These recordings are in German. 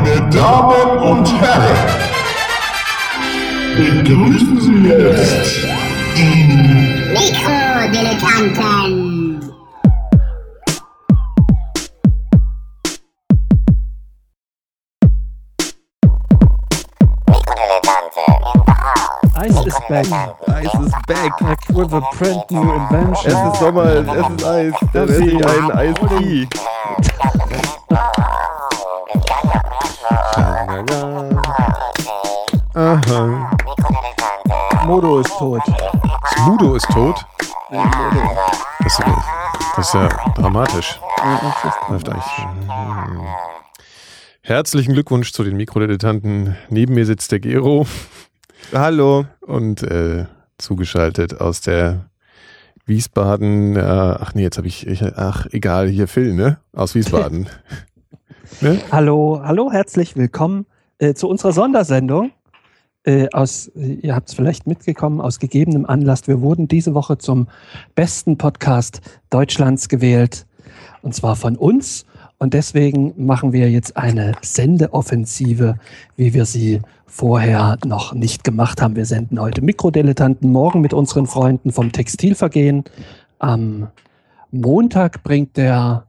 Meine Damen und Herren, begrüßen Sie jetzt die Mikrodilettanten. Ice is back. Ice is back. Back with a brand new invention. Es ist Sommer, es ist Eis. Der ist ein Eistee. Aha. Modo ist tot. Smudo ist tot? Das ist ja dramatisch. Läuft eigentlich. Herzlichen Glückwunsch zu den Mikrodilettanten. Neben mir sitzt der Gero. Hallo. Und zugeschaltet aus der Wiesbaden, egal, hier Phil, ne? Aus Wiesbaden. Ne? Hallo, herzlich willkommen zu unserer Sondersendung. Ihr habt es vielleicht mitbekommen, aus gegebenem Anlass. Wir wurden diese Woche zum besten Podcast Deutschlands gewählt. Und zwar von uns. Und deswegen machen wir jetzt eine Sendeoffensive, wie wir sie vorher noch nicht gemacht haben. Wir senden heute Mikrodilettanten, morgen mit unseren Freunden vom Textilvergehen. Am Montag bringt der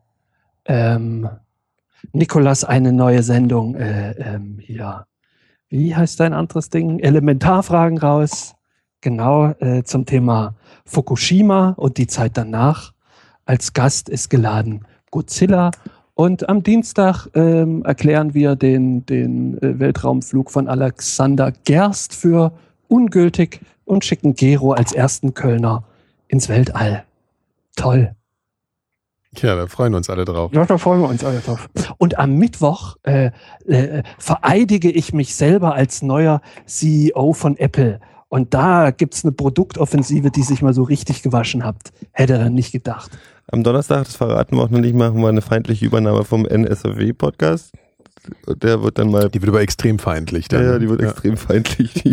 Nikolas eine neue Sendung hier. Wie heißt dein anderes Ding? Elementarfragen raus. Genau, zum Thema Fukushima und die Zeit danach. Als Gast ist geladen Godzilla. Und am Dienstag erklären wir den Weltraumflug von Alexander Gerst für ungültig und schicken Gero als ersten Kölner ins Weltall. Toll. Ja, da freuen wir uns alle drauf. Ja, da freuen wir uns alle drauf. Und am Mittwoch vereidige ich mich selber als neuer CEO von Apple. Und da gibt's eine Produktoffensive, die sich mal so richtig gewaschen habt. Hätte er nicht gedacht. Am Donnerstag, das verraten wir auch noch nicht, machen wir eine feindliche Übernahme vom NSFW-Podcast. Der wird dann mal... Die wird aber extrem feindlich. Dann. Ja, die wird extrem feindlich.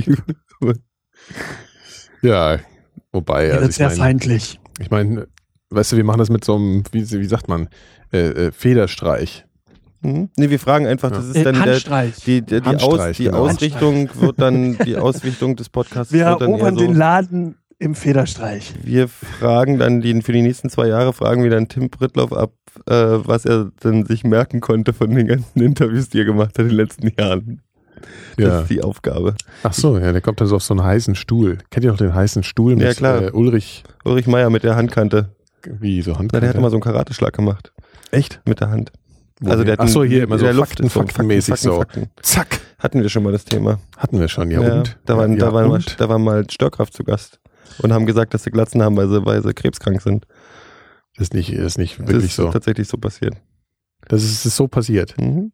Ja, wobei... Die wird sehr feindlich. Ich meine, weißt du, wir machen das mit so einem, wie sagt man, Federstreich. Nee, wir fragen einfach, das ist dann die Ausrichtung wird dann, die Ausrichtung des Podcasts. Wir wird dann erobern eher so, den Laden im Federstreich. Wir fragen dann für die nächsten 2 Jahre, fragen wir dann Tim Prittloff ab, was er dann sich merken konnte von den ganzen Interviews, die er gemacht hat in den letzten Jahren. Das ist die Aufgabe. Ach so, ja, der kommt dann so auf so einen heißen Stuhl. Kennt ihr noch den heißen Stuhl mit klar. Ulrich Meier mit der Handkante. Wie so Handkante? Na, der hat immer so einen Karateschlag gemacht. Echt? Mit der Hand. Also der hat hier immer so Faktenmäßig so. Zack. Hatten wir schon mal das Thema. Hatten wir schon, ja und? Da war mal Störkraft zu Gast und haben gesagt, dass sie Glatzen haben, weil sie krebskrank sind. Das ist nicht wirklich so. Das ist tatsächlich so passiert. Das ist so passiert. Mhm.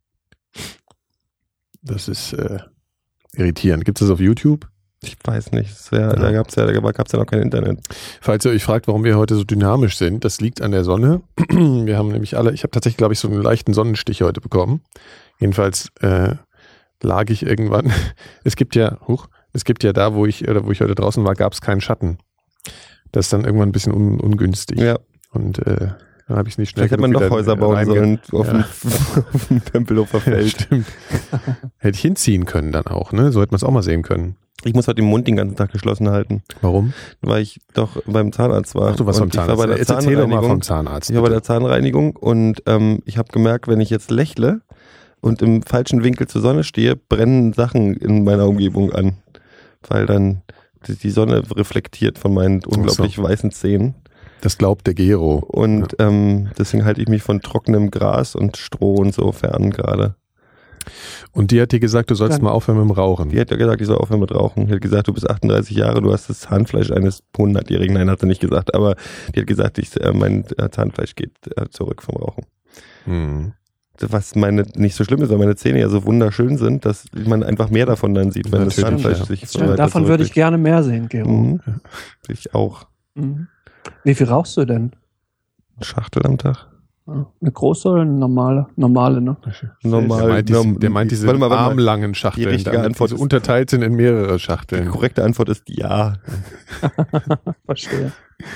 Das ist irritierend. Gibt es das auf YouTube? Ich weiß nicht. Da gab's ja noch kein Internet. Falls ihr euch fragt, warum wir heute so dynamisch sind, das liegt an der Sonne. Wir haben nämlich ich habe tatsächlich, glaube ich, so einen leichten Sonnenstich heute bekommen. Jedenfalls lag ich irgendwann. Es gibt ja da, wo ich heute draußen war, gab es keinen Schatten. Das ist dann irgendwann ein bisschen ungünstig. Ja. Und dann habe ich es nicht schnell. Vielleicht hätte man noch Häuser bauen sollen auf dem Tempelhofer Feld. Ja, stimmt. Hätte ich hinziehen können dann auch, ne? So hätte man es auch mal sehen können. Ich muss heute den Mund den ganzen Tag geschlossen halten. Warum? Weil ich doch beim Zahnarzt war. Ach, du warst beim Zahnarzt. Jetzt erzähl doch mal vom Zahnarzt. Ich war bei der Zahnreinigung und ich habe gemerkt, wenn ich jetzt lächle und im falschen Winkel zur Sonne stehe, brennen Sachen in meiner Umgebung an. Weil dann die Sonne reflektiert von meinen unglaublich weißen Zähnen. Das glaubt der Gero. Und deswegen halte ich mich von trockenem Gras und Stroh und so fern gerade. Und die hat dir gesagt, du sollst mal aufhören mit dem Rauchen. Die hat ja gesagt, ich soll aufhören mit Rauchen. Die hat gesagt, du bist 38 Jahre, du hast das Zahnfleisch eines 100-Jährigen. Nein, hat sie nicht gesagt. Aber die hat gesagt, mein Zahnfleisch geht zurück vom Rauchen. Was nicht so schlimm ist, weil meine Zähne ja so wunderschön sind, dass man einfach mehr davon dann sieht, wenn das Zahnfleisch sich so weiter davon würde ich gerne mehr sehen, Gero. Ich auch. Wie viel rauchst du denn? Eine Schachtel am Tag. Eine große oder eine normale? Normale, ne? Normal. Der meint diese armlangen Schachteln, die richtige Antwort die unterteilt sind in mehrere Schachteln. Die korrekte Antwort ist ja. Verstehe.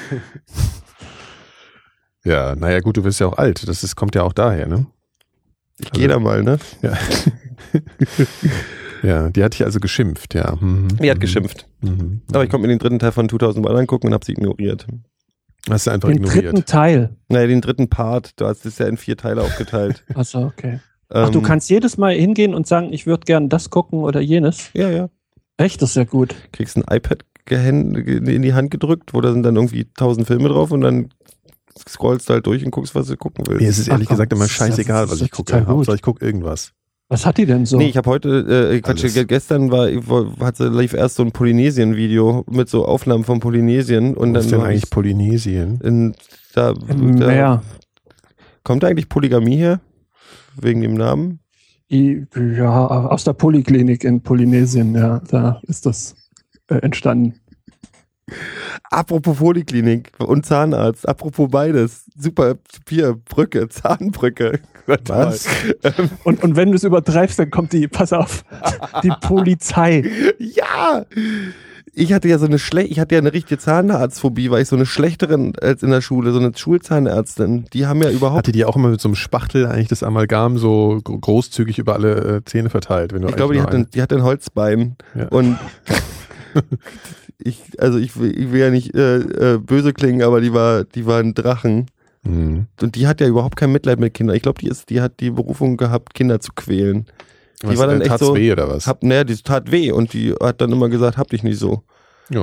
Ja, naja gut, du bist ja auch alt. Kommt ja auch daher, ne? Ich gehe da mal, ne? Ja. Ja, die hatte ich also geschimpft, ja. Die hat geschimpft. Aber ich konnte mir den dritten Teil von 2000 Mal angucken und habe sie ignoriert. Hast du einfach Den ignoriert? dritten Teil. Naja, den dritten Part. Du hast es ja in 4 Teile aufgeteilt. Achso, okay. Ach, du kannst jedes Mal hingehen und sagen, ich würde gern das gucken oder jenes? Ja, ja. Echt, das ist ja gut. Kriegst ein iPad in die Hand gedrückt, wo da sind dann irgendwie 1000 Filme drauf und dann scrollst du halt durch und guckst, was du gucken willst. Mir ist es ehrlich gesagt immer das ist- scheißegal, das was ist ich gucke. total gut. Hauptsache ich gucke irgendwas. Was hat die denn so? Nee, ich habe heute, gestern lief erst so ein Polynesien-Video mit so Aufnahmen von Polynesien und Was ist dann denn eigentlich Polynesien? Im Meer. Kommt da eigentlich Polygamie her? Wegen dem Namen? Ja, aus der Polyklinik in Polynesien, ja, da ist das entstanden. Apropos Polyklinik und Zahnarzt, apropos beides. Super, hier, Brücke, Zahnbrücke. Was? Und wenn du es übertreibst, dann kommt pass auf, die Polizei. Ja! Ich hatte ja eine richtige Zahnarztphobie, weil ich so eine schlechterin als in der Schule, so eine Schulzahnärztin, die haben ja überhaupt... Hatte die auch immer mit so einem Spachtel eigentlich das Amalgam so großzügig über alle Zähne verteilt? Wenn du Ich glaube, die hatte ein Holzbein. Ja. Und ich will ja nicht böse klingen, aber die war ein Drachen. Mhm. Und die hat ja überhaupt kein Mitleid mit Kindern. Ich glaube, die hat die Berufung gehabt, Kinder zu quälen. Die war dann echt tat's so, weh oder was? Die tat weh und die hat dann immer gesagt, hab dich nicht so. Ja.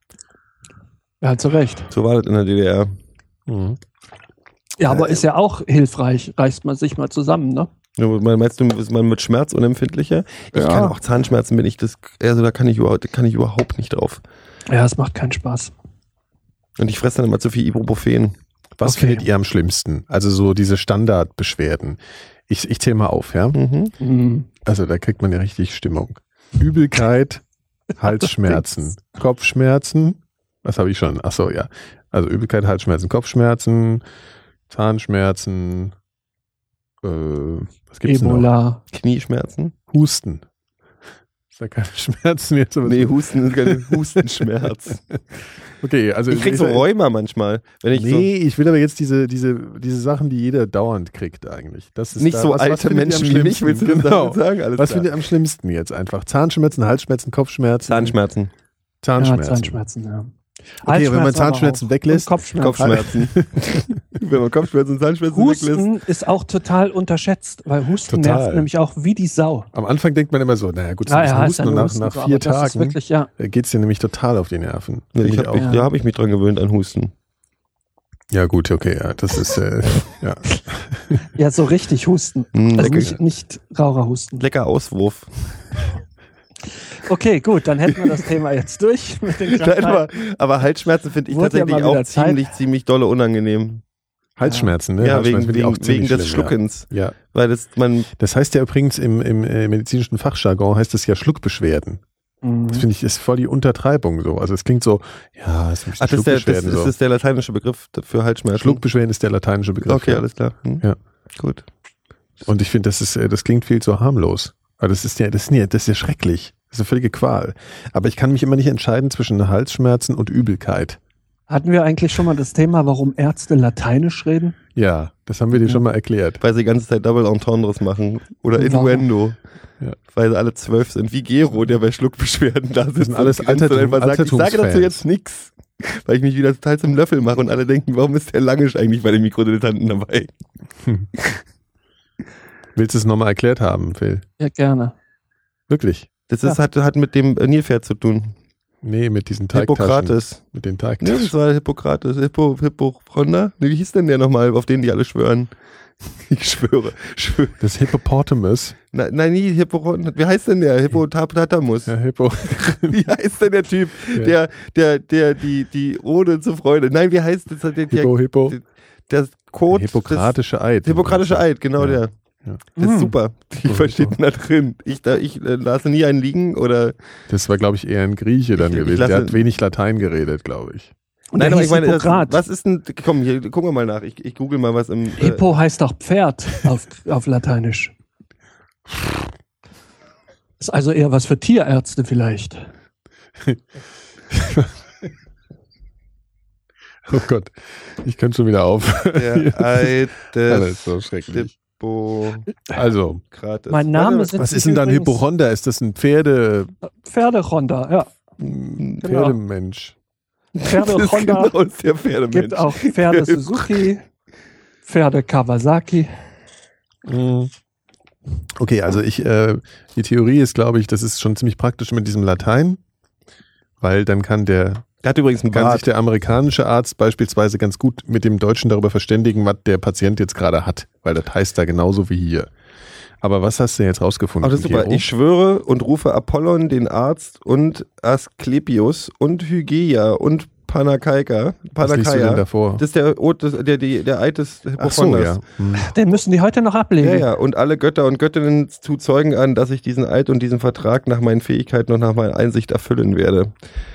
Ja, zu Recht. So war das in der DDR. Mhm. Ja, aber ist ja auch hilfreich, reißt man sich mal zusammen, ne? Ja, meinst du, ist man mit Schmerz unempfindlicher? Ich Ja. kann auch Zahnschmerzen, da kann ich überhaupt nicht drauf. Ja, es macht keinen Spaß. Und ich fresse dann immer zu viel Ibuprofen. Was Okay. findet ihr am schlimmsten? Also so diese Standardbeschwerden. Ich zähle mal auf, ja? Mhm. Also da kriegt man ja richtig Stimmung. Übelkeit, Halsschmerzen, Kopfschmerzen. Was habe ich schon? Ach so, ja. Also Übelkeit, Halsschmerzen, Kopfschmerzen, Zahnschmerzen. Was gibt's noch? Ebola. Knieschmerzen? Husten. Ist da keine Schmerzen jetzt? Nee, Husten ist kein Hustenschmerz. Okay, also Ich krieg so Rheuma manchmal. Wenn ich ich will aber jetzt diese Sachen, die jeder dauernd kriegt eigentlich. Das ist nicht so alte findet ihr am Menschen wie mich, willst du das genau. damit sagen? Alles Was klar. findet ihr am schlimmsten jetzt einfach? Zahnschmerzen, Halsschmerzen, Kopfschmerzen? Zahnschmerzen. Zahnschmerzen. Ja, Zahnschmerzen, ja. Okay, wenn man Halsschmerzen Zahnschmerzen aber auch. weglässt, Und Kopfschmerzen. Kopfschmerzen. Wenn man Kopfschmerzen und Zahnschmerzen weglässt. Husten ist auch total unterschätzt, weil Husten Total. nervt nämlich auch wie die Sau. Am Anfang denkt man immer so, naja gut, so Ja, ein bisschen ja, ist Husten ja und nur nach Husten, aber 4 das ist Tagen wirklich, ja. geht es dir nämlich total auf die Nerven. Finde ich auch. Da habe ich mich dran gewöhnt an Husten. Ja gut, okay, ja, das ist, ja. Ja, so richtig Husten. Also nicht raurer Husten. Lecker Auswurf. Okay, gut, dann hätten wir das Thema jetzt durch mit den Nein, Krankheiten. aber Halsschmerzen finde ich Wurde ja tatsächlich mal auch wieder ziemlich dolle unangenehm. Halsschmerzen, ne? Ja, Halsschmerzen finde ich auch wegen ziemlich des schlimm, Schluckens. Ja. Weil Das heißt ja übrigens im medizinischen Fachjargon heißt es ja Schluckbeschwerden. Das finde ich ist voll die Untertreibung so. Also es klingt so, ja, es ist ein bisschen Schluckbeschwerden. das ist der lateinische Begriff für Halsschmerzen. Schluckbeschwerden ist der lateinische Begriff. Okay, ja. alles klar. Ja. Gut. Und ich finde, das klingt viel zu harmlos. Aber das ist ja schrecklich. Das ist eine völlige Qual. Aber ich kann mich immer nicht entscheiden zwischen Halsschmerzen und Übelkeit. Hatten wir eigentlich schon mal das Thema, warum Ärzte Lateinisch reden? Ja, das haben wir dir schon mal erklärt. Weil sie die ganze Zeit Double Entendres machen. Oder Warum? Innuendo. Ja. Weil sie alle 12 sind. Wie Gero, der bei Schluckbeschwerden da sitzt. sind alles und grinst und einfach sagt, ich sage dazu Altertumsfans. jetzt nichts. Weil ich mich wieder total zum Löffel mache und alle denken, warum ist der Langisch eigentlich bei den Mikrodilettanten dabei? Willst du es nochmal erklärt haben, Phil? Ja, gerne. Wirklich? Das ist, hat mit dem Nilpferd zu tun. Nee, mit diesen Teigtaschen. Hippokrates. Mit den Nee, Teigtaschen. das war Hippokrates. Hippochonder? Nee, wie hieß denn der nochmal, auf den die alle schwören? Ich schwöre. Das Hippopotamus. Nein, nie Hippochonder. Wie heißt denn der? Hippopotamus. Ja, Hippo. Wie heißt denn der Typ, Ja. der die Ode zur Freude? Nein, wie heißt das? Hippo. Der Code. Hippokratische Eid. Hippokratische Eid, genau Ja. der. Ja. Das ist super. Was steht denn da drin? Ich lasse nie einen liegen oder. Das war, glaube ich, eher ein Grieche dann Ich gewesen. lasse- Der hat wenig Latein geredet, glaube ich. Und Nein, der aber hieß ich meine, Hippokrat. was ist denn. Komm, hier, gucken wir mal nach. Ich google mal was im. Hippo heißt doch Pferd auf Lateinisch. Ist also eher was für Tierärzte vielleicht. Oh Gott, ich kann schon wieder auf. Der Eid des Alles so schrecklich. Also, Mein Name ist was ist denn dann Hypochonder? Ist das ein Pferdehonda, ja. Pferdemensch? Pferdehonda. Genau, ist der Pferdemensch. Gibt auch Pferde Suzuki, Pferde Kawasaki. Okay, also die Theorie ist, glaube ich, das ist schon ziemlich praktisch mit diesem Latein, weil dann kann hat übrigens einen Bart. sich der amerikanische Arzt beispielsweise ganz gut mit dem Deutschen darüber verständigen, was der Patient jetzt gerade hat, weil das heißt da genauso wie hier. Aber was hast du jetzt rausgefunden? Ach, das ist super. Ich schwöre und rufe Apollon, den Arzt, und Asklepios und Hygeia und Panakaika. Was liest du denn davor? Das ist der Eid des Hypochonders. Ach so, ja. Den müssen die heute noch ablegen. Ja, ja. Und alle Götter und Göttinnen zu Zeugen an, dass ich diesen Eid und diesen Vertrag nach meinen Fähigkeiten und nach meiner Einsicht erfüllen werde.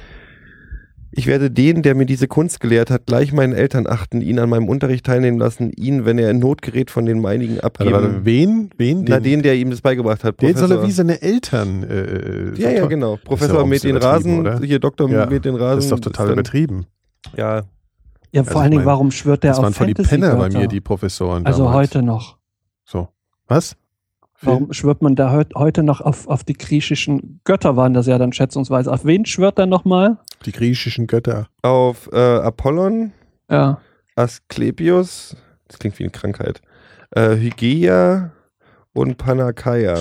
Ich werde den, der mir diese Kunst gelehrt hat, gleich meinen Eltern achten, ihn an meinem Unterricht teilnehmen lassen, ihn, wenn er in Not gerät, von den meinigen abgeben. Warte, wen? Na, den, der ihm das beigebracht hat. Den soll er wie seine Eltern ja, genau. Professor mäht den Rasen, oder? Hier Doktor mäht den Rasen. Das ist doch total übertrieben. Ja. Ja, vor allen Dingen, warum schwört der auf Das waren voll die Penner bei mir, die Professoren Also damals. heute noch. So. Was? Warum schwört man da heute noch auf die griechischen Götter, waren das ja dann schätzungsweise. Auf wen schwört er nochmal? Die griechischen Götter. Auf Apollon, Ja. Asklepios, das klingt wie eine Krankheit, Hygeia und Panakaia.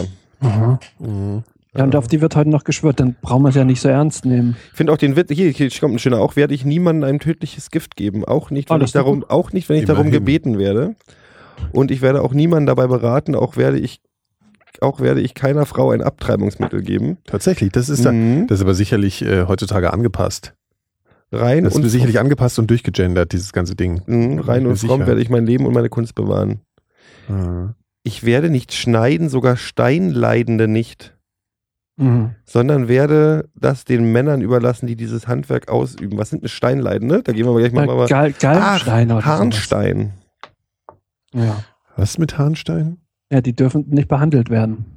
Ja, und auf die wird heute noch geschwört, dann brauchen wir es ja nicht so ernst nehmen. Ich finde auch den Witz, hier kommt ein schöner, auch werde ich niemandem ein tödliches Gift geben, auch nicht, wenn ich darum gebeten werde. Und ich werde auch niemanden dabei beraten, auch werde ich keiner Frau ein Abtreibungsmittel geben. Tatsächlich, das ist das ist aber sicherlich heutzutage angepasst. Das ist sicherlich angepasst und durchgegendert, dieses ganze Ding. Rein und fromm werde ich mein Leben und meine Kunst bewahren. Ich werde nicht schneiden, sogar Steinleidende nicht. Sondern werde das den Männern überlassen, die dieses Handwerk ausüben. Was sind denn Steinleidende? Da gehen wir gleich mal. Gallenstein oder Harnstein. Ja. Was mit Harnstein? Ja, die dürfen nicht behandelt werden.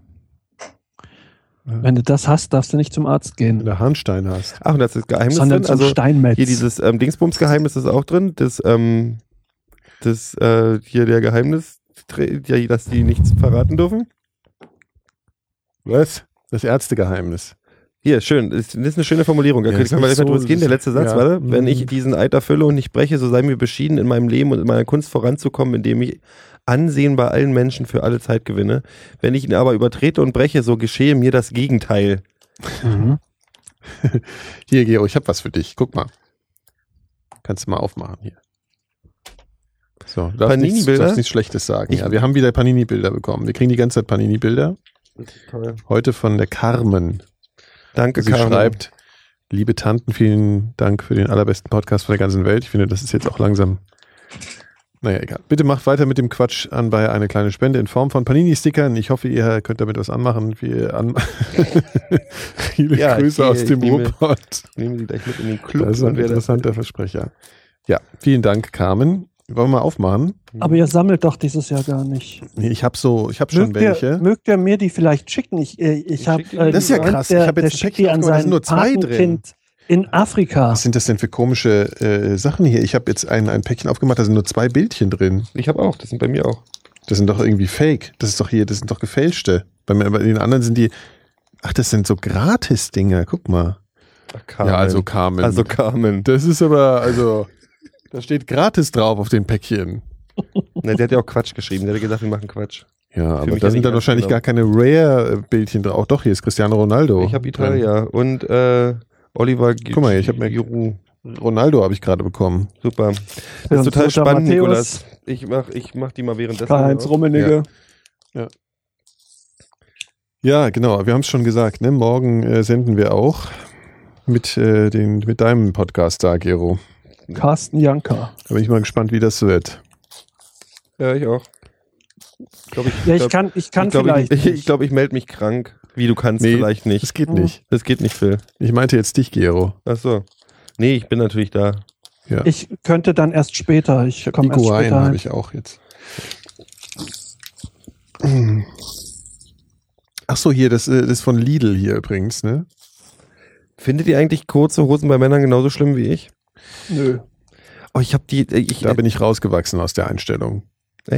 Wenn du das hast, darfst du nicht zum Arzt gehen. Wenn du Harnstein hast. Ach, und das ist Geheimnis sondern drin? Zum Steinmetz. Hier dieses Dingsbums-Geheimnis ist auch drin. Hier der Geheimnis, dass die nichts verraten dürfen. Was? Das Ärztegeheimnis. Hier, schön. Das ist eine schöne Formulierung. Da können wir gleich mal drüber gehen. Der letzte Satz, warte. Wenn ich diesen Eid erfülle und nicht breche, so sei mir beschieden, in meinem Leben und in meiner Kunst voranzukommen, indem ich Ansehen bei allen Menschen für alle Zeit gewinne. Wenn ich ihn aber übertrete und breche, so geschehe mir das Gegenteil. Hier, Gero, ich habe was für dich. Guck mal. Kannst du mal aufmachen hier. So, du darfst nichts Schlechtes sagen. Ja, wir haben wieder Panini-Bilder bekommen. Wir kriegen die ganze Zeit Panini-Bilder. Toll. Heute von der Carmen. Danke, Sie Carmen. schreibt, liebe Tanten, vielen Dank für den allerbesten Podcast von der ganzen Welt. Ich finde, das ist jetzt auch langsam... Naja, egal. Bitte macht weiter mit dem Quatsch an bei eine kleine Spende in Form von Panini-Stickern. Ich hoffe, ihr könnt damit was anmachen. Viele Grüße aus dem Ruhrpott. Nehmen Sie gleich mit in den Club. Das ist ein interessanter Versprecher. Ja, vielen Dank, Carmen. Wollen wir mal aufmachen? Aber ihr sammelt doch dieses Jahr gar nicht. Nee, ich habe schon welche. Mögt ihr mir die vielleicht schicken? Ich habe das ist ja krass. Ich habe jetzt schickt die an sein nur 2 drin. In Afrika. Was sind das denn für komische Sachen hier? Ich habe jetzt ein Päckchen aufgemacht, da sind nur 2 Bildchen drin. Ich habe auch, das sind bei mir auch. Das sind doch irgendwie fake. Das sind doch gefälschte. Bei den anderen sind die, das sind so Gratis-Dinger. Guck mal. Ach, Carmen. Ja, also Carmen. Carmen. Das ist aber, da steht gratis drauf auf den Päckchen. Na, der hat ja auch Quatsch geschrieben. Der hat gesagt, wir machen Quatsch. Ja, aber da sind dann wahrscheinlich gar keine Rare-Bildchen drauf. Auch doch, hier ist Cristiano Ronaldo. Ich habe Italia und Oliver Guck mal, ich habe mir Ronaldo habe ich gerade bekommen. Super. Das ist total spannend, Nikolas. Ich mach die mal währenddessen. Karl-Heinz Rummenigge. Ja, genau. Wir haben es schon gesagt. Ne? Morgen senden wir auch mit deinem Podcast da, Gero. Carsten Janka. Da bin ich mal gespannt, wie das wird. Ja, ich auch. Ich kann vielleicht. Ich glaube, ich melde mich krank. Wie, du kannst vielleicht nicht. Das geht nicht. Das geht nicht, Phil. Ich meinte jetzt dich, Gero. Ach so. Nee, ich bin natürlich da. Ja. Ich könnte dann erst später. Ich komme erst später. Iguain habe ich auch jetzt. Ach so, hier, das ist von Lidl hier übrigens, ne? Findet ihr eigentlich kurze Hosen bei Männern genauso schlimm wie ich? Nö. Oh, ich habe da bin ich rausgewachsen aus der Einstellung. Echt?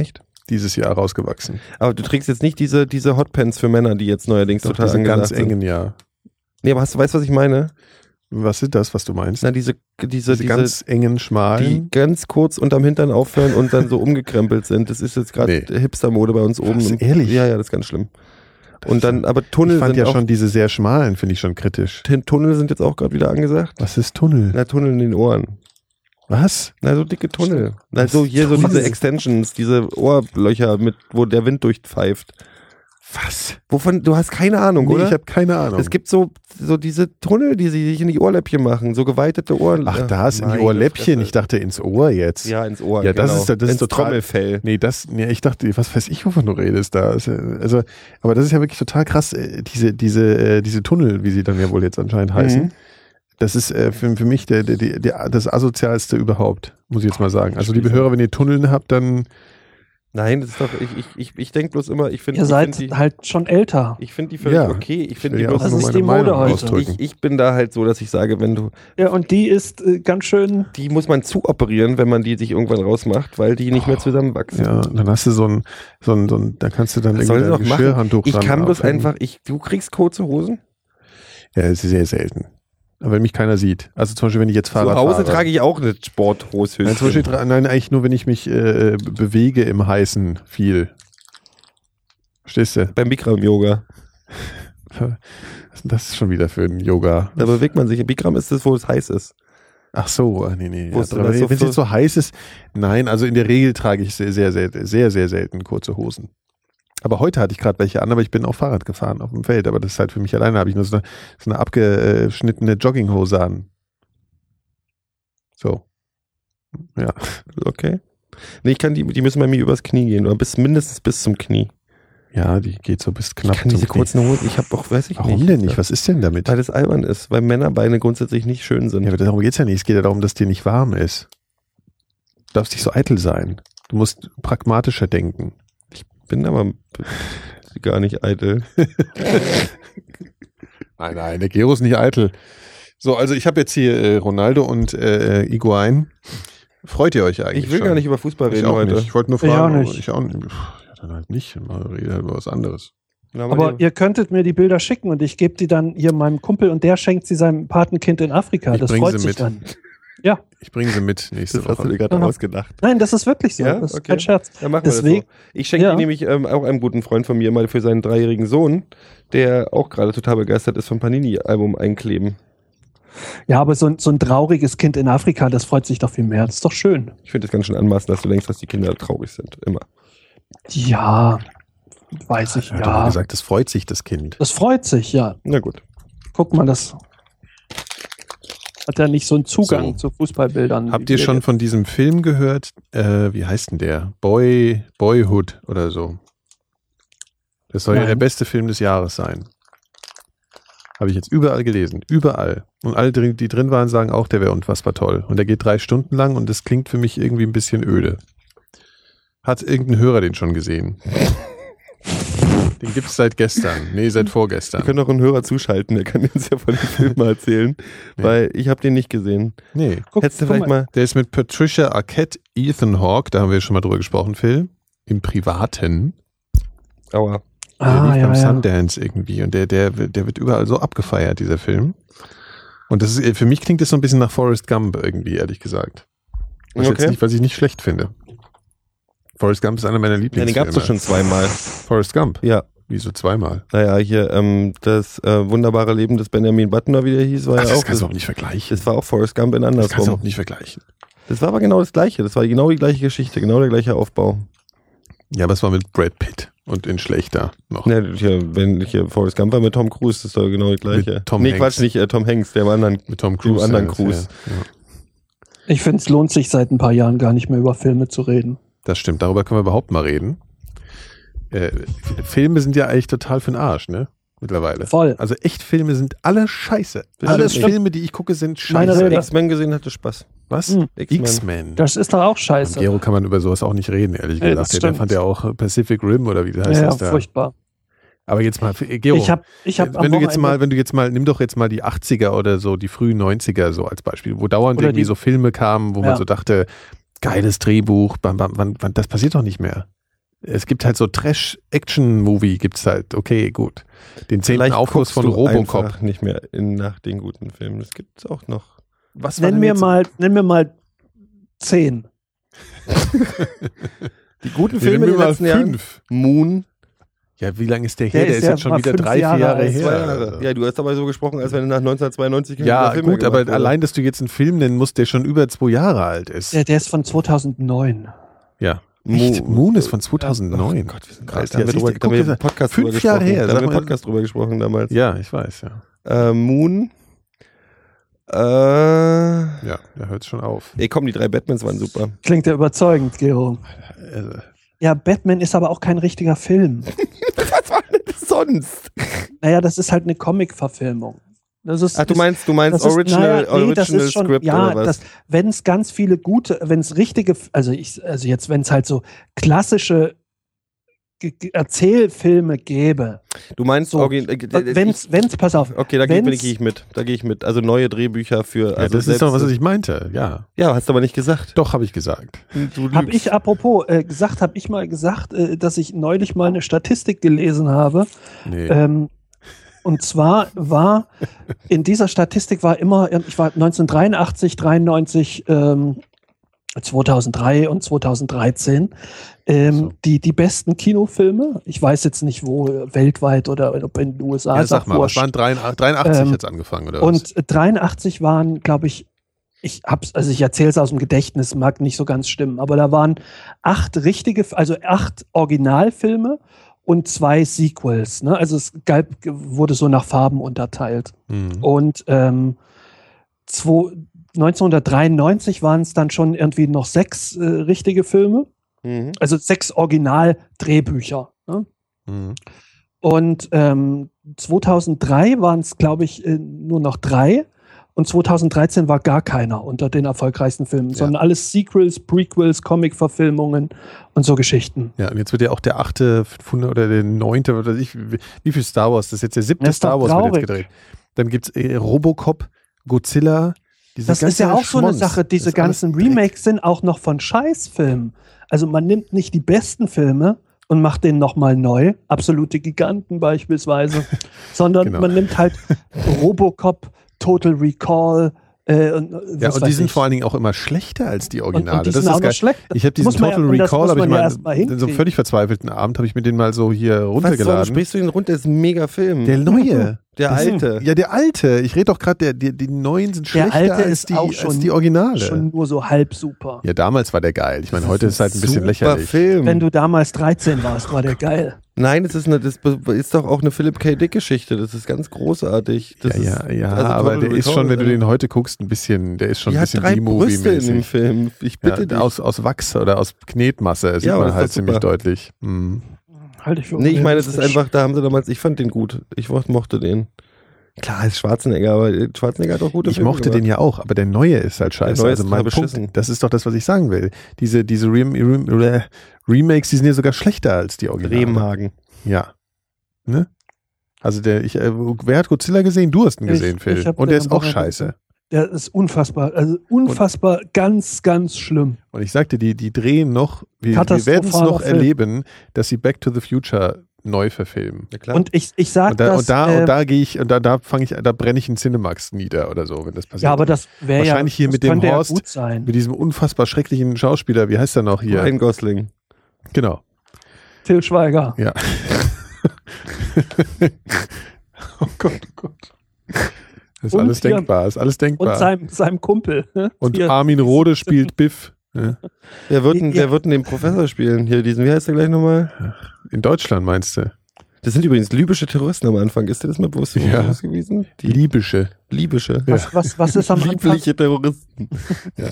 dieses Jahr rausgewachsen. Aber du trägst jetzt nicht diese Hotpants für Männer, die jetzt neuerdings Doch, total diese angesagt ganz engen, ja. Nee, aber weißt du, was ich meine? Was sind das, was du meinst? Na, diese ganz engen, schmalen. Die ganz kurz unterm Hintern aufhören und dann so umgekrempelt sind. Das ist jetzt gerade Hipster-Mode bei uns oben. Was, ehrlich? Ja, das ist ganz schlimm. Und dann, aber Tunnel ich fand sind ja auch, schon diese sehr schmalen, finde ich schon kritisch. Tunnel sind jetzt auch gerade wieder angesagt. Was ist Tunnel? Na, Tunnel in den Ohren. Was? Na, so dicke Tunnel. Na, so hier so diese Extensions, diese Ohrlöcher, wo der Wind durchpfeift. Was? Wovon? Du hast keine Ahnung, Nee, oder? ich habe keine Ahnung. Es gibt so diese Tunnel, die sie sich in die Ohrläppchen machen, so geweitete Ohren. Ach, das in die Meine Ohrläppchen. Fresse. Ich dachte ins Ohr jetzt. Ja, ins Ohr. Ja, das genau. ist ins total. Trommelfell. Nee, ich dachte, was weiß ich, wovon du redest da. Also, aber das ist ja wirklich total krass, diese Tunnel, wie sie dann ja wohl jetzt anscheinend heißen. Das ist für mich das Asozialste überhaupt, muss ich jetzt mal sagen. Also, liebe Hörer, wenn ihr Tunneln habt, dann. Nein, das ist doch, ich denke bloß immer, ich finde. Ihr seid halt schon älter. Ich finde die völlig okay. Ich finde die bloß. Das ist die Mode heute. Ich bin da halt so, dass ich sage, wenn du. Ja, und die ist ganz schön. Die muss man zuoperieren, wenn man die sich irgendwann rausmacht, weil die nicht mehr zusammenwachsen. Ja, dann hast du da kannst du dann irgendwie ein Geschirrhandtuch Ich dran kann bloß aufhängen. einfach, du kriegst kurze Hosen? Ja, das ist sehr selten. Aber wenn mich keiner sieht. Also zum Beispiel, wenn ich jetzt Fahrrad Zu Hause fahre. trage ich auch eine Sporthose. Nein, zum Beispiel, nein, eigentlich nur, wenn ich mich bewege im Heißen viel. Verstehst du? Beim Bikram-Yoga. Was ist denn das schon wieder für ein Yoga? Da bewegt man sich. Bikram ist das, wo es heiß ist. Ach so, nee. Wusste Ja, das so wenn es jetzt so heiß ist, nein, also in der Regel trage ich sehr, sehr, sehr, sehr selten kurze Hosen. Aber heute hatte ich gerade welche an, aber ich bin auch Fahrrad gefahren auf dem Feld. Aber das ist halt für mich alleine, habe ich nur so eine abgeschnittene Jogginghose an. So. Ja. Okay. Nee, die müssen bei mir übers Knie gehen, oder mindestens bis zum Knie. Ja, die geht so bis knapp Ich kann diese kurzen Hosen, ich habe auch, weiß ich Warum nicht. denn nicht? Was ist denn damit? Weil das albern ist, weil Männerbeine grundsätzlich nicht schön sind. Ja, aber darum geht's ja nicht. Es geht ja darum, dass dir nicht warm ist. Du darfst nicht so eitel sein. Du musst pragmatischer denken. Bin aber gar nicht eitel. Nein, der Gero ist nicht eitel. So, also ich habe jetzt hier Ronaldo und Higuaín. Freut ihr euch eigentlich? Ich will schon? gar nicht über Fußball Ich reden auch heute. nicht. Ich wollte nur Ich fragen. auch nicht. Ich auch nicht. Ja, dann halt nicht. Mal rede über was anderes. Aber ihr könntet mir die Bilder schicken und ich gebe die dann hier meinem Kumpel und der schenkt sie seinem Patenkind in Afrika. Ich Das bring freut sie sich mit. dann. Ja. Ich bringe sie mit nächste Das hast du Woche. dir gerade Aha. ausgedacht. Nein, das ist wirklich so. Ja? Das ist Okay. kein Scherz. Dann machen Deswegen- wir das so. Ich schenke Ja. die nämlich auch einem guten Freund von mir mal für seinen 3-jährigen Sohn, der auch gerade total begeistert ist vom Panini-Album einkleben. Ja, aber so ein trauriges Kind in Afrika, das freut sich doch viel mehr. Das ist doch schön. Ich finde das ganz schön anmaßend, dass du denkst, dass die Kinder traurig sind. Immer. Ja, weiß ich, Er hat aber ja. gesagt, das freut sich, das Kind. Das freut sich, ja. Na gut. Guck mal, das hat ja nicht so einen Zugang So. zu Fußballbildern. Habt wie ihr wir schon jetzt. von diesem Film gehört? Wie heißt denn der? Boyhood oder so. Das soll ja Nein. der beste Film des Jahres sein. Habe ich jetzt überall gelesen. Überall. Und alle, die drin waren, sagen auch, der wäre unfassbar toll. Und der geht 3 Stunden lang und das klingt für mich irgendwie ein bisschen öde. Hat irgendein Hörer den schon gesehen? Den gibt es seit gestern. Nee, seit Wir vorgestern. können auch einen Hörer zuschalten, der kann uns ja von dem Film mal erzählen, Nee. weil ich habe den nicht gesehen. Nee. Hättest du vielleicht mal... Der ist mit Patricia Arquette, Ethan Hawke, da haben wir schon mal drüber gesprochen, Phil. Im Privaten. Aua. Der lief beim ja. Sundance irgendwie und der wird überall so abgefeiert, dieser Film. Und das ist, für mich klingt das so ein bisschen nach Forrest Gump irgendwie, ehrlich gesagt. Was, Okay. jetzt nicht, was ich nicht schlecht finde. Forrest Gump ist einer meiner Ja, Lieblingsfilme. den gab es doch schon zweimal. Forrest Gump? Ja. Wieso zweimal? Naja, hier das wunderbare Leben des Benjamin Button, oder wie der hieß, war Ach, ja das auch... kannst du auch nicht vergleichen. Das war auch Forrest Gump in Das kannst du andersrum. auch nicht vergleichen. Das war aber genau das Gleiche. Das war genau die gleiche Geschichte, genau der gleiche Aufbau. Ja, aber es war mit Brad Pitt und in schlechter noch. Ja, wenn hier Forrest Gump war mit Tom Cruise, das ist doch genau das Gleiche. Mit Tom nee, Hanks. Quatsch, nicht Tom Hanks, der war anderen. Mit Tom Dem Cruise. anderen ja, Cruise. Ja. Ich finde, es lohnt sich seit ein paar Jahren gar nicht mehr über Filme zu reden. Das stimmt, darüber können wir überhaupt mal reden. Filme sind ja eigentlich total für den Arsch, ne? Mittlerweile. Voll. Also echt, Filme sind alle scheiße. Das Alle stimmt. Filme, die ich gucke, sind Meine scheiße. Rede. X-Men gesehen hatte Spaß. Was? Hm. X-Men. Das ist doch auch Beim scheiße. Gero kann man über sowas auch nicht reden, ehrlich Nee, gesagt. das Der stimmt. fand ja auch Pacific Rim oder wie das heißt Ja, das da. furchtbar. Aber jetzt mal, Gero, Ich hab am wenn du jetzt mal, nimm doch jetzt mal die 80er oder so, die frühen 90er so als Beispiel, wo dauernd Oder irgendwie die- so Filme kamen, wo man Ja. so dachte, geiles Drehbuch, wann, das passiert doch nicht mehr. Es gibt halt so Trash-Action-Movie gibt's halt. Okay, gut. Den 10. Aufguss von Robocop. Nicht mehr nach den guten Filmen. Das gibt's auch noch. Was war Nenn mir mal 10. Die guten Filme in den letzten Jahren. Moon. Ja, wie lange ist der her? Der ist jetzt schon wieder 3-4 Jahre her. Ja, du hast aber so gesprochen, als wenn du nach 1992 ja, Filme gut, aber wurde. allein, dass du jetzt einen Film nennen musst, der schon über 2 Jahre alt ist. Der ist von 2009. Ja. Echt? Moon ist von 2009. Oh Gott, wir sind krass. Da haben wir einen Podcast 5 Jahre her. Da haben wir einen Podcast drüber gesprochen damals. Ja, ich weiß, ja. Moon. Ja, da hört es schon auf. Ey, komm, die 3 Batmans waren super. Klingt ja überzeugend, Gero. Ja, Batman ist aber auch kein richtiger Film. Was war denn das sonst? Naja, das ist halt eine Comic-Verfilmung. Das ist, Ach, du meinst Original schon, Script ja, oder was? Wenn es ganz viele gute, wenn es richtige, also jetzt, wenn es halt so klassische Erzählfilme gäbe. Du meinst, so, wenn's, pass auf. Okay, da gehe ich mit. Also neue Drehbücher für. Also das ist doch, was ich meinte, ja. Ja, hast du aber nicht gesagt. Doch, habe ich gesagt. Habe ich mal gesagt, dass ich neulich mal eine Statistik gelesen habe. Nee. Und zwar war in dieser Statistik ich war 1983, 93, 2003 und 2013 die besten Kinofilme. Ich weiß jetzt nicht, wo, weltweit oder ob in den USA. Ja, sag mal, was waren 83 jetzt angefangen, oder was? Und 83 waren, glaube ich, ich erzähle es aus dem Gedächtnis, mag nicht so ganz stimmen, aber da waren 8 Originalfilme und 2 Sequels. Ne? Also es wurde so nach Farben unterteilt. Mhm. Und 1993 waren es dann schon irgendwie noch 6 richtige Filme. Mhm. Also 6 Original-Drehbücher. Ne? Mhm. Und 2003 waren es, glaube ich, nur noch 3. Und 2013 war gar keiner unter den erfolgreichsten Filmen, sondern alles Sequels, Prequels, Comic-Verfilmungen und so Geschichten. Ja, und jetzt wird ja auch der 8., 500 oder der 9., wie viel Star Wars? Das ist jetzt der 7. Star Wars wird jetzt gedreht. Dann gibt es Robocop, Godzilla. Das ist ja auch so eine Sache, diese ganzen Remakes sind auch noch von Scheißfilmen. Also man nimmt nicht die besten Filme und macht den nochmal neu, Absolute Giganten beispielsweise, sondern man nimmt halt Robocop, Total Recall, und die sind vor allen Dingen auch immer schlechter als die Originale. Und die sind auch noch schlechter. Ich habe diesen Total Recall, in so einem völlig verzweifelten Abend, habe ich mir den mal so hier runtergeladen. Was sprichst du den runter? Das ist ein mega Film. Der neue. Der alte. Ja, der alte. Ich rede doch gerade, die neuen sind schlechter als die Originale. Schon nur so halb super. Ja, damals war der geil. Ich meine, heute ist es halt ein bisschen lächerlich. Film. Wenn du damals 13 warst, war der geil. Nein, das ist doch auch eine Philip K. Dick-Geschichte. Das ist ganz großartig. Aber der ist schon, wenn du den heute guckst, der ist schon ein bisschen B-Movie-mäßig. In dem Film. Ich bitte dich. Aus Wachs oder aus Knetmasse sieht man halt ziemlich deutlich. Mhm. Ich meine, es ist einfach, da haben sie damals, ich fand den gut. Ich mochte den. Klar, ist Schwarzenegger, aber Schwarzenegger hat auch gute Filme mochte den ja auch, aber der neue ist halt scheiße. Also mein Punkt, das ist doch das, was ich sagen will. Diese Remakes, die sind ja sogar schlechter als die Originale. Rehmagen. Ja. Ne? Also wer hat Godzilla gesehen? Du hast ihn gesehen, Phil. Und der ist auch scheiße. Der ist unfassbar, ganz, ganz schlimm. Und ich sagte, die drehen noch, wir werden es noch erleben, dass sie Back to the Future neu verfilmen. Ja, klar. Und ich sag da brenne ich einen Cinemax nieder oder so, wenn das passiert. Ja, aber das wäre ja wahrscheinlich hier mit dem Horst, mit diesem unfassbar schrecklichen Schauspieler, wie heißt der noch hier? Ryan Gosling. Genau. Til Schweiger. Ja. Oh Gott. Das ist alles denkbar, Und seinem Kumpel. Ne? Und Armin Rohde spielt Biff. Ja. Wer wird denn den Professor spielen? Hier, wie heißt der gleich nochmal? In Deutschland meinst du? Das sind übrigens libysche Terroristen am Anfang. Ist dir das mal bewusst gewesen? Die Libysche. Ja. Was ist am Anfang? Liebliche Terroristen. Ja.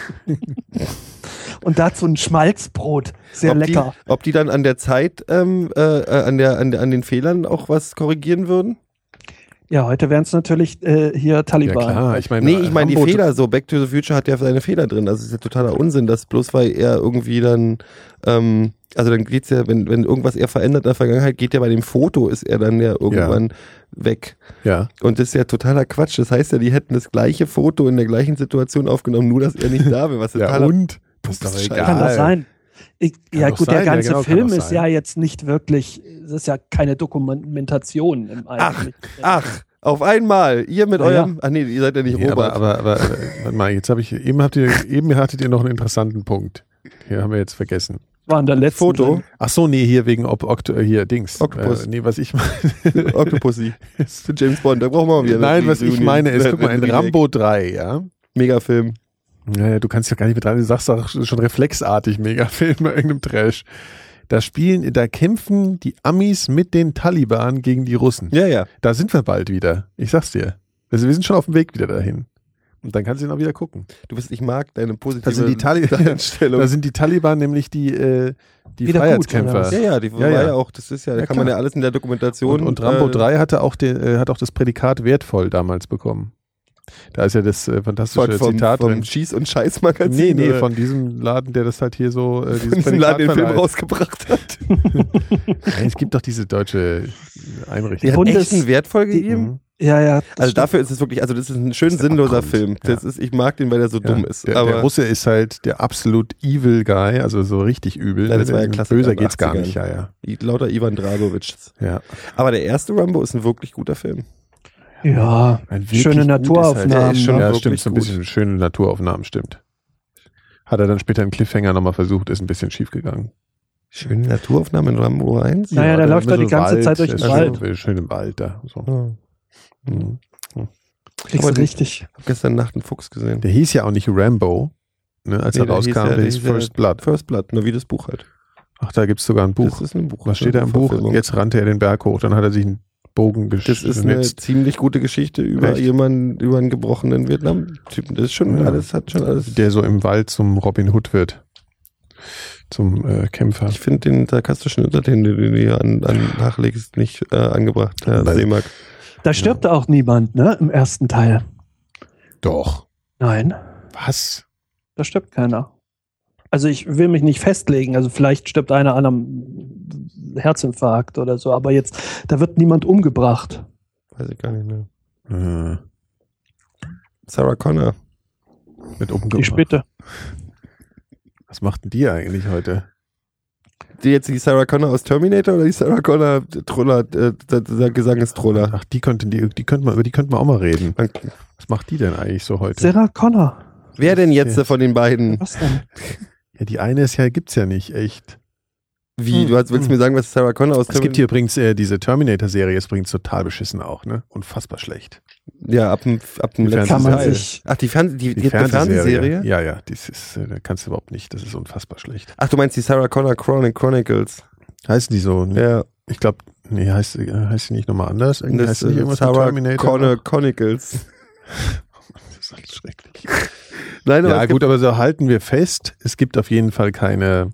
Und dazu ein Schmalzbrot. Sehr lecker. Ob die dann an der Zeit, an den Fehlern auch was korrigieren würden? Ja, heute wären es natürlich hier Taliban. Ja, klar. Ich meine die Fehler so. Back to the Future hat ja seine Fehler drin. Das ist ja totaler Unsinn, dass bloß weil er irgendwie dann, also dann geht's ja, wenn irgendwas er verändert in der Vergangenheit, geht ja bei dem Foto, ist er dann ja irgendwann weg. Ja. Und das ist ja totaler Quatsch. Das heißt ja, die hätten das gleiche Foto in der gleichen Situation aufgenommen, nur dass er nicht da wäre. Was totaler und? Das ist doch egal. Kann das sein? Ja doch gut, sein, der ganze ja, genau, kann Film doch ist sein. ja jetzt nicht wirklich, das ist ja keine Dokumentation im eigentlichen. Ach, auf einmal. Ihr mit Ja, eurem. Ach nee, ihr seid ja nicht Ja, Robert. aber warte mal, jetzt habe ich, eben hattet ihr noch einen interessanten Punkt. Hier haben wir jetzt vergessen. War in der letzten Foto. drin. Ach so, nee, hier wegen hier Dings. Octopus. Nee, was ich meine. Octopussy. Für James Bond, da brauchen wir mal wieder. Nein, eine was ich Reunion. meine ist, guck mal, in Remake. Rambo 3, ja. Megafilm. Naja, du kannst ja gar nicht mit rein, du sagst doch schon reflexartig Megafilm bei irgendeinem Trash. Da kämpfen die Amis mit den Taliban gegen die Russen. Ja, ja. Da sind wir bald wieder. Ich sag's dir. Also wir sind schon auf dem Weg wieder dahin. Und dann kannst du ihn auch wieder gucken. Du weißt, ich mag deine positive Da sind die Einstellung. Da sind die Taliban nämlich die Wieder Freiheitskämpfer. gut, oder was? Ja, die war ja auch, das ist ja, da Ja, kann man klar. ja alles in der Dokumentation. Und Rambo 3 hat auch das Prädikat wertvoll damals bekommen. Da ist ja das fantastische Zitat vom drin. Schieß- und Scheiß-Magazin. Nee, oder? von diesem Laden, der das halt hier so von dieses diesem Laden den Film verleiht. rausgebracht hat. Nein, es gibt doch diese deutsche Die Einrichtung. hat Bundes- echt einen wertvoll die- gegeben. Mhm. Ja, ja. Also dafür ist es wirklich, also das ist ein schön Das ist der sinnloser Abgrund, Film. Das ja. ist, ich mag den, weil der so dumm ist. Der aber Russe ist halt der absolut evil Guy, also so richtig übel. Ja, das war ja Klassiker Böser in den geht's gar 80ern. nicht, ja. lauter Ivan Dragovic. Ja. Aber der erste Rambo ist ein wirklich guter Film. Ja, Ein wirklich schöne gut ist Naturaufnahmen. halt- der ist schon ne? Ja, wirklich stimmt, so ein gut. bisschen schöne Naturaufnahmen, stimmt. Hat er dann später im Cliffhanger nochmal versucht, ist ein bisschen schief gegangen. Schöne Naturaufnahmen in Rambo 1. Naja, der läuft doch die ganze Zeit durch den Wald. Schön im Wald da. So. Ja. Mhm. Kriegst Aber du die- richtig. Ich habe gestern Nacht einen Fuchs gesehen. Der hieß ja auch nicht Rambo, ne, als er der rauskam, der hieß First Blood. First Blood, nur wie das Buch halt. Ach, da gibt's sogar ein Buch. Das ist ein Buch. Was steht da im Buch? Verfilmung. Jetzt rannte er den Berg hoch, dann hat er sich einen Bogen Das ist eine geschnitzt. ziemlich gute Geschichte über Echt? jemanden, über einen gebrochenen Vietnam-Typen. Das ist schon Ja. alles, hat schon alles. Der so im Wald zum Robin Hood wird. Zum Kämpfer. Ich finde den sarkastischen Unterton, den du hier an nachlegst, nicht angebracht, Herr Weil- Seemack. Da stirbt auch niemand, ne? Im ersten Teil. Doch. Nein, Was? da stirbt keiner. Also ich will mich nicht festlegen. Also vielleicht stirbt einer an einem Herzinfarkt oder so, aber jetzt, da wird niemand umgebracht. Weiß ich gar nicht mehr. Äh, Sarah Connor. mit Die umgebracht. Späte. Was macht denn die eigentlich heute? Die Sarah Connor aus Terminator oder die Sarah Connor Troller, der Gesang ist Troller? Ach, über die könnte man auch mal reden. Was macht die denn eigentlich so heute? Sarah Connor. Wer denn jetzt von den beiden? Was denn? Ja, die eine gibt's ja nicht, echt. Wie? Du willst mir sagen, was Sarah Connor aus Es gibt hier übrigens diese Terminator-Serie, ist übrigens total beschissen auch, ne? Unfassbar schlecht. Ja, ab dem Die letzten Kann man Teil. sich- Ach, die Fernsehserie? Ja, ja, das kannst du überhaupt nicht, das ist unfassbar schlecht. Ach, du meinst die Sarah Connor Chronicles? Heißen die so? Ne? Ja, Ich glaube, nee, heißt sie nicht nochmal anders? Irgendwie das heißt sie nicht irgendwas Sarah mit Terminator? Connor Chronicles. Das ist alles schrecklich. Nein, aber Ja, es gut, aber so halten wir fest, es gibt auf jeden Fall keine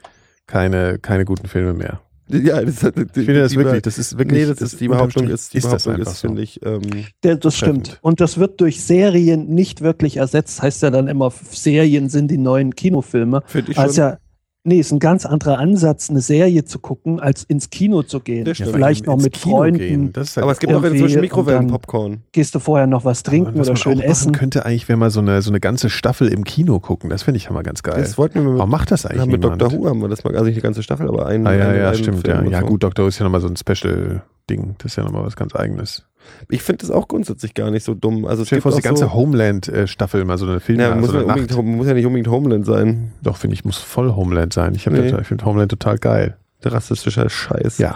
guten Filme mehr. gibt, ja, das hat, Ich finde das wirklich, das ist wirklich. Nee, das ist die Behauptung, das einfach so. finde ich, Das stimmt. Treffend. Und das wird durch Serien nicht wirklich ersetzt. Heißt ja dann immer, Serien sind die neuen Kinofilme. finde ich Also schon. ja, nee, ist ein ganz anderer Ansatz, eine Serie zu gucken, als ins Kino zu gehen. Das stimmt. Vielleicht noch ins mit Kino Freunden. gehen, das ist halt Aber es gibt auch irgendwie inzwischen und Mikrowellen-Popcorn. Gehst du vorher noch was trinken was oder man schön auch machen essen. könnte eigentlich, wenn man so eine ganze Staffel im Kino gucken. Das finde ich ja mal ganz geil. Das wollten wir Warum macht das eigentlich mit niemand? Dr. Who haben wir das mal, also nicht die ganze Staffel, aber einen. Ja, einen stimmt. Film Ja, und ja so. gut, Dr. Who ist ja nochmal so ein Special-Ding. Das ist ja nochmal was ganz Eigenes. Ich finde das auch grundsätzlich gar nicht so dumm. Also es Stell dir gibt vor, auch die ganze so, Homeland-Staffel mal so eine Film, ja, so eine Nacht. muss ja nicht unbedingt Homeland sein. Doch, finde ich, muss voll Homeland sein. Ich Nee. finde Homeland total geil. Der rassistische Scheiß. Ja.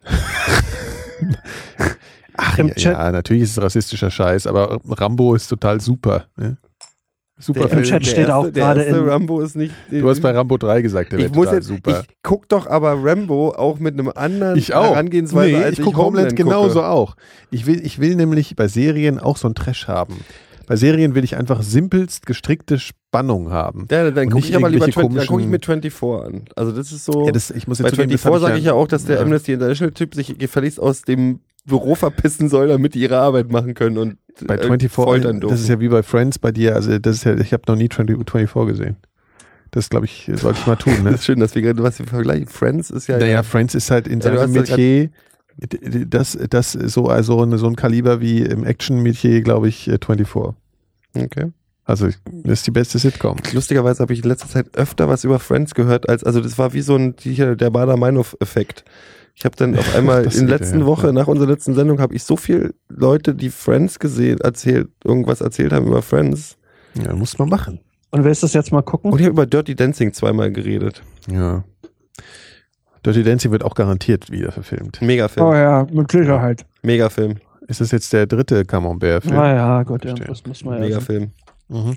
Ach, Im ja, Chat- ja, natürlich ist es rassistischer Scheiß, aber Rambo ist total super. Ne? Super Im Film. Chat steht auch gerade der erste in- Rambo ist nicht. Du hast bei Rambo 3 gesagt, der ich wäre muss total jetzt, super. ich guck doch aber Rambo auch mit einem anderen Ich auch. Herangehensweise, Nee, als ich gucke Homeland genauso gucke. auch. Ich will nämlich bei Serien auch so einen Trash haben. Bei Serien will ich einfach simpelst gestrickte Spannung haben. Ja, dann Und gucke nicht ich aber lieber irgendwelche dann gucke ich komischen- mir 24 an. Also das ist so. Ja, ich muss bei jetzt zugeben, 24 sage ich ja auch, dass der ja. Amnesty International Typ sich gefälligst aus dem Büro verpissen soll, damit die ihre Arbeit machen können und Bei 24, foltern dürfen. das ist ja wie bei Friends bei dir, also das ist ja, ich habe noch nie 24 gesehen. Das glaube ich, sollte ich mal tun. Ne? Das ist schön, dass wir gerade was wir vergleichen. Friends ist ja. Naja, Friends ist halt in Ja, du seinem hast ja Metier, das so ein Kaliber wie im Action-Metier, glaube ich, 24. Okay. Also, das ist die beste Sitcom. Lustigerweise habe ich in letzter Zeit öfter was über Friends gehört, also das war wie so der Bader-Meinhof-Effekt. Ich habe dann auf einmal in der letzten Woche, nach unserer letzten Sendung, habe ich so viele Leute, die Friends irgendwas erzählt haben über Friends. Ja, muss man machen. Und willst du das jetzt mal gucken? Und ich habe über Dirty Dancing zweimal geredet. Ja. Dirty Dancing wird auch garantiert wieder verfilmt. Megafilm. Oh ja, mit Sicherheit. Megafilm. Ist das jetzt der dritte Camembert-Film? Ah ja, gut, ja, das muss man ja. Megafilm. Mhm.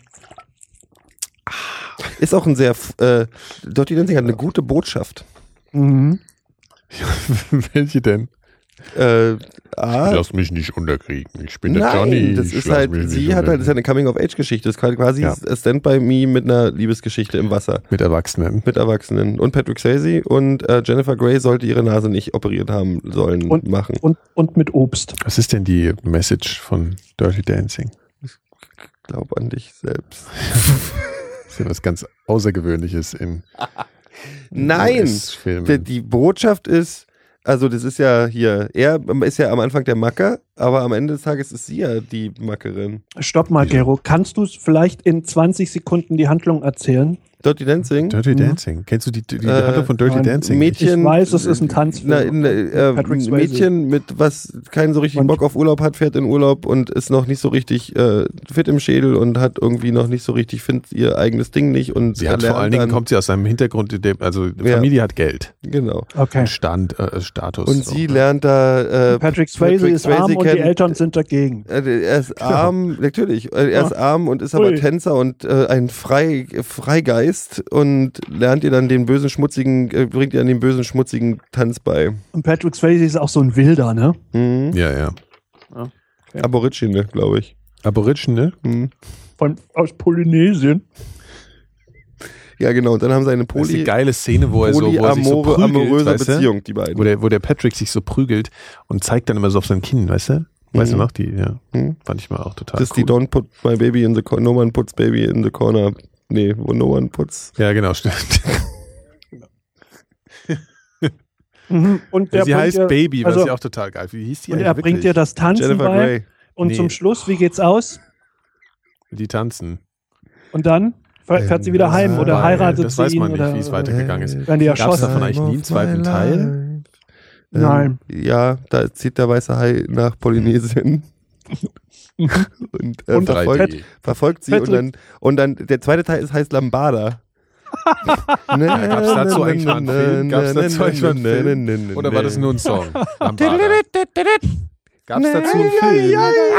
Ist auch ein sehr, Dirty Dancing hat eine gute Botschaft. Mhm. Welche denn? Lass mich nicht unterkriegen. Ich bin der Johnny. Das ist halt, das ist ja eine Coming-of-Age-Geschichte. Das ist quasi Stand By Me mit einer Liebesgeschichte im Wasser. Mit Erwachsenen. Und Patrick Swayze und Jennifer Grey sollte ihre Nase nicht operiert haben sollen machen. Und mit Obst. Was ist denn die Message von Dirty Dancing? Glaub an dich selbst. Das ist ja was ganz Außergewöhnliches in Nein! US-Filmen. Die Botschaft ist, also das ist ja hier, er ist ja am Anfang der Macker, aber am Ende des Tages ist sie ja die Mackerin. Stopp mal, Gero. Kannst du vielleicht in 20 Sekunden die Handlung erzählen? Dirty Dancing? Dirty Dancing. Kennst du die Handlung von Dirty Dancing? Mädchen, ich weiß, es ist ein Tanzfilm. Mädchen mit was keinen so richtig Bock auf Urlaub hat, fährt in Urlaub und ist noch nicht so richtig fit im Schädel und hat irgendwie noch nicht so richtig, findet ihr eigenes Ding nicht. Und sie hat vor allen Dingen, kommt sie aus einem Hintergrund, also die Familie hat Geld. Genau. Okay. Status. Und sie lernt da Patrick Swayze ist arm und die Eltern sind dagegen. Er ist arm, natürlich. Er ist arm und ist aber Tänzer und ein Freigeist und lernt ihr dann bringt ihr dann den bösen, schmutzigen Tanz bei. Und Patrick Swayze ist auch so ein Wilder, ne? Mhm. Ja. Okay. Aborigine, glaube ich. Aborigine? Mhm. Aus Polynesien. Ja, genau. Und dann haben sie eine Das ist eine geile Szene, wo er sich so prügelt, amoröse weißt du? Beziehung, die beiden. Wo der Patrick sich so prügelt und zeigt dann immer so auf sein Kinn, weißt du? Weißt du noch? Fand ich mal auch total Das ist cool. die Don't Put My Baby in the Corner, No One Puts Baby in the Corner. Nee, wo No One Puts. Ja, genau, stimmt. Und sie heißt Baby, was ich auch total geil. Wie hieß die und eigentlich er wirklich? bringt dir das Tanzen Jennifer bei. Grey. Und zum Schluss, wie geht's aus? Die tanzen. Und dann fährt sie wieder heim oder heiratet das sie weiß ihn man nicht, oder wie es weitergegangen ist. werden die Gab es erschossen? davon eigentlich nie einen zweiten Teil? Nein. Ja, da zieht der weiße Hai nach Polynesien. und verfolgt sie und dann der zweite Teil heißt Lambada. Gab es dazu eigentlich mal einen Film? Oder war das nur ein Song? Lambada. Gab es dazu einen Film?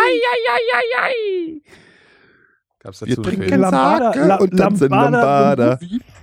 Gab es dazu einen Film? Lambada und dann sind Lambada.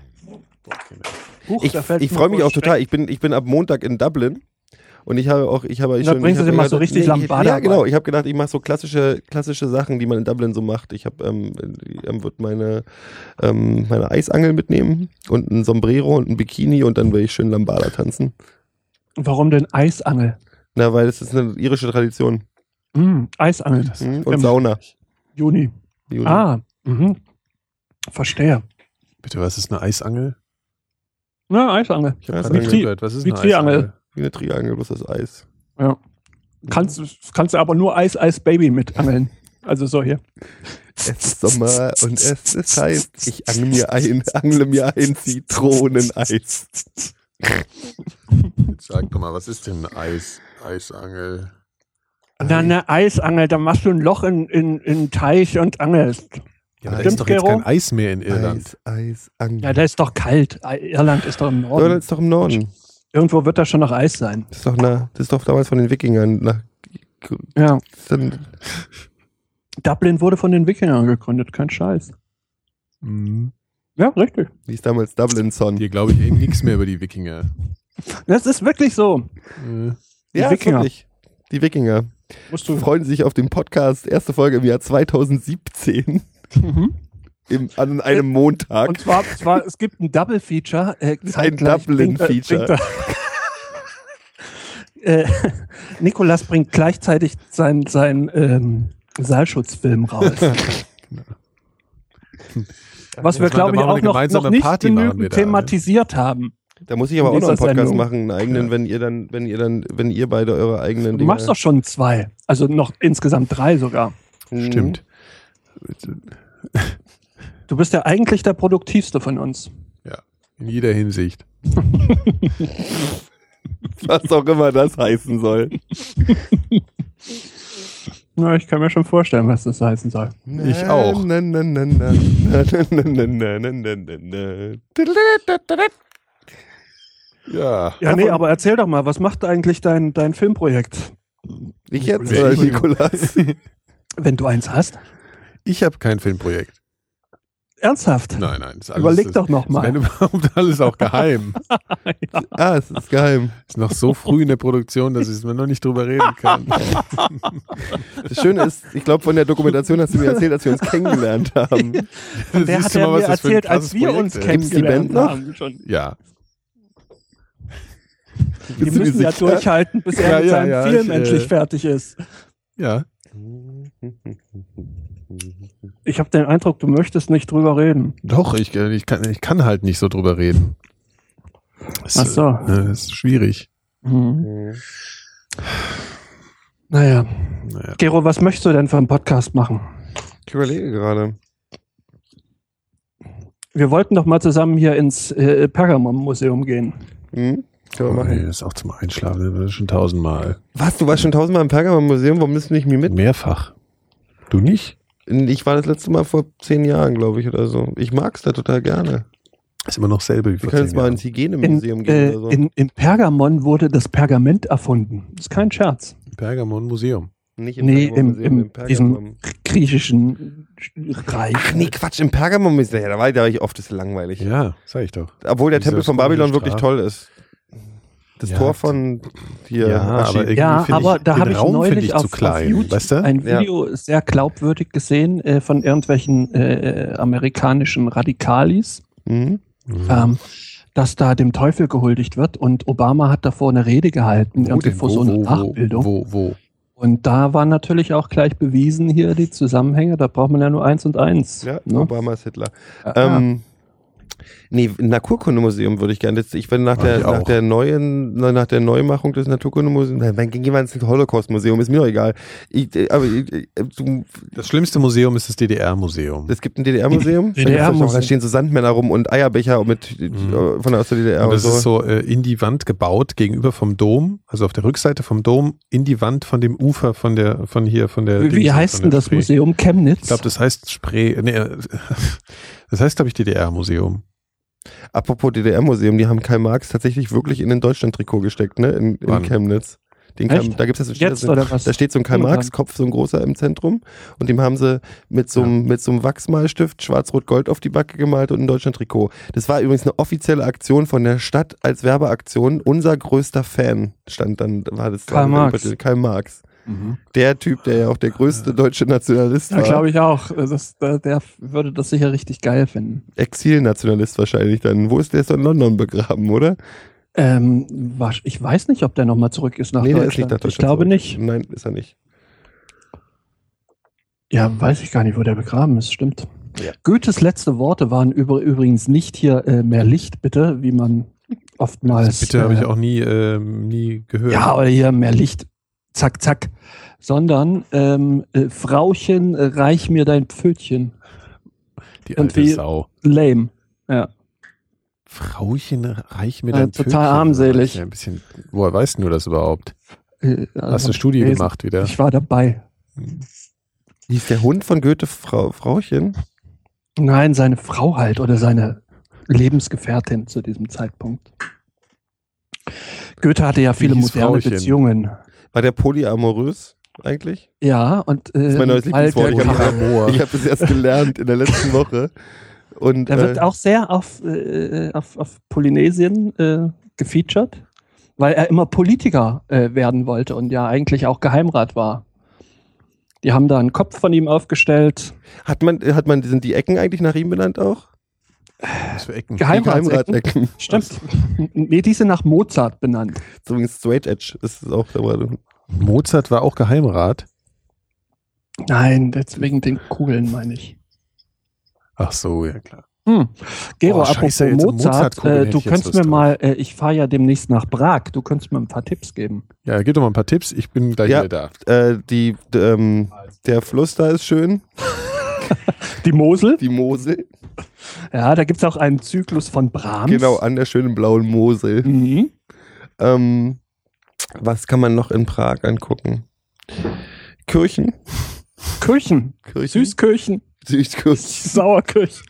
Huch, Ich freue mich auch total. Ich bin ab Montag in Dublin. Und da bringst du dir mal so richtig Lambada. Ja, genau. Ich habe gedacht, ich mache so klassische Sachen, die man in Dublin so macht. Ich würde meine Eisangel mitnehmen und ein Sombrero und ein Bikini und dann will ich schön Lambada tanzen. Warum denn Eisangel? Na, weil es ist eine irische Tradition. Eisangel. Und Sauna. Juni. Verstehe. Bitte, was ist eine Eisangel? Na, Eisangel. Ich habe gerade gehört. Was ist eine Eisangel? Wie eine Triangel, bloß das Eis. Ja. Kannst du aber nur Eis Baby mit angeln. Also so hier. Es ist Sommer und es ist heiß. Ich angle mir ein Zitroneneis. Sag doch mal, was ist denn Eisangel? Na, eine Eisangel, da machst du ein Loch in den Teich und angelst. Ja, da ist doch jetzt kein Eis mehr in Irland. Eisangel. Ja, da ist doch kalt. Irland ist doch im Norden. Irland ist doch im Norden. Irgendwo wird da schon noch Eis sein. Das ist doch damals von den Wikingern. Ja. Dublin wurde von den Wikingern gegründet, kein Scheiß. Mhm. Ja, richtig. Wie ist damals Dublin Son? Hier glaube ich eben nichts mehr über die Wikinger. Das ist wirklich so. Die Wikinger. Wirklich. Die Wikinger. Freuen sich auf den Podcast, erste Folge im Jahr 2017. An einem Montag. Und zwar es gibt ein Double-Feature. Ein Dublin-Feature. Nikolas bringt gleichzeitig sein Saalschutzfilm raus. Was wir, glaube ich, auch noch nicht genügend thematisiert haben. Da muss ich aber auch noch einen Podcast machen, einen eigenen, wenn ihr beide eure eigenen Dinge... Du machst doch schon 2. Also noch insgesamt 3 sogar. Stimmt. Du bist ja eigentlich der produktivste von uns. Ja, in jeder Hinsicht. Was auch immer das heißen soll. Na, ich kann mir schon vorstellen, was das heißen soll. Ich auch. Ja. Ja, nee, aber erzähl doch mal, was macht eigentlich dein Filmprojekt? Ich jetzt oder Nikolas? Wenn du eins hast. Ich habe kein Filmprojekt. Ernsthaft? Nein. Ist alles, Überleg doch noch mal. Wenn überhaupt alles auch geheim. Ah, es ist geheim. Ist noch so früh in der Produktion, dass ich noch nicht drüber reden kann. Das Schöne ist, ich glaube, von der Dokumentation hast du mir erzählt, als wir uns kennengelernt haben. Wer hat mir erzählt, als wir uns kennengelernt haben? Schon. Ja. Wir müssen ja durchhalten, bis er mit seinem Film endlich fertig ist. Ja. Ich habe den Eindruck, du möchtest nicht drüber reden. Doch, ich kann halt nicht so drüber reden. Ach so. Das ist schwierig. Mhm. Naja. Gero, was möchtest du denn für einen Podcast machen? Ich überlege gerade. Wir wollten doch mal zusammen hier ins Pergamon-Museum gehen. Können wir machen. Das ist auch zum Einschlafen, das ist schon 1000-mal. Was, du warst schon 1000-mal im Pergamon-Museum? Warum bist du nicht mit? Mehrfach. Du nicht? Ich war das letzte Mal vor 10 Jahren, glaube ich, oder so. Ich mag's da total gerne. Ist immer noch selber wie Wir vor können 10 jetzt mal Jahren. ins Hygienemuseum gehen oder so. In Pergamon wurde das Pergament erfunden. Das ist kein Scherz. Pergamon-Museum. Nicht im Nee, Pergamon-Museum, im Pergamon. diesem griechischen Reich. Ach nee, Quatsch, im Pergamon-Museum. Ja, da war ich oft, das ist langweilig. Ja, sag ich doch. Obwohl der Dieser Tempel von Babylon wirklich Strafe. toll ist. Das Ja. Tor von hier. Ja, Rashi. aber irgendwie Ja, find aber ich, da den habe ich Raum find neulich ich auf zu klein, YouTube weißt du? ein Video sehr glaubwürdig gesehen von irgendwelchen amerikanischen Radikalis, dass da dem Teufel gehuldigt wird und Obama hat davor eine Rede gehalten, irgendwie vor so einer Nachbildung. Wo? Und da war natürlich auch gleich bewiesen hier die Zusammenhänge, da braucht man ja nur 1 und 1. Ja, ne? Obama ist Hitler. Ja. Nee, ein Naturkundemuseum würde ich gerne. Ich will nach der Neumachung des Naturkundemuseums, dann gehen wir ins Holocaust-Museum, ist mir doch egal. Das schlimmste Museum ist das DDR-Museum. Es gibt ein DDR-Museum. Da stehen so Sandmänner rum und Eierbecher von aus der DDR. Und das ist so in die Wand gebaut, gegenüber vom Dom, also auf der Rückseite vom Dom, in die Wand von dem Ufer von der Wie heißt denn das Spree. Museum? Chemnitz? Ich glaube, das heißt das heißt, glaube ich, DDR-Museum. Apropos DDR-Museum, die haben Karl Marx tatsächlich wirklich in ein Deutschland-Trikot gesteckt, ne? In Chemnitz. Da gibt's da steht so ein Karl-Marx-Kopf, so ein großer im Zentrum, und dem haben sie mit so einem Wachsmalstift Schwarz-Rot-Gold auf die Backe gemalt und ein Deutschland-Trikot. Das war übrigens eine offizielle Aktion von der Stadt als Werbeaktion. Unser größter Fan war das Karl Marx. Karl Marx. Der Typ, der ja auch der größte deutsche Nationalist war. Ja, glaube ich auch. Der würde das sicher richtig geil finden. Exilnationalist wahrscheinlich dann. Wo ist der? Ist in London begraben, oder? Ich weiß nicht, ob der nochmal zurück ist nach Deutschland. Der ist nicht nach Deutschland ich glaube zurück. nicht. Nein, ist er nicht. Ja, weiß ich gar nicht, wo der begraben ist. Stimmt. Ja. Goethes letzte Worte waren übrigens nicht hier mehr Licht, bitte, wie man oftmals... Bitte habe ich auch nie gehört. Ja, oder hier mehr Licht. Zack, zack. Sondern Frauchen, reich mir dein Pfötchen. Die alte Sau. Lame. Ja. Frauchen, reich mir dein Pfötchen. Total armselig. Ja, ein bisschen, woher weißt du das überhaupt? Also Hast du eine Studie gemacht wieder? Ich war dabei. Hieß der Hund von Goethe Frauchen? Nein, seine Frau halt oder seine Lebensgefährtin zu diesem Zeitpunkt. Goethe hatte ja viele moderne Frauchen? Beziehungen. War der polyamorös eigentlich? Ja, und Das ist mein neues Lieblingswort. Ich habe das erst gelernt in der letzten Woche. Und, er wird auch sehr auf Polynesien gefeatured, weil er immer Politiker werden wollte und ja eigentlich auch Geheimrat war. Die haben da einen Kopf von ihm aufgestellt. Sind die Ecken eigentlich nach ihm benannt auch? Was für Ecken? Geheimratsecken. Stimmt. Nee, die sind nach Mozart benannt. So übrigens Straight Edge ist auch da. Mozart war auch Geheimrat? Nein, deswegen den Kugeln meine ich. Ach so, ja klar. Gero, scheiße, apropos Mozart, Mozartkugel hätte du ich jetzt könntest mir Lust mal, ich fahre ja demnächst nach Prag, du könntest mir ein paar Tipps geben. Ja, gib doch mal ein paar Tipps, ich bin gleich wieder da. Der Fluss da ist schön. Die Mosel. Die Mosel. Ja, da gibt es auch einen Zyklus von Brahms. Genau, an der schönen blauen Mosel. Mhm. Was kann man noch in Prag angucken? Kirchen. Kirchen. Süßkirchen. Süßkirchen. Sauerkirchen.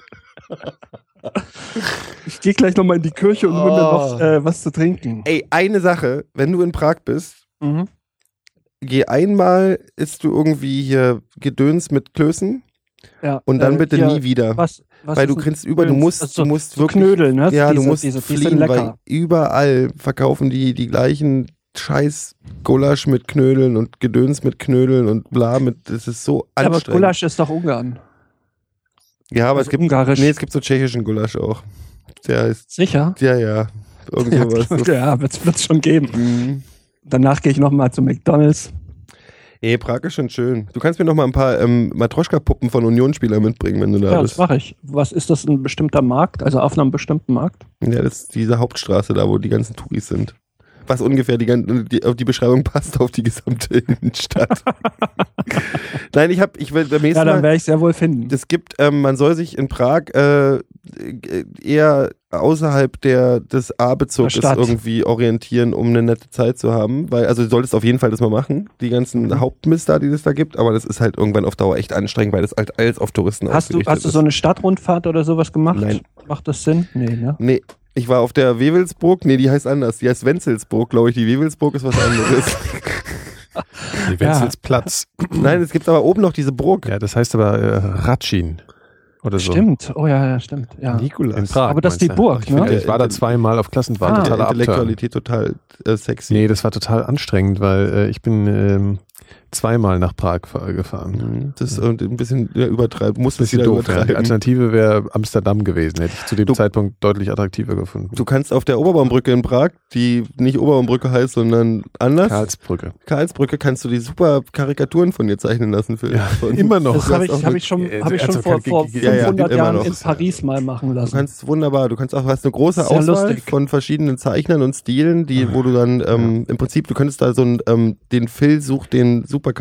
Ich gehe gleich nochmal in die Kirche und hol mir noch was zu trinken. Ey, eine Sache, wenn du in Prag bist, Mhm. geh einmal, isst du irgendwie hier Gedöns mit Klößen Ja, und dann bitte hier, nie wieder. Was Weil du ist kriegst ein du Gedöns? musst Also so wirklich, Knödel, ne? ja, du Diese- musst die sind fliehen, weil lecker. überall verkaufen die gleichen Scheiß Gulasch mit Knödeln und Gedöns mit Knödeln und bla mit, das ist so Ja, aber anstrengend. Gulasch ist doch Ungarn. Ja, aber also es gibt, ungarisch. nee, es gibt so tschechischen Gulasch auch. Der ist, Sicher? ja, irgend sowas. Ja, wird's schon geben. Mhm. Danach gehe ich nochmal zu McDonald's. Ey, Prag ist schon schön. Du kannst mir noch mal ein paar Matroschka-Puppen von Union-Spielern mitbringen, wenn du da Ja, bist. das mache ich. Was ist das, ein bestimmter Markt? Also auf einem bestimmten Markt? Ja, das ist diese Hauptstraße da, wo die ganzen Touris sind. Was ungefähr auf die Beschreibung passt auf die gesamte Innenstadt. Nein, ich will beim nächsten Ja, dann Mal. werde ich sehr wohl finden. Es gibt, man soll sich in Prag eher außerhalb des A-Bezirks Der Stadt. irgendwie orientieren, um eine nette Zeit zu haben. Weil, also du solltest auf jeden Fall das mal machen, die ganzen Hauptmist da, die es da gibt, aber das ist halt irgendwann auf Dauer echt anstrengend, weil das halt alles auf Touristen Hast du ausgerichtet ist. so eine Stadtrundfahrt oder sowas gemacht? Nein. Macht das Sinn? Nee, ne? Nee, ich war auf der Wewelsburg, nee, die heißt anders, die heißt Wenzelsburg, glaube ich. Die Wewelsburg ist was anderes. Die Wenzelsplatz. Nein, es gibt aber oben noch diese Burg. Ja, das heißt aber Ratschin oder so. Stimmt. Oh ja, stimmt. Ja. Nikolas. In Prag. Aber das ist die meinst du? Burg, Ich finde, ne? ich war da zweimal auf Klassenfahrt, Ah. totaler Abturn. Intellektualität total sexy. Nee, das war total anstrengend, weil ich bin zweimal nach Prag gefahren. Das ist ein bisschen übertreiben. Muss das Bisschen wieder doof. Ja. Die übertreiben. Alternative wäre Amsterdam gewesen. Hätte ich zu dem Du- Zeitpunkt deutlich attraktiver gefunden. Du kannst auf der Oberbaumbrücke in Prag, die nicht Oberbaumbrücke heißt, sondern anders, Karlsbrücke. Karlsbrücke, kannst du die super Karikaturen von dir zeichnen lassen. Von, Immer noch. Das habe ich schon also vor Ja, ja, 500 immer Jahren noch. in Paris mal machen Du lassen. kannst wunderbar, du hast eine große Sehr Auswahl lustig. von verschiedenen Zeichnern und Stilen, wo du dann im Prinzip, du könntest da so den Phil sucht den super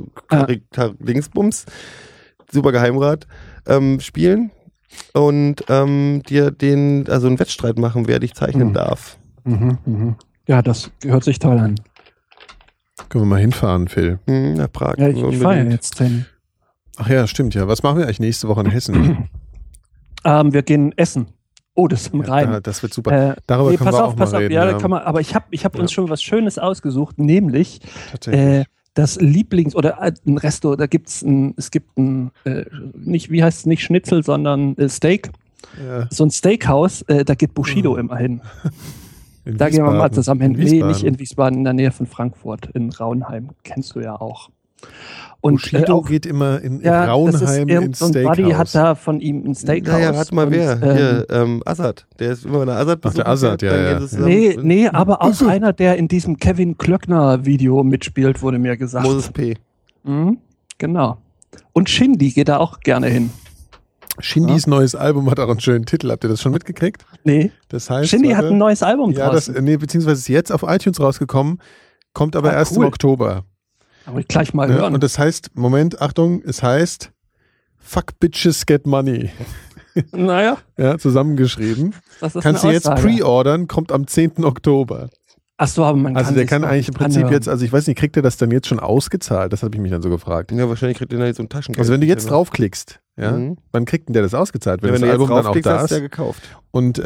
Dingsbums, super Geheimrat spielen und dir also einen Wettstreit machen, wer dich zeichnen darf. Ja, das hört sich toll an. Können wir mal hinfahren, Phil. Nach Prag. Ja, ich fahre unbedingt. jetzt hin. Ach ja, stimmt ja. Was machen wir eigentlich nächste Woche in Hessen? Wir gehen essen. Oh, das ist im Rhein. Das wird super. Darüber können pass wir auf, auch pass mal auf. reden. Ja, da kann man, aber ich hab uns schon was Schönes ausgesucht, nämlich Tatsächlich. das oder ein Resto, es gibt nicht, wie heißt es, nicht Schnitzel, sondern Steak. Ja. So ein Steakhouse, da geht Bushido immer hin. In Da gehen wir mal Wiesbaden. zusammen hin. In Nee, Wiesbaden. nicht in Wiesbaden, in der Nähe von Frankfurt, in Raunheim. Kennst du ja auch. Und Bushido auch, geht immer in ja, das ist Raunheim irgend ins so ein Buddy hat Steakhouse. da von ihm ein Steakhouse. Naja, rat mal und, wer. Hier, Azad. Der ist immer bei der Azad. Ach, der Azad, ja. Nee, aber auch einer, der in diesem Kevin Klöckner-Video mitspielt, wurde mir gesagt. Moses P. Mhm, genau. Und Shindy geht da auch gerne hin. Shindys neues Album hat auch einen schönen Titel. Habt ihr das schon mitgekriegt? Nee, Das heißt, Shindy hat ein neues Album ja, draußen. beziehungsweise ist jetzt auf iTunes rausgekommen, kommt aber erst cool. im Oktober. Aber ich gleich mal Ja, hören. und das heißt, Moment, Achtung, es heißt Fuck Bitches Get Money. Naja, Ja, zusammengeschrieben. das ist Kannst du eine jetzt Aussage. pre-ordern, kommt am 10. Oktober. Achso, aber man Also kann der sich's kann doch eigentlich im nicht Prinzip anhören. jetzt, also ich weiß nicht, kriegt er das dann jetzt schon ausgezahlt? Das habe ich mich dann so gefragt. Ja, wahrscheinlich kriegt der da jetzt so ein Taschengeld. Also wenn du jetzt draufklickst, ja, Mhm. wann kriegt denn der das ausgezahlt, wenn wenn das du Album jetzt dann auch draufklickst, da hast du ist? ja gekauft. Und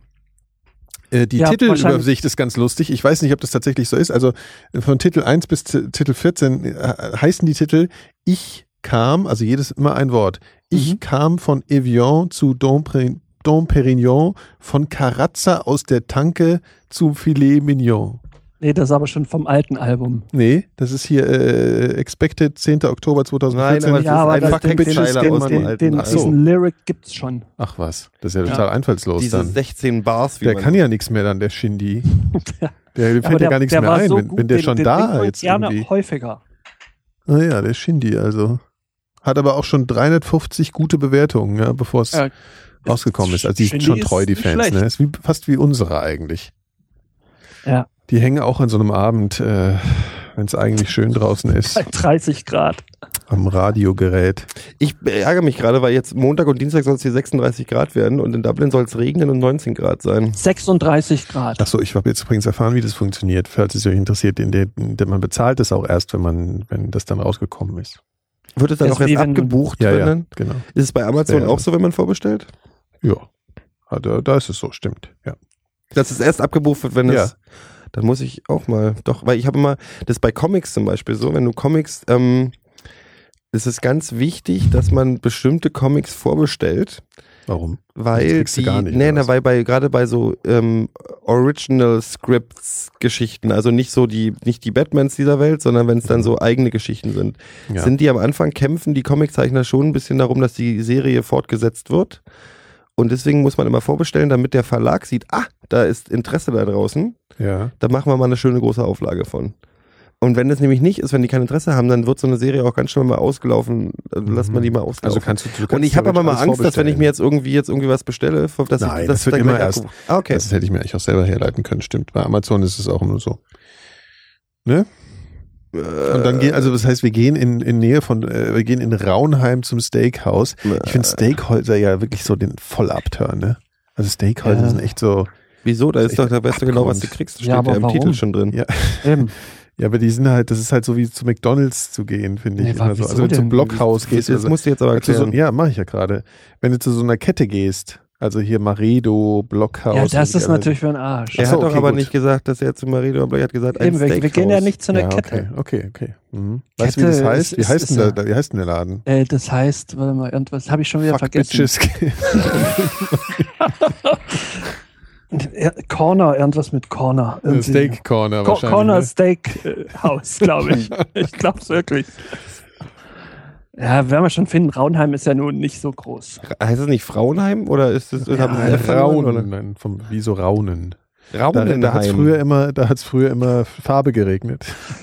die Ja, Titelübersicht ist ganz lustig. Ich weiß nicht, ob das tatsächlich so ist. Also von Titel 1 bis Titel 14 heißen die Titel Ich kam, also jedes immer ein Wort. Ich kam von Evian zu Dom Perignon, von Carazza aus der Tanke zu Filet Mignon. Nee, das ist aber schon vom alten Album. Nee, das ist hier Expected 10. Oktober 2014. Nein, Ja, aber ein das- Fucking den- Pfeiler den- aus dem den- alten den- Album. diesen Lyric gibt's schon. Ach was, das ist ja total einfallslos Diese dann. 16 Bars, wie Der man kann ja nichts mehr dann, der Shindy. Ja. Der fällt ja gar nichts der mehr war ein, so wenn gut, der den- schon den da bringt man jetzt gerne irgendwie. häufiger. Naja, der Shindy also. Hat aber auch schon 350 gute Bewertungen, ja, bevor es Ja, rausgekommen ist. Also die sind Shindy schon treu, ist die nicht Fans. schlecht. Ne? Ist fast wie unsere eigentlich. Ja. Die hängen auch an so einem Abend wenn es eigentlich schön draußen ist. Bei 30 Grad. Am Radiogerät. Ich ärgere mich gerade, weil jetzt Montag und Dienstag soll es hier 36 Grad werden und in Dublin soll es regnen und 19 Grad sein. 36 Grad. Achso, ich habe jetzt übrigens erfahren, wie das funktioniert. Falls es euch interessiert, man bezahlt es auch erst, wenn das dann rausgekommen ist. Wird es dann auch erst abgebucht? Ja, genau. Ist es bei Amazon auch so, wenn man vorbestellt? Ja, da ist es so, stimmt. Ja. Dass es erst abgebucht wird, wenn es... Dann muss ich auch mal... Doch, weil ich habe immer... Das ist bei Comics zum Beispiel so, wenn du Comics... es ist ganz wichtig, dass man bestimmte Comics vorbestellt. Warum? Weil das gar nicht, weil gerade bei so Original Scripts Geschichten, also nicht die Batmans dieser Welt, sondern wenn es dann so eigene Geschichten sind, sind die am Anfang kämpfen die Comiczeichner schon ein bisschen darum, dass die Serie fortgesetzt wird. Und deswegen muss man immer vorbestellen, damit der Verlag sieht, da ist Interesse da draußen. Ja. Da machen wir mal eine schöne große Auflage von. Und wenn das nämlich nicht ist, wenn die kein Interesse haben, dann wird so eine Serie auch ganz schnell mal ausgelaufen. Lass mal die mal auslaufen. Also kannst du und ich habe aber mal Angst, dass wenn ich mir jetzt irgendwie was bestelle, dass das wird immer erst. Okay. Das hätte ich mir eigentlich auch selber herleiten können, stimmt. Bei Amazon ist es auch immer so. Ne? Und dann das heißt, wir gehen wir gehen in Raunheim zum Steakhouse. Ich finde Steakhäuser ja wirklich so den Vollabturn, ne? Also Steakhäuser sind echt so. Wieso? Da weißt du genau, was du kriegst. Steht ja im Titel schon drin. Ja. Ja, aber die sind halt, das ist halt so wie zu McDonald's zu gehen, finde ich. Immer so. Also wenn du zum Blockhaus gehst. Das musst du jetzt aber erklären. Ja, mache ich ja gerade. Wenn du zu so einer Kette gehst, also hier Maredo, Blockhaus. Ja, das ist natürlich für einen Arsch. Er hat doch aber nicht gesagt, dass er zu Maredo oder Block hat gesagt, ein Steakhouse. Wir gehen ja nicht zu einer Kette. Okay. Mhm. Weißt du, wie das heißt? Wie heißt denn der Laden? Das heißt, warte mal, irgendwas habe ich schon wieder vergessen. Bitches. Corner, irgendwas mit Corner. Steak Corner wahrscheinlich. Corner Steak House, glaube ich. Ich glaube es wirklich. Ja, werden wir schon finden. Raunheim ist ja nun nicht so groß. Heißt es nicht Frauenheim oder ist es Raunen? Wieso Raunen? Raunen. Da hat's früher immer Farbe geregnet.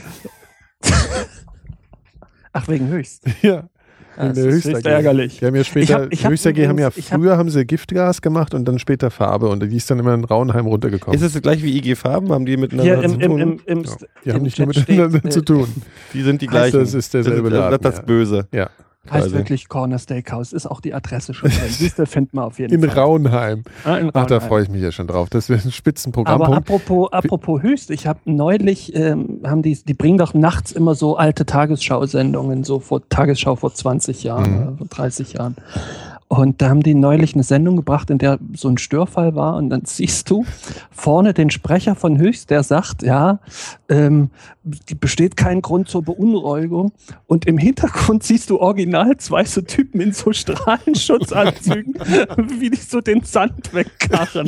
Ach, wegen Höchst. Ja. Das ist höchst ärgerlich. Die haben ja später, Höchst AG haben sie Giftgas gemacht und dann später Farbe und die ist dann immer in Rauenheim runtergekommen. Ist es gleich wie IG Farben? Haben die miteinander zu tun? Die haben nicht nur miteinander zu tun. Die sind die gleichen. Das ist derselbe Laden. Das Böse. Ja. Heißt wirklich Corner Steakhouse, ist auch die Adresse schon drin. Siehste, findet man auf jeden Fall. In Raunheim. Ach, da freue ich mich ja schon drauf. Das wäre ein Spitzenprogramm. Aber apropos Höchst, ich habe neulich, die bringen doch nachts immer so alte Tagesschau-Sendungen, so Tagesschau vor 20 Jahren, vor 30 Jahren. Und da haben die neulich eine Sendung gebracht, in der so ein Störfall war und dann siehst du vorne den Sprecher von Höchst, der sagt, besteht kein Grund zur Beunruhigung und im Hintergrund siehst du original zwei so Typen in so Strahlenschutzanzügen, wie die so den Sand wegkarren.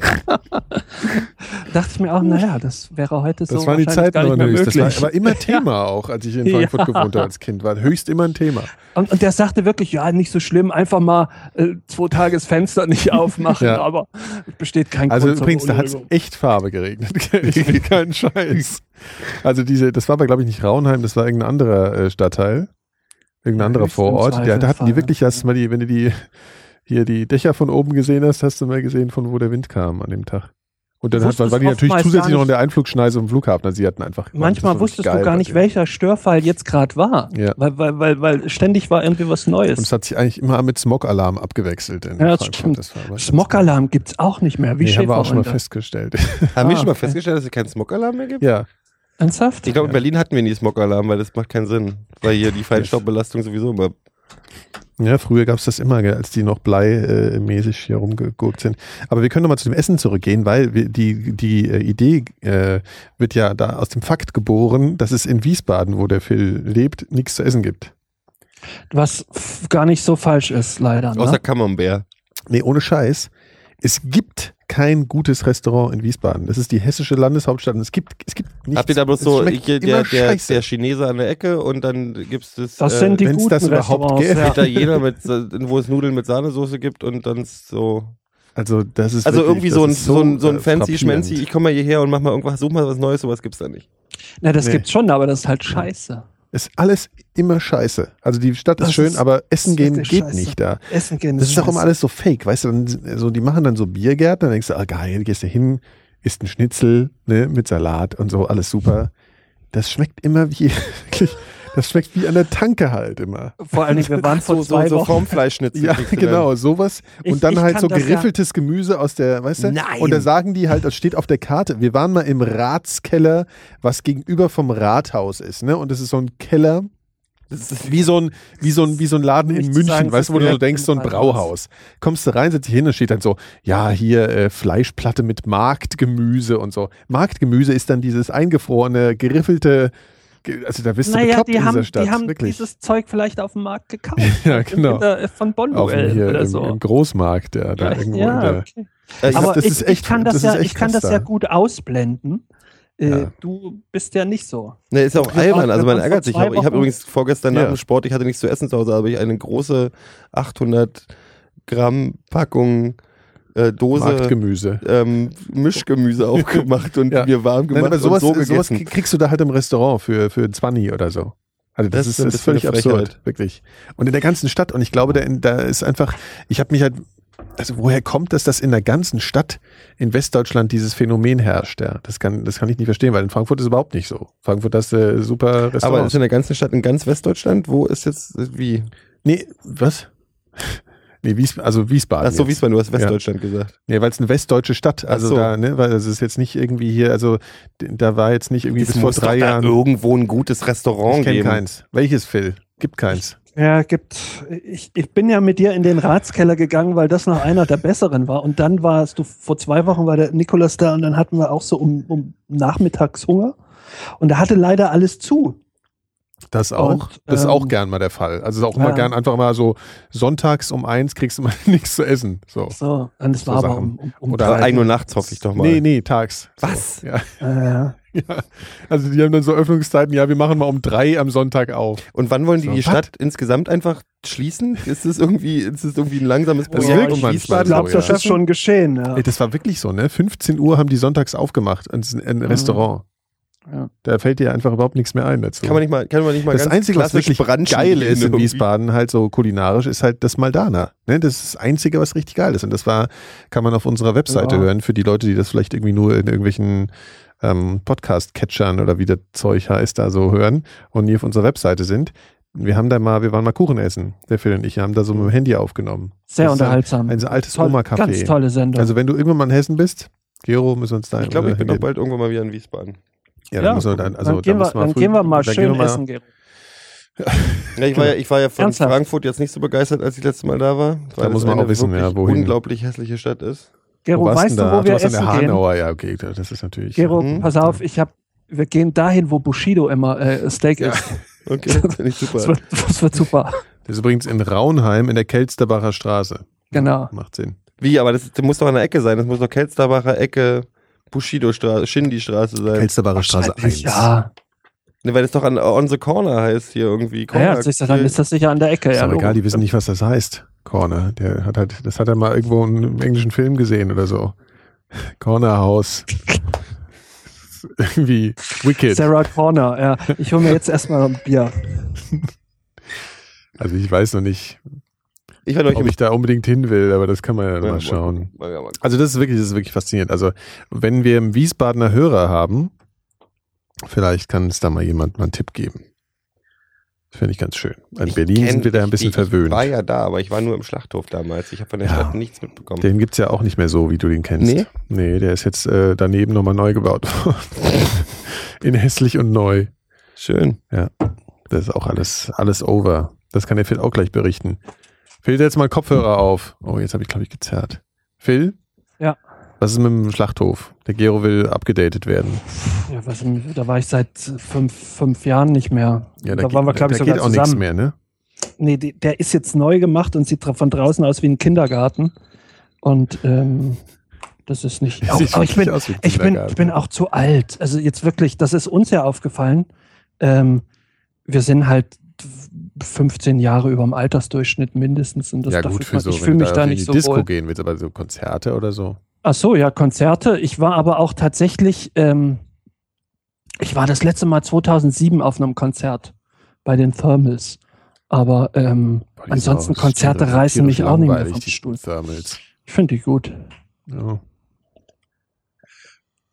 Dachte ich mir auch, das wäre heute so. Das waren die Zeiten gar nicht mehr möglich. Das war immer Thema auch, als ich in Frankfurt gewohnt habe als Kind. War Höchst immer ein Thema. Und der sagte wirklich, nicht so schlimm, einfach mal 2 Tage das Fenster nicht aufmachen, aber es besteht kein Grund. Also übrigens, da hat es echt Farbe geregnet. Kein Scheiß. Also das war aber, glaube ich, nicht Raunheim, das war irgendein anderer Stadtteil. Irgendein anderer Vorort. Da hatten die wirklich wenn du die Dächer von oben gesehen hast du mal gesehen, von wo der Wind kam an dem Tag. Und dann war die natürlich zusätzlich noch in der Einflugschneise im Flughafen. Also sie hatten einfach. Manchmal wusstest du gar nicht, welcher Störfall jetzt gerade war. Ja. Weil ständig war irgendwie was Neues. Und es hat sich eigentlich immer mit Smog-Alarm abgewechselt. Das stimmt. Smog-Alarm gibt es auch nicht mehr. Haben wir auch schon mal festgestellt. Haben wir schon mal festgestellt, dass es keinen Smog-Alarm mehr gibt? Ja. Ernsthaft? Ich glaube, in Berlin hatten wir nie Smog-Alarm, weil das macht keinen Sinn. Weil hier die Feinstaubbelastung sowieso immer. Ja, früher gab es das immer, als die noch bleimäßig hier rumgeguckt sind. Aber wir können nochmal zu dem Essen zurückgehen, weil die Idee wird ja da aus dem Fakt geboren, dass es in Wiesbaden, wo der Phil lebt, nichts zu essen gibt. Was gar nicht so falsch ist, leider. Ne? Außer Camembert. Nee, ohne Scheiß. Es gibt kein gutes Restaurant in Wiesbaden. Das ist die hessische Landeshauptstadt und es gibt nichts. Habt ihr da bloß so der Chinese an der Ecke und dann gibt es das. Das sind die guten das überhaupt gibt. Italiener wo es Nudeln mit Sahnesoße gibt und dann so. Also das ist irgendwie so ein fancy Schmancy. Ich komme mal hierher und such mal was Neues, sowas gibt's da nicht. Na, das gibt's schon, aber das ist halt scheiße. Ist alles immer scheiße. Also die Stadt ist schön, aber Essen gehen geht nicht da. Essen gehen das ist auch immer alles so fake, weißt du? Die machen dann so Biergärten, dann denkst du, geil, gehst du hin, isst ein Schnitzel, ne, mit Salat und so, alles super. Das schmeckt immer wie, wirklich, das schmeckt wie an der Tanke halt immer. Vor allen Dingen, wir waren vor 2 so Wochen. Formfleischschnitzel. Ja, genau, sowas. Und dann Ich halt kann so das geriffeltes Gemüse aus der, weißt du? Nein. Und da sagen die halt, das steht auf der Karte, wir waren mal im Ratskeller, was gegenüber vom Rathaus ist, ne? Und das ist so ein Keller, das ist wie so ein Laden in Nicht zu München, sagen, weißt du, wo du so direkt denkst, so ein im Rathaus. Brauhaus. Kommst du rein, setzt dich hin und steht dann so, ja, hier Fleischplatte mit Marktgemüse und so. Marktgemüse ist dann dieses eingefrorene, geriffelte, also da bist du bekloppt in dieser Stadt. Die haben wirklich. dieses Zeug vielleicht auf dem Markt gekauft. Ja, genau. Von Auf dem Bonduell hier oder im, so. im Großmarkt, ja, da irgendwo in der, okay. Aber Aber das ist echt, ich kann das krass ja da. gut ausblenden. Ja. Du bist ja nicht so. Ne, ist auch Wir albern, waren- also wir man waren ärgert sich vor 2 auch. Ich habe Wochen- übrigens vorgestern nach Ja. dem Sport, ich hatte nichts zu essen zu Hause, habe ich eine große 800 Gramm Packung Dose Marktgemüse. Mischgemüse aufgemacht und Ja. mir warm Nein, gemacht aber sowas, und so sowas gegessen. kriegst du da halt im Restaurant für ein 20 oder so. Also das, Das ist ein ist bisschen völlig eine absurd, Frechheit. wirklich. Und in der ganzen Stadt, und ich glaube, da ist einfach, ich habe mich halt, also woher kommt das, dass in der ganzen Stadt in Westdeutschland dieses Phänomen herrscht? Ja? Das kann ich nicht verstehen, weil in Frankfurt ist es überhaupt nicht so. Frankfurt hast du super Aber Restaurants. ist in der ganzen Stadt, in ganz Westdeutschland, wo ist jetzt, wie? Nee, was? Nee, Wiesbaden. Ach so, jetzt. Wiesbaden, du hast Westdeutschland gesagt. Nee, weil es eine westdeutsche Stadt, also Ach so. da, ne, weil es ist jetzt nicht irgendwie hier, also da war jetzt nicht irgendwie Es bis vor muss 3 doch da Jahren. irgendwo ein gutes Restaurant Ich kenne geben. keins. Welches, Phil? Gibt keins. Ja, ich bin ja mit dir in den Ratskeller gegangen, weil das noch einer der besseren war. Und dann warst du, vor 2 Wochen war der Nikolaus da und dann hatten wir auch so um nachmittags Hunger. Und er hatte leider alles zu. Das auch. Und, Das ist auch gern mal der Fall. Also ist auch immer ja. gern einfach mal so sonntags um 1 kriegst du mal nichts zu essen. So. So, und es So war aber Sachen. um Oder 3. 1 Uhr nachts hoffe ich doch mal. Nee, tags. Was? So, ja. Ja. Ja. Also die haben dann so Öffnungszeiten, ja, wir machen mal um 3 am Sonntag auf. Und wann wollen die So, die Stadt insgesamt einfach schließen? Ist es irgendwie ein langsames Das Projekt? wirkt um manchmal Ich Wiesbaden glaube, so, das ja. ist schon geschehen. Ja. Ey, das war wirklich so, ne? 15 Uhr haben die sonntags aufgemacht, ein Restaurant. Ja. Da fällt dir einfach überhaupt nichts mehr ein dazu. Kann man nicht mal Das ganz Einzige, was klassisch wirklich branchen geil ist in irgendwie? Wiesbaden, halt so kulinarisch, ist halt das Maldana. Ne? Das ist das Einzige, was richtig geil ist. Und das kann man auf unserer Webseite Ja. hören, für die Leute, die das vielleicht irgendwie nur in irgendwelchen Podcast-Catchern oder wie das Zeug heißt, da so hören und nie auf unserer Webseite sind. Wir waren mal Kuchen essen, der Phil und ich, haben da so mit dem Handy aufgenommen. Sehr Das ist unterhaltsam. Ein altes Toll, Oma-Café. Ganz tolle Sendung. Also wenn du irgendwann mal in Hessen bist, Gero, müssen wir uns da Ich glaube, ich bin doch hingehen. bald irgendwann mal wieder in Wiesbaden. Ja, dann müssen wir dann, also dann gehen da wir, gehen wir mal dann schön gehen wir mal- essen. Gero. Ja, ich war ja von Ernsthaft? Frankfurt jetzt nicht so begeistert, als ich letztes Mal da war. Weil Da muss es man eine auch wissen, wirklich ja, wohin. unglaublich hässliche Stadt ist. Gero, Wo warst weißt denn du, da? wo wir warst an essen der gehen? Hanauer, ja, okay, das ist natürlich. Gero, Mhm. pass auf, wir gehen dahin, wo Bushido immer Steak Ja. isst. Okay, finde ich Das super. wird super. Das ist übrigens in Raunheim in der Kelsterbacher Straße. Genau. Macht Sinn. Wie, aber das muss doch an der Ecke sein. Das muss doch Kelsterbacher Ecke, Bushido-Straße, Shindy-Straße sein. Kelsterbacher Straße 1. Ja, Ne, weil das doch on the corner heißt hier irgendwie. ja, dann ist das sicher an der Ecke. Ist Ja, aber egal, die logisch. wissen nicht, was das heißt. Corner. Das hat er mal irgendwo in einem englischen Film gesehen oder so. Corner House. Irgendwie wicked. Sarah Corner, ja. Ich hole mir jetzt erstmal ein Bier. Also ich weiß noch nicht, Ich war noch ob ich da unbedingt hin will, aber das kann man ja mal schauen. Mal. Also das ist wirklich faszinierend. Also wenn wir einen Wiesbadener Hörer haben, vielleicht kann es da mal jemand mal einen Tipp geben. Das finde ich ganz schön. In Berlin sind wir da ein bisschen verwöhnt. Ich war ja da, aber ich war nur im Schlachthof damals. Ich habe von der Ja. Stadt nichts mitbekommen. Den gibt's ja auch nicht mehr so, wie du den kennst. Nee? Nee, der ist jetzt daneben nochmal neu gebaut worden. In hässlich und neu. Schön. Das ist auch alles over. Das kann der Phil auch gleich berichten. Phil, jetzt mal Kopfhörer auf. Oh, jetzt habe ich, glaube ich, gezerrt. Phil? Ja. Was ist mit dem Schlachthof? Der Gero will abgedatet werden. Ja, da war ich seit fünf Jahren nicht mehr. Ja, da waren wir, glaube ich, da sogar geht auch nichts zusammen. mehr, ne? Nee, der ist jetzt neu gemacht und sieht von draußen aus wie ein Kindergarten. Und das ist nicht. Sieht Aber ich wirklich aus wie ein Kindergarten. bin auch zu alt. Also jetzt wirklich, das ist uns ja aufgefallen. Wir sind halt 15 Jahre über dem Altersdurchschnitt mindestens. Und das Ja da gut, fühlt für man- so, ich wenn fühle du mich da da in nicht die so Disco wohl. gehen willst, aber so Konzerte oder so. Ach so, ja, Konzerte. Ich war aber auch tatsächlich, ich war das letzte Mal 2007 auf einem Konzert bei den Thermals. Aber Boah, die ansonsten ist auch Konzerte tierisch reißen mich auch nicht mehr langweilig, vom die Stuhl. Thermals. Ich finde die gut. Ja.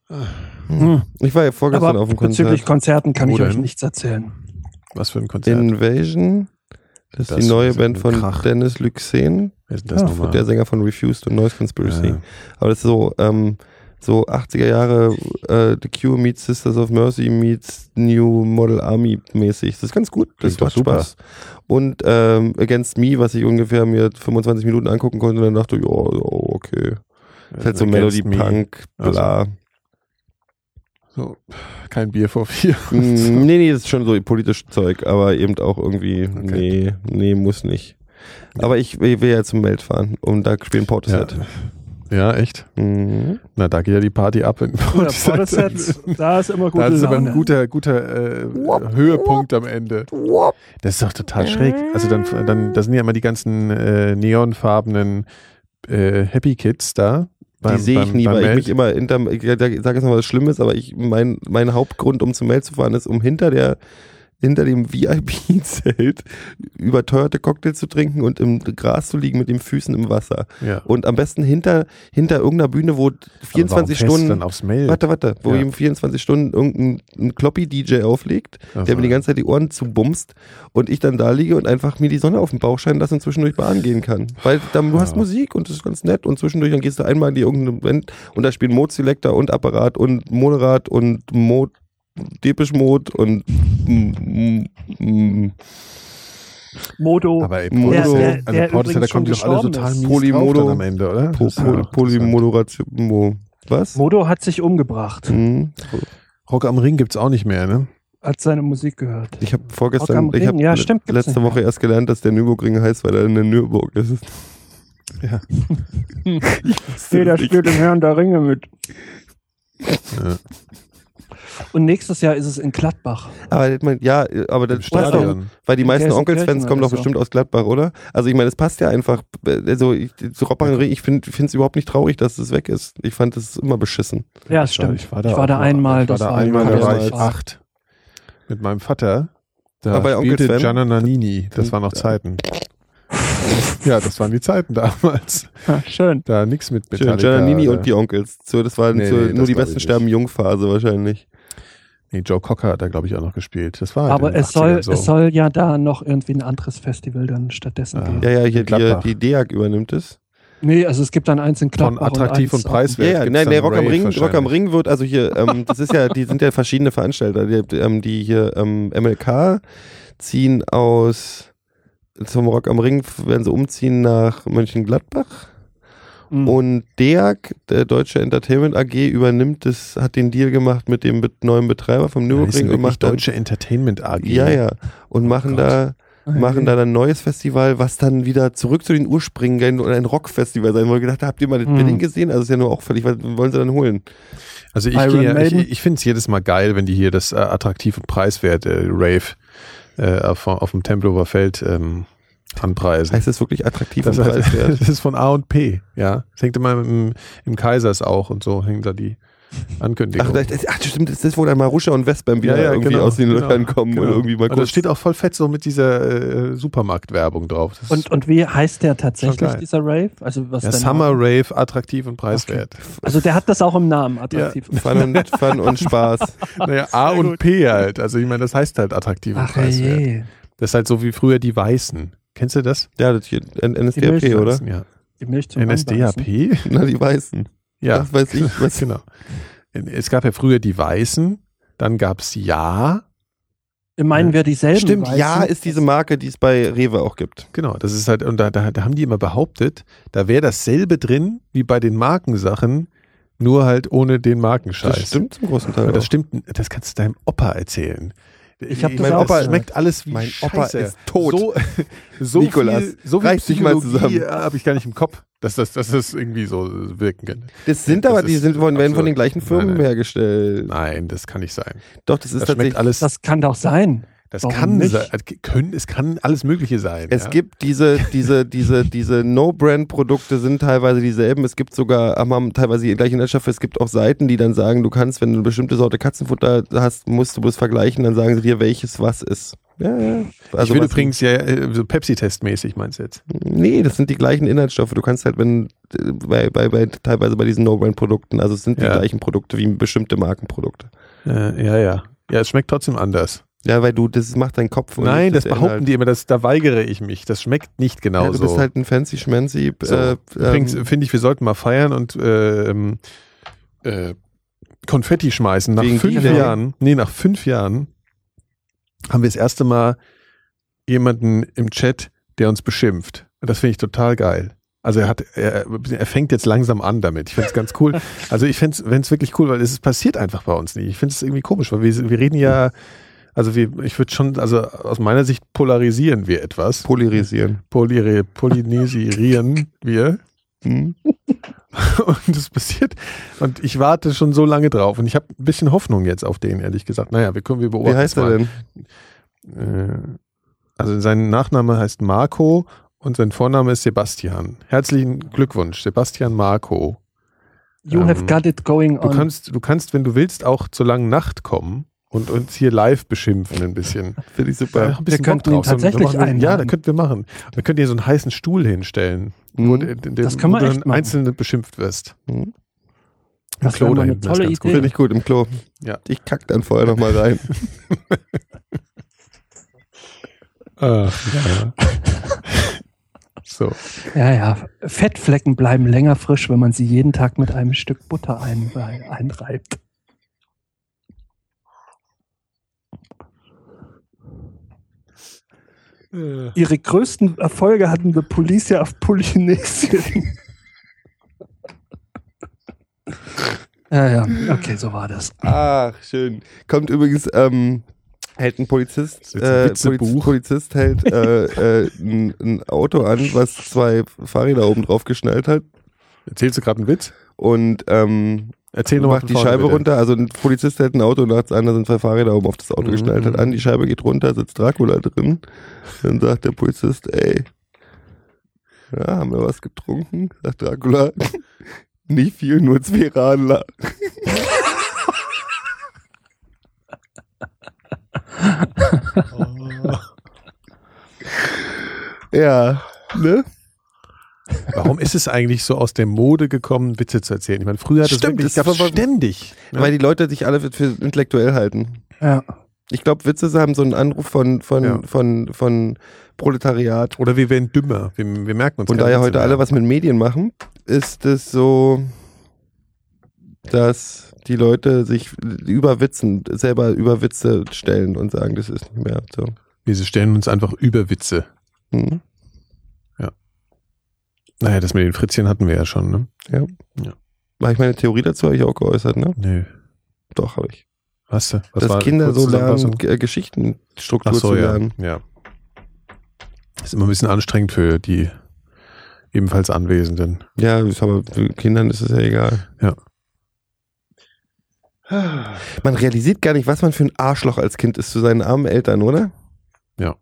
Ich war ja vorgestern Aber auf dem Konzert. bezüglich Konzerten kann Wo ich euch denn? nichts erzählen. Was für ein Konzert? Invasion. Das ist Das die neue ist Band ein von Krach. Dennis Lyxzén. Wer ist denn das Ja, nochmal? Der Sänger von Refused und Noise Conspiracy. Ja. Aber das ist so 80er Jahre The Cure meets Sisters of Mercy meets New Model Army mäßig. Das ist ganz gut. Das Klingt doch macht super. Spaß. Und Against Me, was ich ungefähr mir 25 Minuten angucken konnte und dann dachte ich, okay. Das ist halt so Melody Against Me. Punk, bla. So, kein Bier vor 4. Nee, das ist schon so politisches Zeug, aber eben auch irgendwie, nee, muss nicht. Aber ich will ja zum Meld fahren und da spielen Portishead. Ja, echt? Mhm. Na, da geht ja die Party ab in Portishead, da ist immer gute Da ist aber ein Laune. guter Höhepunkt am Ende. Das ist doch total schräg. Also dann da sind ja immer die ganzen neonfarbenen Happy Kids da. Die sehe ich nie, weil ich Meld. mich immer ich sage jetzt noch was Schlimmes, aber mein Hauptgrund, um zum Meld zu fahren, ist, um hinter dem VIP-Zelt überteuerte Cocktails zu trinken und im Gras zu liegen mit den Füßen im Wasser. Ja. Und am besten hinter irgendeiner Bühne, wo 24 Aber warum Stunden... dann aufs Mail? Warte, wo Ja. ihm 24 Stunden irgendein Kloppy-DJ auflegt, Also. der mir die ganze Zeit die Ohren zubumst und ich dann da liege und einfach mir die Sonne auf den Bauch scheinen lasse und zwischendurch Bahn gehen kann. Weil dann, du hast Musik und das ist ganz nett und zwischendurch dann gehst du einmal in die irgendeine Band und da spielen Mode Selector und Apparat und Moderat und Depeche Mode und Modo. Aber ey, Modo. Portishead, Der also Portishead, da übrigens kommen die doch schon alle gestorben total ist. mies Polymodo. drauf dann am Ende, oder? Das ist ja interessant. Polymoderation. Was? Modo hat sich umgebracht, Rock am Ring gibt's auch nicht mehr, ne? hat seine Musik gehört. Ich habe Rock vorgestern, am Ring, ja, stimmt, gibt's letzte nicht Woche erst gelernt, dass der Nürburgring heißt, weil er in der Nürburg ist. Ja. Jeder spielt im Herrn der Ringe mit. Ja. Und nächstes Jahr ist es in Gladbach. Aber ich mein, ja, aber das passt doch, Stadion. weil die meisten Gelsenkirchen Onkels-Fans kommen doch oder so. bestimmt aus Gladbach, oder? Also ich meine, es passt ja einfach. Also zu Rock am Ring, ich finde es überhaupt nicht traurig, dass es weg ist. Ich fand es immer beschissen. Ja, das stimmt. Ich war da einmal. Ich war da einmal, da war ich 8. Mit meinem Vater. Da Aber bei Onkel spielte Sven? Gianna Nannini. Das waren noch Zeiten. Ja, das waren die Zeiten damals. Ja, schön. Da nichts mit Schön, Metallica. Giannini oder- und die Onkels. So, das war Nee, so, nee, nur das die glaub ich besten nicht. sterben Jung-Phase wahrscheinlich. Nee, Joe Cocker hat da, glaube ich, auch noch gespielt. Das war halt Aber in den es soll, 80ern so. es soll ja da noch irgendwie ein anderes Festival dann stattdessen Ja. geben. Ja, hier Gladbach. die DEAG übernimmt es. Nee, also es gibt dann eins in Von Gladbach attraktiv und eins preiswert. Ja, gibt's nein, dann Rock am Rave Ring wahrscheinlich. wird, also hier, das ist ja, die sind ja verschiedene Veranstalter. Die hier MLK ziehen zum Rock am Ring, werden sie umziehen nach Mönchengladbach. Mhm. Und DEAG, der Deutsche Entertainment AG, hat den Deal gemacht mit dem neuen Betreiber vom Ja, Nürburgring ist und wirklich macht dann, Deutsche Entertainment AG. ja, und machen Gott. machen da ein neues Festival, was dann wieder zurück zu den Ursprüngen geht und ein Rockfestival sein, wo ich gedacht habe, habt ihr mal das Billing gesehen? Also ist ja nur auch völlig, was wollen sie dann holen? Also Iron Maiden. ich finde es jedes Mal geil, wenn die hier das attraktiv und preiswerte Rave auf dem Tempelhofer Feld anpreisen. Heißt das wirklich attraktiv Das, und preiswert? das ist von A&P, ja. Das hängt immer im Kaisers auch und so, hängen da die Ankündigung. Ach, stimmt, das ist, wo dann Maruscha und Westbam wieder irgendwie aus den Löchern kommen und irgendwie mal Und das kurz. steht auch voll fett so mit dieser Supermarktwerbung drauf. Das ist Und wie heißt der tatsächlich, Schon geil. dieser Rave? Also was ja, der Summer Name? Rave, attraktiv und preiswert. Also der hat das auch im Namen, attraktiv. Fun und Spaß. Naja, A und P halt. Also ich meine, das heißt halt attraktiv und Ach preiswert. je. Das ist halt so wie früher die Weißen. Kennst du das? Ja, das hier, Die NSDAP, Milch- oder? Ja. Die Milch zum Anbeißen. NSDAP? Na, die Weißen. Ja. Das weiß ich. Was Genau. Es gab ja früher die Weißen, dann gab es Ja. Meinen wir dieselben Stimmt, Weißen? ja, ist diese Marke, die es bei Rewe auch gibt. Genau, das ist halt, und da haben die immer behauptet, da wäre dasselbe drin wie bei den Markensachen, nur halt ohne den Markenscheiß. Das stimmt zum großen Teil. Aber das auch. stimmt, das kannst du deinem Opa erzählen. Ich hab das mein auch Opa gehört. schmeckt alles wie Mein Scheiße. Opa ist tot. So Nikolas, viel reiß dich mal Psychologie zusammen. habe ich gar nicht im Kopf, dass das irgendwie so wirken kann. Das sind Das aber, ist die werden von absurd. den gleichen Firmen Nein, nein. hergestellt. Nein, das kann nicht sein. Doch, das ist Das tatsächlich. schmeckt alles. Das kann doch sein. Das warum kann nicht? sein. Es kann alles Mögliche sein. Es ja? gibt diese No-Brand-Produkte sind teilweise dieselben. Es gibt sogar, haben teilweise die gleiche Inhaltsstoffe. Es gibt auch Seiten, die dann sagen, du kannst, wenn du eine bestimmte Sorte Katzenfutter hast, musst du es vergleichen, dann sagen sie dir, welches was ist. Ja. Also ich will übrigens so Pepsi-Test-mäßig, meinst du jetzt? Nee, das sind die gleichen Inhaltsstoffe. Du kannst halt, wenn teilweise bei diesen No-Brand-Produkten, also es sind die gleichen Produkte wie bestimmte Markenprodukte. Ja. Ja, es schmeckt trotzdem anders. Ja, weil das macht dein Kopf. Nein, das behaupten die immer, da weigere ich mich. Das schmeckt nicht genauso. Ja, du bist halt ein fancy-schmancy. Übrigens finde ich, wir sollten mal feiern und Konfetti schmeißen. Nach 5 Jahren haben wir das erste Mal jemanden im Chat, der uns beschimpft. Und das finde ich total geil. Also er fängt jetzt langsam an damit. Ich finde es ganz cool. Also ich fände es wirklich cool, weil es passiert einfach bei uns nicht. Ich finde es irgendwie komisch, weil wir reden ja, also ich würde schon, also aus meiner Sicht polarisieren wir etwas. Polynesieren wir. Und das passiert. Und ich warte schon so lange drauf. Und ich habe ein bisschen Hoffnung jetzt auf den, ehrlich gesagt. Naja, wir beobachten. Wie heißt er denn? Also sein Nachname heißt Marco und sein Vorname ist Sebastian. Herzlichen Glückwunsch, Sebastian Marco. You have got it going on. Du kannst, wenn du willst, auch zur langen Nacht kommen und uns hier live beschimpfen ein bisschen. Finde ich super. Wir könnten ihn tatsächlich einladen. Ja, da könnten wir machen. Wir könnten hier so einen heißen Stuhl hinstellen, wo du dann einzelne beschimpft wirst. Im Klo da hinten. Tolle Idee. Finde ich gut, im Klo. Ja. Ich kack dann vorher nochmal rein. Ja. So. Ja. Fettflecken bleiben länger frisch, wenn man sie jeden Tag mit einem Stück Butter einreibt. Ihre größten Erfolge hatten The Police auf Polynesien. Ja, okay, so war das. Ach, schön. Kommt übrigens, hält ein Polizist hält ein Auto an, was 2 Fahrräder oben drauf geschnallt hat. Erzählst du gerade einen Witz? Und erzähl nochmal, macht die Scheibe bitte runter. Also ein Polizist hält ein Auto nachts an, da sind 2 Fahrräder oben auf das Auto geschnallt hat an. Die Scheibe geht runter, sitzt Dracula drin. Dann sagt der Polizist, ey, ja, haben wir was getrunken? Sagt Dracula, nicht viel, nur 2 Radler. Ja, ne? Warum ist es eigentlich so aus der Mode gekommen, Witze zu erzählen? Ich meine, früher hat das ständig. Ja. Weil die Leute sich alle für intellektuell halten. Ja. Ich glaube, Witze haben so einen Anruf von Proletariat. Oder wir werden dümmer. Wir merken uns. Und da ja heute alle was mit Medien machen, ist es so, dass die Leute sich selber über Witze stellen und sagen, das ist nicht mehr so. Wir stellen uns einfach über Witze. Mhm. Ja. Naja, das mit den Fritzchen hatten wir ja schon, ne? Ja. Habe ich meine Theorie dazu auch geäußert, ne? Nö. Doch, habe ich. Was dass Kinder so lernen, Geschichtenstruktur zu lernen. Ja. Das ist immer ein bisschen anstrengend für die ebenfalls Anwesenden. Ja, aber für Kindern ist es ja egal. Ja. Man realisiert gar nicht, was man für ein Arschloch als Kind ist zu seinen armen Eltern, oder? Ja.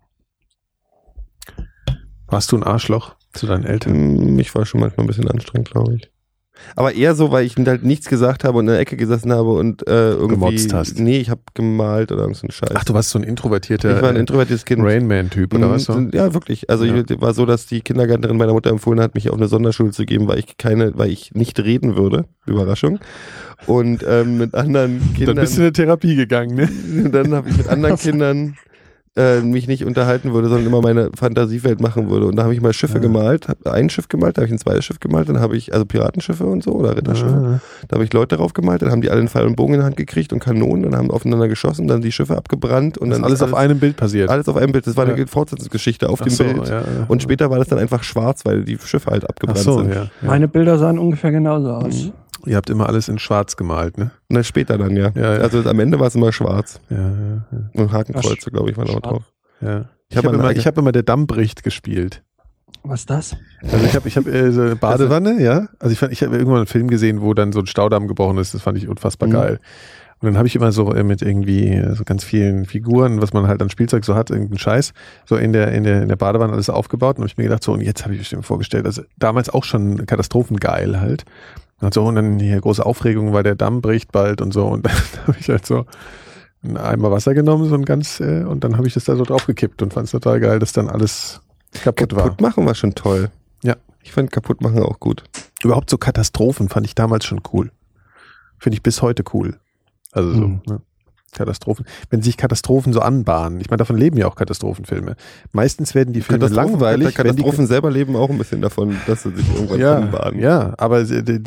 Warst du ein Arschloch zu deinen Eltern? Ich war schon manchmal ein bisschen anstrengend, glaube ich. Aber eher so, weil ich halt nichts gesagt habe und in der Ecke gesessen habe und irgendwie... Gemotzt hast. Nee, ich habe gemalt oder irgend so ein Scheiß. Ach, du warst so ein introvertierter... Ich war ein introvertiertes Kind. Rainman-Typ, oder was? Ja, wirklich. Also ich war so, dass die Kindergärtnerin meiner Mutter empfohlen hat, mich auf eine Sonderschule zu geben, weil ich nicht reden würde. Überraschung. Und mit anderen Kindern... Dann bist du in eine Therapie gegangen, ne? Und dann habe ich mit anderen Kindern mich nicht unterhalten würde, sondern immer meine Fantasiewelt machen würde. Und da habe ich mal Schiffe gemalt, habe ein Schiff gemalt, da habe ich ein zweites Schiff gemalt, dann habe ich, also Piratenschiffe und so oder Ritterschiffe, da habe ich Leute drauf gemalt, dann haben die alle einen Pfeil und Bogen in die Hand gekriegt und Kanonen und haben aufeinander geschossen, dann die Schiffe abgebrannt und das dann alles auf einem Bild passiert. Alles auf einem Bild, das war eine Fortsetzungsgeschichte auf dem Bild. Ja. Und später war das dann einfach schwarz, weil die Schiffe halt abgebrannt sind. Ja. Meine Bilder sahen ungefähr genauso aus. Ihr habt immer alles in schwarz gemalt, ne? Na, später dann, ja. Also am Ende war es immer schwarz. Ja. Und Hakenkreuze, glaube ich, waren auch drauf. Ja. Ich hab immer der Dammbricht gespielt. Was ist das? Also ich hab so eine Badewanne, ja. Also ich habe irgendwann einen Film gesehen, wo dann so ein Staudamm gebrochen ist. Das fand ich unfassbar geil. Und dann habe ich immer so mit irgendwie so ganz vielen Figuren, was man halt an Spielzeug so hat, irgendeinen Scheiß, so in der Badewanne alles aufgebaut. Und habe ich mir gedacht, so, und jetzt habe ich mir vorgestellt, also damals auch schon katastrophengeil halt. Und so, und dann hier große Aufregung, weil der Damm bricht bald und so. Und dann habe ich halt so einen Eimer Wasser genommen, so ein ganz, und dann habe ich das da so draufgekippt und fand es total geil, dass dann alles kaputt war. Kaputt machen war schon toll. Ja. Ich fand kaputt machen auch gut. Überhaupt so Katastrophen fand ich damals schon cool. Finde ich bis heute cool. Also so, ne? Katastrophen. Wenn sich Katastrophen so anbahnen. Ich meine, davon leben ja auch Katastrophenfilme. Meistens werden die Filme langweilig. Katastrophen selber leben auch ein bisschen davon, dass sie sich irgendwann anbahnen. Ja, aber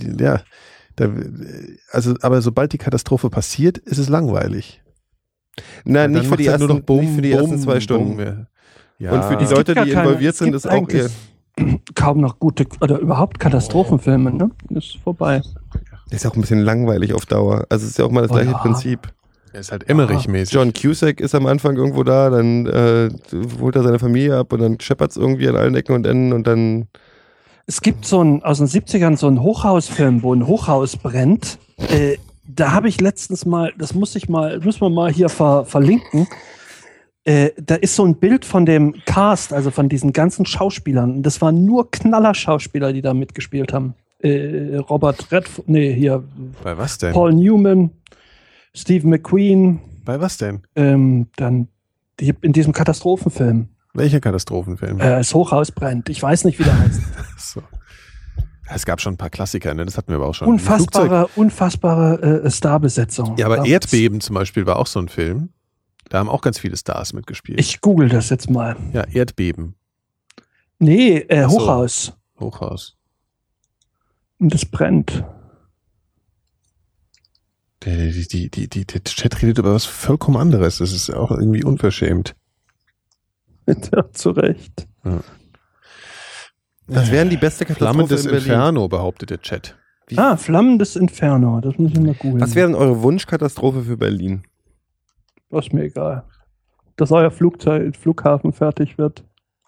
aber sobald die Katastrophe passiert, ist es langweilig. Nein, Ja, nicht für die ersten, nur noch Boom, nicht für die Boom, ersten 2 Stunden. Boom. Ja. Und für die Leute, die involviert sind, ist auch eher. Kaum noch gute oder überhaupt Katastrophenfilme, ne? Ist vorbei. Ist auch ein bisschen langweilig auf Dauer. Also es ist ja auch mal das gleiche Prinzip. Er ist halt Emmerich-mäßig. John Cusack ist am Anfang irgendwo da, dann holt er seine Familie ab und dann scheppert es irgendwie an allen Ecken und Enden und dann. Es gibt aus den 70ern so einen Hochhausfilm, wo ein Hochhaus brennt. Da habe ich letztens mal, müssen wir mal hier verlinken. Da ist so ein Bild von dem Cast, also von diesen ganzen Schauspielern. Das waren nur Knaller-Schauspieler, die da mitgespielt haben. Robert Redford, Bei was denn? Paul Newman, Steve McQueen. Bei was denn? Dann in diesem Katastrophenfilm. Welcher Katastrophenfilm? Das Hochhaus brennt. Ich weiß nicht, wie der heißt. So. Es gab schon ein paar Klassiker, ne? Das hatten wir aber auch schon. Unfassbare Starbesetzung. Ja, aber Erdbeben zum Beispiel war auch so ein Film. Da haben auch ganz viele Stars mitgespielt. Ich google das jetzt mal. Ja, Erdbeben. Nee, Ach so. Hochhaus. Hochhaus. Und es brennt. Der Chat redet über was vollkommen anderes. Das ist auch irgendwie unverschämt. Ja, zu Recht. Ja. Das wären die beste Katastrophe Flammendes in Berlin. Inferno, behauptet der Chat. Flammendes Inferno. Das muss ich mal googeln. Was wäre denn eure Wunschkatastrophe für Berlin? Das ist mir egal. Dass euer Flughafen fertig wird.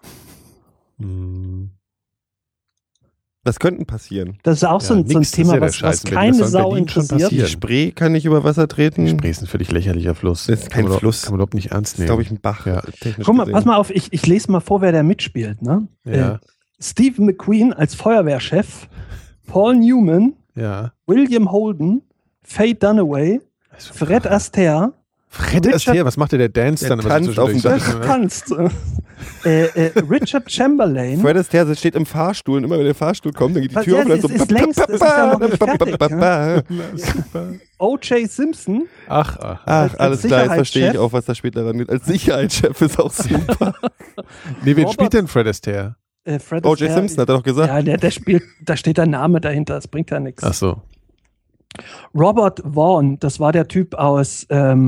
Was könnten passieren? Das ist auch so ein Thema, was keine Sau interessiert. Die Spree kann nicht über Wasser treten. Die Spree ist ein völlig lächerlicher Fluss. Das ist kein Fluss. Kann man überhaupt nicht ernst Das ist, nehmen. glaube ich, ein Bach. Ja. Guck mal, pass mal auf, ich lese mal vor, wer da mitspielt. Ne? Ja. Steve McQueen als Feuerwehrchef, Paul Newman, Ja. William Holden, Faye Dunaway, Fred Astaire. Fred Astaire, was macht der Dance Der dann? tanzt auf dem Dach. Tanzt. Richard Chamberlain. Fred Astaire steht im Fahrstuhl und immer wenn der Fahrstuhl kommt, dann geht die Tür Ja, auf und dann es ist längst, es ist ja noch nicht fertig. Ne? Super. O.J. Simpson. Ach. Alles klar, jetzt verstehe ich Sicherheitschef. auch, was da später dran geht. Als Sicherheitschef ist auch super. Nee, wen Robert- spielt denn Fred Astaire? Fred O.J. Astaire- Simpson hat er doch gesagt. Ja, der spielt, da steht der Name dahinter, das bringt ja nichts. Ach so. Robert Vaughn, das war der Typ aus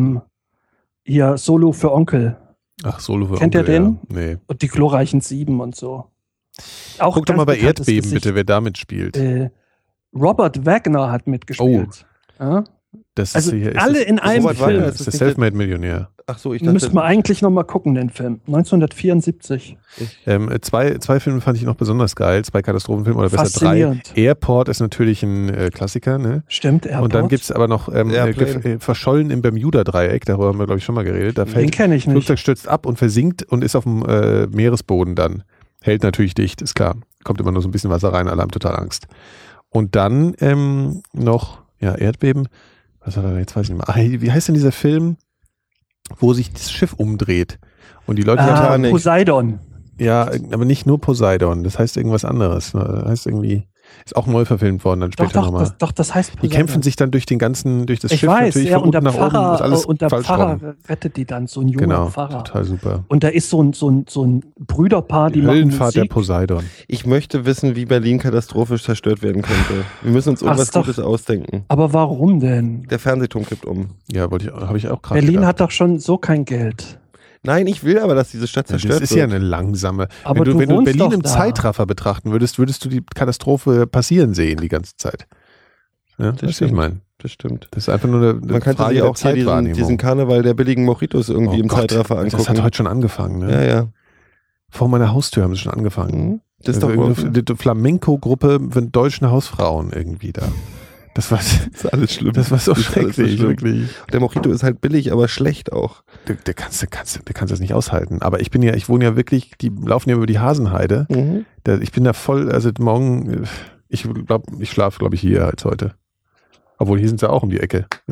hier Solo für Onkel Ach, Solo für Kennt ihr Onkel, den? Ja. Nee. und die glorreichen 7 und so. Auch Guck doch ganz mal bei bekanntes Erdbeben Gesicht. bitte, wer da mitspielt. Robert Wagner hat mitgespielt. Ja? Das Also ist alle in einem Robert Wagner Film. ist Das ist das der nicht der- Selfmade-Millionär. Ach so, ich Müsste man eigentlich noch mal gucken, den Film. 1974. Zwei Filme fand ich noch besonders geil, 2 Katastrophenfilme oder besser 3. Faszinierend. Airport ist natürlich ein Klassiker, ne? Stimmt, Airport. Und dann gibt es aber noch Airplane. Verschollen im Bermuda-Dreieck, darüber haben wir, glaube ich, schon mal geredet. Da Den fällt kenne ich nicht. Flugzeug stürzt ab und versinkt und ist auf dem Meeresboden dann. Hält natürlich dicht, ist klar. Kommt immer nur so ein bisschen Wasser rein, alle haben total Angst. Und dann noch, Erdbeben. Was war da jetzt? Weiß ich nicht mehr. Wie heißt denn dieser Film, wo sich das Schiff umdreht? Und die Leute Titanic. Poseidon. ja, aber nicht nur Poseidon, das heißt irgendwas anderes. Das heißt irgendwie, ist auch neu verfilmt worden, dann später nochmal. Das heißt Die Poseidon. kämpfen sich dann durch das Ich Schiff weiß, natürlich ja, von und der unten nach oben, ist alles falsch Pfarrer rum. rettet die dann, so ein junger Genau, Pfarrer. total super. Und da ist so ein Brüderpaar, die machen Höllenfahrt der Musik. Poseidon. Ich möchte wissen, wie Berlin katastrophisch zerstört werden könnte. Wir müssen uns irgendwas ist doch- Gutes ausdenken. Aber warum denn? Der Fernsehturm kippt um. Ja, habe ich auch gerade Berlin gedacht. hat doch schon so kein Geld. Nein, ich will aber, dass diese Stadt Ja, zerstört das ist wird. ja eine langsame. Aber wenn du du wohnst Berlin doch im da. Zeitraffer betrachten würdest du die Katastrophe passieren sehen die ganze Zeit. Ja, das ist, was ich stimmt. meine. Das stimmt. Das ist einfach nur eine Man könnte Frage sich der auch hier Zeitwahrnehmung. diesen Karneval der billigen Mojitos irgendwie im Gott, Zeitraffer angucken. Das hat heute schon angefangen. Ne? ja, ja. Vor meiner Haustür haben sie schon angefangen. Mhm. Das ist doch eine Flamenco-Gruppe von deutschen Hausfrauen irgendwie da. Das war alles schlimm. Das war so Das ist alles so schrecklich, schlimm. wirklich. Der Mojito ist halt billig, aber schlecht auch. Du kannst das nicht aushalten. Aber ich wohne ja wirklich, die laufen ja über die Hasenheide. Mhm. Ich bin da voll, also ich schlafe, glaube ich, hier als heute. Obwohl, hier sind sie auch um die Ecke. Das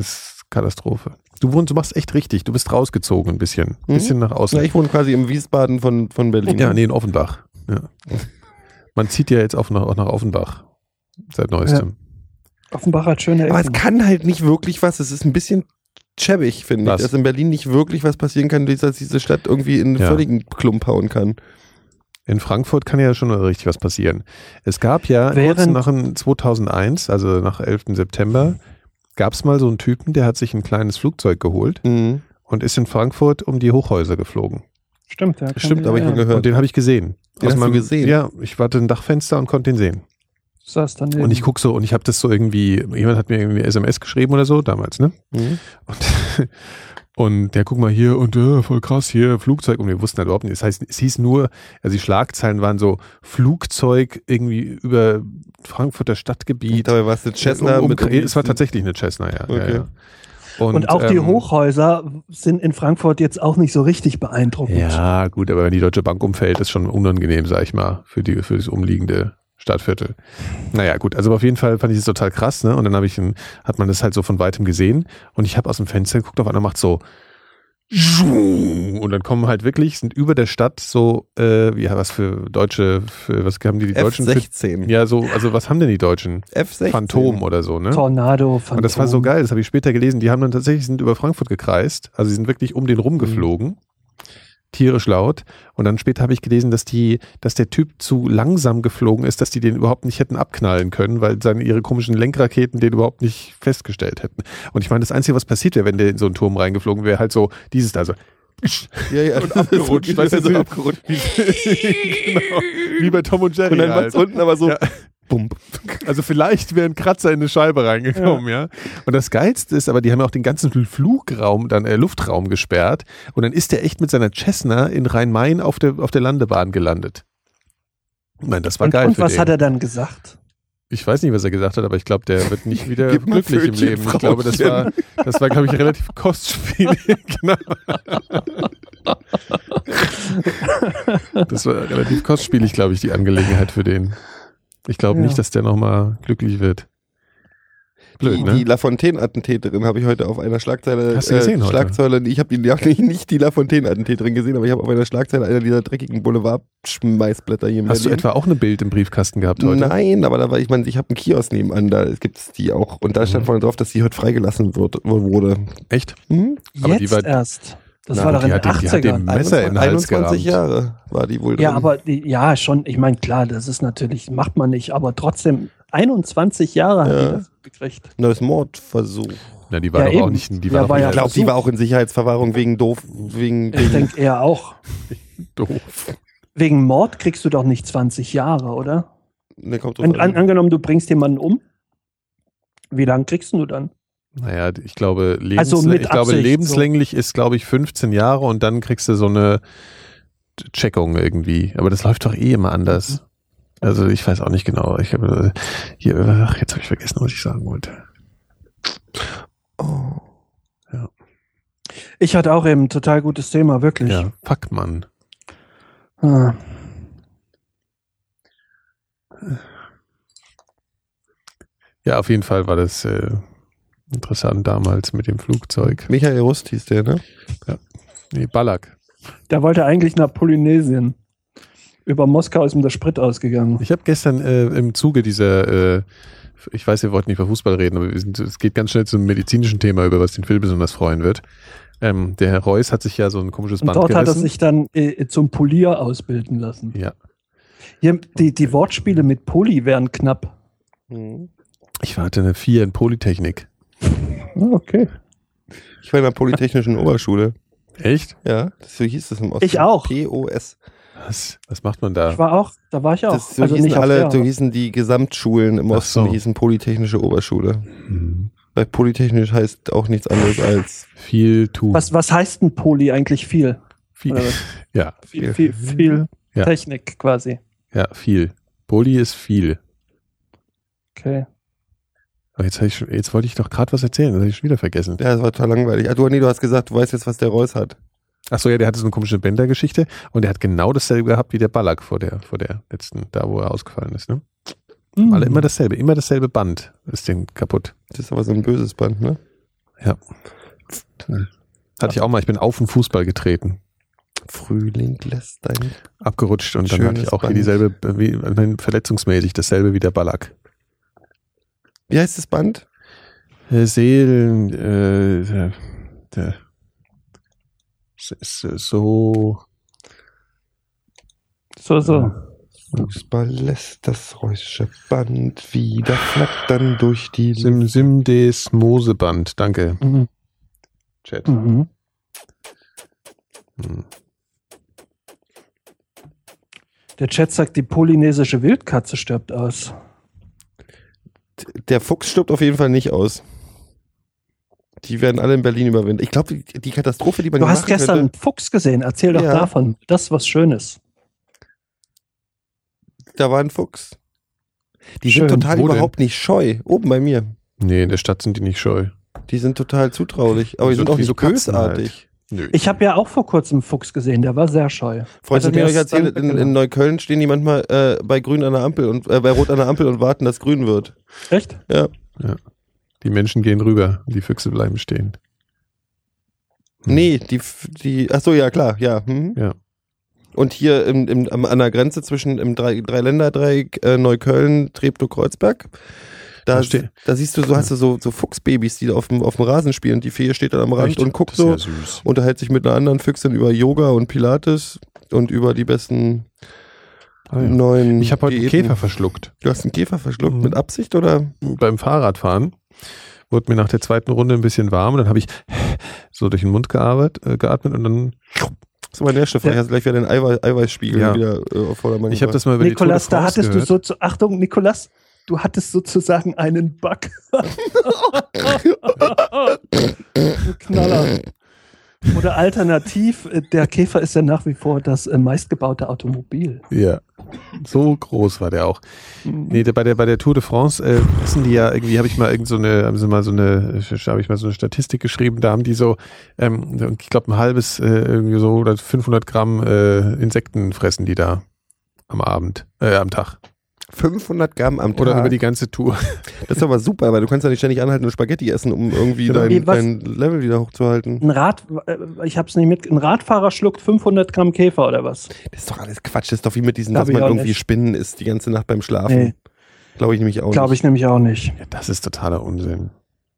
Katastrophe. Du machst echt richtig. Du bist rausgezogen ein bisschen. Ein bisschen nach außen. Ja, ich wohne quasi im Wiesbaden von Berlin. Ja, nee, in Offenbach. Ja. Man zieht ja jetzt auch nach Offenbach. Seit neuestem. Ja. Offenbach hat schöne Ecken. Aber es kann halt nicht wirklich was. Es ist ein bisschen schäbig, finde ich. Dass in Berlin nicht wirklich was passieren kann, dass diese Stadt irgendwie in einen völligen Klump hauen kann. In Frankfurt kann ja schon richtig was passieren. Es gab ja kurz nach 2001, also nach 11. September, gab es mal so einen Typen, der hat sich ein kleines Flugzeug geholt und ist in Frankfurt um die Hochhäuser geflogen. Stimmt, ja. Stimmt, habe ich mal gehört. Und den habe ich gesehen. Den hast du gesehen? Ja, ich warte im Dachfenster und konnte den sehen. Saß daneben. Und ich gucke so und ich habe das so irgendwie, jemand hat mir irgendwie SMS geschrieben oder so, damals, ne? Und der, guck mal hier und voll krass, hier Flugzeug. Und wir wussten halt überhaupt nicht. Das heißt, es hieß nur, also die Schlagzeilen waren so Flugzeug irgendwie über Frankfurter Stadtgebiet. Dabei war es eine Cessna. Es war tatsächlich eine Cessna, ja. Okay. Ja. Und auch die Hochhäuser sind in Frankfurt jetzt auch nicht so richtig beeindruckend. Ja, gut, aber wenn die Deutsche Bank umfällt, ist schon unangenehm, sag ich mal, für das umliegende Stadtviertel. Naja, gut, also auf jeden Fall fand ich das total krass, ne? Und dann hat man das halt so von weitem gesehen und ich habe aus dem Fenster geguckt, auf einmal macht so und dann kommen halt wirklich, sind über der Stadt so, was haben die Deutschen? F-16. Ja, so, also was haben denn die Deutschen? F-16. Phantom oder so, ne? Tornado, Phantom. Und das war so geil, das habe ich später gelesen, die haben dann tatsächlich, sind über Frankfurt gekreist, also sie sind wirklich um den rumgeflogen. Tierisch laut. Und dann später habe ich gelesen, dass der Typ zu langsam geflogen ist, dass die den überhaupt nicht hätten abknallen können, weil ihre komischen Lenkraketen den überhaupt nicht festgestellt hätten. Und ich meine, das Einzige, was passiert wäre, wenn der in so einen Turm reingeflogen wäre, halt so dieses da so. Ja. Und abgerutscht. Weißt du, so abgerutscht. Genau. Wie bei Tom und Jerry. Und dann war es unten aber so. Ja. Bump. Also vielleicht wäre ein Kratzer in eine Scheibe reingekommen, ja. Und das Geilste ist, aber die haben ja auch den ganzen Luftraum gesperrt und dann ist der echt mit seiner Cessna in Rhein-Main auf der Landebahn gelandet. Ich meine, das war geil und für was den. hat er dann gesagt? Ich weiß nicht, was er gesagt hat, aber ich glaube, der wird nicht wieder Gib mal glücklich im Pfötchen, Leben. Ich glaube, das war, glaube ich, relativ kostspielig. Genau. Das war relativ kostspielig, glaube ich, die Angelegenheit für den. Ich glaube nicht, dass der nochmal glücklich wird. Blöd, ne? Die Lafontaine-Attentäterin habe ich heute auf einer Schlagzeile. Hast du gesehen heute? Ich habe nicht die Lafontaine-Attentäterin gesehen, aber ich habe auf einer Schlagzeile einer dieser dreckigen Boulevard-Schmeißblätter hier in Berlin. Hast du etwa auch eine Bild im Briefkasten gehabt heute? Nein, aber da war ich habe einen Kiosk nebenan, da gibt es die auch. Und da stand vorne drauf, dass die heute freigelassen wurde. Echt? Aber jetzt erst. Das war doch in den 80ern. Die hat den Messer in den Hals 21 Jahre war die wohl drin. Ja, aber schon, ich meine, klar, das ist natürlich, macht man nicht, aber trotzdem 21 Jahre hat die das gekriegt. Neues Mordversuch. Na, die war doch auch nicht, die war doch ich glaube, die war auch in Sicherheitsverwahrung wegen Ich denke eher auch. Doof. Wegen Mord kriegst du doch nicht 20 Jahre, oder? Ne, kommt Angenommen, du bringst jemanden um, wie lange kriegst du dann? Naja, ich glaube, Absicht, lebenslänglich ist, glaube ich, 15 Jahre und dann kriegst du so eine Checkung irgendwie. Aber das läuft doch eh immer anders. Also ich weiß auch nicht genau. Jetzt habe ich vergessen, was ich sagen wollte. Oh. Ja. Ich hatte auch eben ein total gutes Thema, wirklich. Ja, fuck, Mann. Ah. Ja, auf jeden Fall war das interessant damals mit dem Flugzeug. Michael Rust hieß der, ne? Ja. Nee, Ballack. Der wollte eigentlich nach Polynesien. Über Moskau ist ihm der Sprit ausgegangen. Ich habe gestern im Zuge dieser, ich weiß, wir wollten nicht über Fußball reden, aber es geht ganz schnell zum medizinischen Thema, über was den Phil besonders freuen wird. Der Herr Reuss hat sich ja so ein komisches Band gerissen. Dort hat er sich dann zum Polier ausbilden lassen. Ja. Hier, die Wortspiele mit Poli wären knapp. Ich hatte eine 4 in Polytechnik. Okay. Ich war in der Polytechnischen Oberschule. Echt? Ja, so hieß es im Osten. Ich auch. POS. Was macht man da? Da war ich auch. So hießen die Gesamtschulen im Osten, hießen Polytechnische Oberschule. Weil Polytechnisch heißt auch nichts anderes als viel tun. Was heißt denn Poly eigentlich viel? Ja. Viel ja. Technik quasi. Ja, viel. Poly ist viel. Okay. Aber jetzt wollte ich doch gerade was erzählen, das habe ich schon wieder vergessen. Ja, das war total langweilig. Du hast gesagt, du weißt jetzt, was der Reuss hat. Achso, ja, der hatte so eine komische Bändergeschichte und der hat genau dasselbe gehabt wie der Ballack vor der letzten, da wo er ausgefallen ist, ne? Alle immer dasselbe Band ist dem kaputt. Das ist aber so ein böses Band, ne? Ja. Hatte ich auch mal, ich bin auf den Fußball getreten. Frühling lässt dein... Abgerutscht und dann Schönes hatte ich auch Band. hier dieselbe, verletzungsmäßig dasselbe wie der Ballack. Wie heißt das Band? Seelen, es ist so. So. Fußball lässt das Räuscherband wieder flattern durch die... Simdes Moseband, danke. Mhm. Chat. Mhm. Hm. Der Chat sagt, die polynesische Wildkatze stirbt aus. Der Fuchs stirbt auf jeden Fall nicht aus. Die werden alle in Berlin überwinden. Ich glaube, die Katastrophe, die man Du hier hast machen gestern einen könnte, Fuchs gesehen. Erzähl doch Ja. davon. Das ist was Schönes. da war ein Fuchs. Die Schön. sind total Wo denn? überhaupt nicht scheu. Oben bei mir. Nee, in der Stadt sind die nicht scheu. Die sind total zutraulich. Aber die Wieso- sind auch wieso nicht Katzen bösartig. Nö. Ich habe ja auch vor kurzem einen Fuchs gesehen. Der war sehr scheu. Freunde, Hat mir er euch mir das erzählt, dann in weggenommen? Neukölln stehen die manchmal bei grün an der Ampel und bei rot an der Ampel und warten, dass grün wird. Echt? Ja. Die Menschen gehen rüber, die Füchse bleiben stehen. Nee, die ach so, ja, klar, ja. Mhm. Ja. Und hier an der Grenze zwischen im Dreiländereieck Neukölln, Treptow-Kreuzberg, da siehst du, hast du so Fuchsbabys, die auf dem Rasen spielen. Die Fee steht dann am Rand Echt? und guckt Das so, ist ja süß. unterhält sich mit einer anderen Füchsin über Yoga und Pilates und über die besten Ah, ja. neuen Ich habe heute einen Diäten. Käfer verschluckt. Du hast einen Käfer verschluckt, Mhm. mit Absicht oder? Beim Fahrradfahren wurde mir nach der zweiten Runde ein bisschen warm. Dann habe ich so durch den Mund geatmet und dann. Das ist mal nährstofffrei, hast gleich wieder den Eiweißspiegel Ja. wieder auf Vordermann. Ich habe das mal über Nikolas, die Tour de da France hattest du gehört. Achtung, Nikolas, du hattest sozusagen einen Bug. Du Knaller. Oder alternativ, der Käfer ist ja nach wie vor das meistgebaute Automobil. Ja, so groß war der auch. Nee, bei der Tour de France wissen die ja irgendwie, habe ich mal so eine Statistik geschrieben, da haben die so, ich glaube ein halbes irgendwie so oder 500 Gramm Insekten fressen die da am Tag. 500 Gramm am Tag. Oder über die ganze Tour. Das ist aber super, weil du kannst ja nicht ständig anhalten und Spaghetti essen, um irgendwie Genau. dein Level wieder hochzuhalten. Ich hab's nicht mit, ein Radfahrer schluckt 500 Gramm Käfer oder was? Das ist doch alles Quatsch. Das ist doch wie mit diesen, Glaub dass ich man auch irgendwie nicht. Spinnen isst die ganze Nacht beim Schlafen. Nee. Glaube ich nämlich auch Glaube nicht. ich nämlich auch nicht. Ja, das ist totaler Unsinn.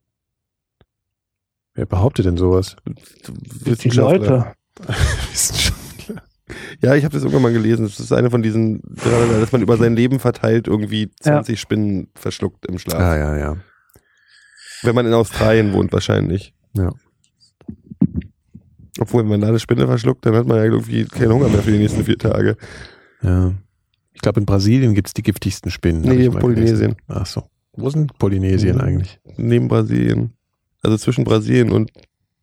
Wer behauptet denn sowas? Die Wissenschaftler. Leute. Wissenschaftler. Ja, ich habe das irgendwann mal gelesen. Das ist eine von diesen, dass man über sein Leben verteilt irgendwie 20 Spinnen verschluckt im Schlaf. Ja. Wenn man in Australien wohnt wahrscheinlich. Ja. Obwohl, wenn man da eine Spinne verschluckt, dann hat man ja irgendwie keinen Hunger mehr für die nächsten 4 Tage. Ja. Ich glaube, in Brasilien gibt es die giftigsten Spinnen. hab Nee, ich in mal Polynesien. gelesen. Ach so. Wo sind Polynesien Mhm. eigentlich? Neben Brasilien. Also zwischen Brasilien und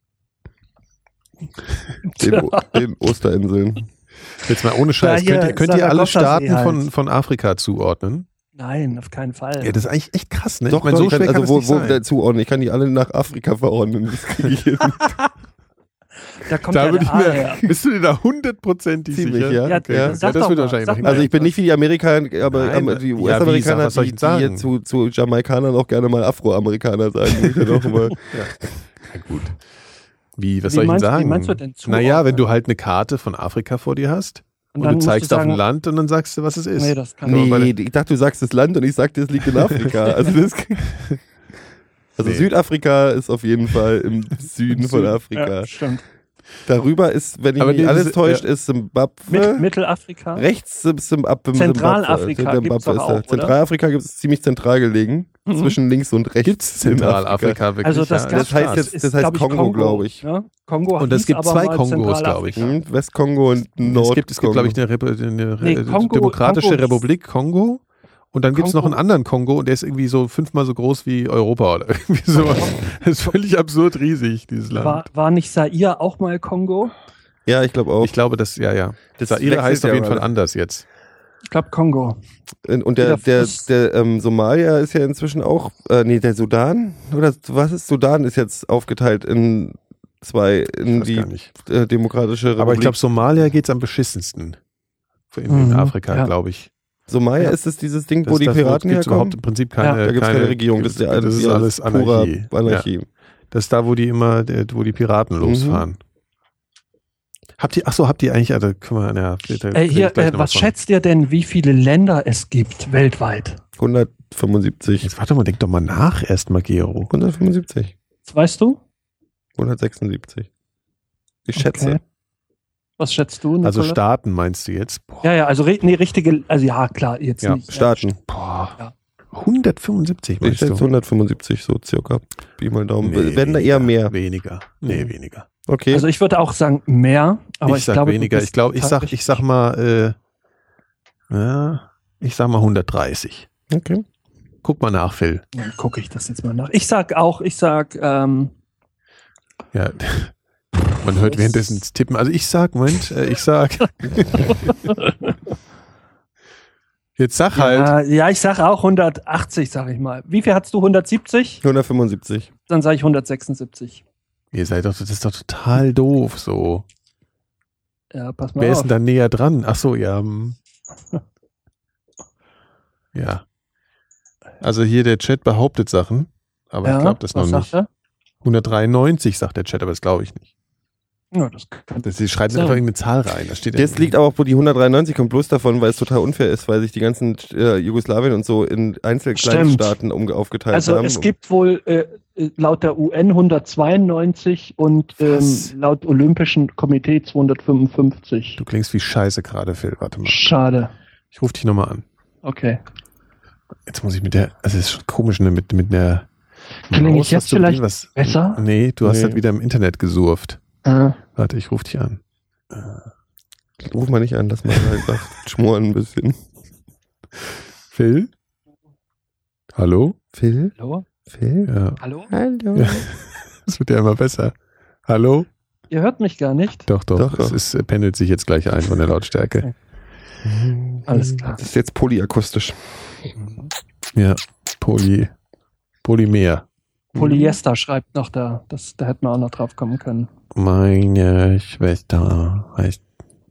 den Osterinseln. Jetzt mal ohne Scheiß. Ja, hier Könnt ihr alle Saragossa-See Staaten halt. von Afrika zuordnen? Nein, auf keinen Fall. Ja, das ist eigentlich echt krass, ne? Doch, ich meine, so ich kann, schwer kann also es wo nicht sein. zuordnen? Ich kann die alle nach Afrika verordnen. Das kriege ich hin. Da kommt Da ja würde der ich A mir, her. bist du dir da 100%ig Ziemlich, sicher? ja. Ja, Okay. Ja. sag das doch wird mal, wahrscheinlich sag noch doch Also ich bin nicht wie die Amerikaner, aber Nein, die ja, US-Amerikaner, was soll ich die sagen? jetzt zu Jamaikanern auch gerne mal Afroamerikaner sagen. muss ich dann auch immer. Ja, gut. Was Wie soll ich denn meinst- wie sagen? meinst du denn zuordnen? Naja, wenn du halt eine Karte von Afrika vor dir hast und dann du musst zeigst du auf ein sagen, Land und dann sagst du, was es ist. Nee, das kann Nee. nicht. Nee, ich dachte, du sagst das Land und ich sagte, es liegt in Afrika. Also Nee. Südafrika ist auf jeden Fall im Süden von Afrika. Ja, stimmt. Darüber ist, wenn ich Aber mich nee, alles das- täuscht, ist Zimbabwe. Mittelafrika? Rechts Zimbabwe. Zentralafrika gibt's doch auch, oder? Zentralafrika gibt es ziemlich zentral gelegen. Mhm. Zwischen links und rechts. Gibt's Zentralafrika wirklich? Also das, Ja, gab's das heißt schon. jetzt- Ist, das heißt glaub ich, Kongo, glaub ich. Ja? Kongo Und es hieß gibt aber zwei mal Kongos, glaube ich. Zentralafrika. Westkongo und Nordkongo. Es gibt, glaube ich, eine Kongo- Demokratische Kongo- Republik Kongo. Und dann gibt es noch einen anderen Kongo und der ist irgendwie so 5-mal so groß wie Europa oder irgendwie sowas. Das ist völlig absurd riesig, dieses Land. War nicht Zaire auch mal Kongo? Ja, ich glaube auch. Ich glaube, das Das Zaire wechselt heißt auf ja jeden Fall alles. anders jetzt. Ich glaube Kongo. Und Jeder der Fluss- Somalia ist ja inzwischen auch, der Sudan, oder was ist Sudan, ist jetzt aufgeteilt in zwei, in Weiß die gar nicht. Demokratische Republik. Aber ich glaube, Somalia geht es am beschissensten. In Mhm, Afrika, ja. glaube ich. Somalia Ja. ist es dieses Ding, Das wo die ist das, Piraten gibt's herkommen? überhaupt im Prinzip keine, Ja. Da gibt es keine Regierung, das ist alles pure Anarchie. Anarchie. Das ist da, wo die Piraten losfahren. Habt ihr eigentlich, also können wir, was schätzt ihr denn, wie viele Länder es gibt weltweit? 175. Jetzt warte mal, denk doch mal nach erstmal, Gero. 175. Das weißt du? 176. Ich schätze. Okay. Was schätzt du, Nicola? Also Staaten meinst du jetzt? Boah. Ja, also richtige, also ja, klar, jetzt Ja, nicht. Staaten. Boah. Ja. 175 Ich meinst schätze du? 175, so circa. Pi mal Daumen. Nee, Werden da eher mehr? Weniger. Nee, weniger. Okay. Also ich würde auch sagen mehr, aber ich sag glaube weniger. Ich sag mal 130. Okay. Guck mal nach, Phil. Dann gucke ich das jetzt mal nach. Ich sag, Ja, man hört währenddessen das Tippen. Also ich sag jetzt sag halt. Ja, ich sag auch 180, sag ich mal. Wie viel hattest du? 170? 175. Dann sage ich 176. Ihr seid doch, das ist doch total doof so. Ja, pass mal Wer ist auf. denn da näher dran? Ach so, ja. Ja. Also hier der Chat behauptet Sachen, aber ich glaube das noch was nicht. sagt er? 193 sagt der Chat, aber das glaube ich nicht. Ja, das könnte. Sie schreiben So. einfach irgendeine Zahl rein. Da steht Das liegt aber auch, wo die 193 kommt bloß davon, weil es total unfair ist, weil sich die ganzen Jugoslawien und so in Einzelkleinstaaten aufgeteilt Also haben. es gibt wohl laut der UN 192 und laut Olympischen Komitee 255. Du klingst wie Scheiße gerade, Phil. Warte mal. Schade. Ich rufe dich nochmal an. Okay. Jetzt muss ich also es ist schon komisch, ne, mit der Klinge Maus ich jetzt hast du vielleicht was, besser? Nee, du hast halt wieder im Internet gesurft. Warte, ich rufe dich an. Ruf mal nicht an, lass mal einfach schmoren ein bisschen. Phil? Hallo? Phil? Hallo? Phil? Ja. Hallo? Hallo? Ja. Das wird ja immer besser. Hallo? Ihr hört mich gar nicht? Doch. Es pendelt sich jetzt gleich ein von der Lautstärke. Alles klar. Das ist jetzt polyakustisch. Ja, Polymer. Polyester schreibt noch da. Da hätten wir auch noch drauf kommen können. Meine Schwester heißt...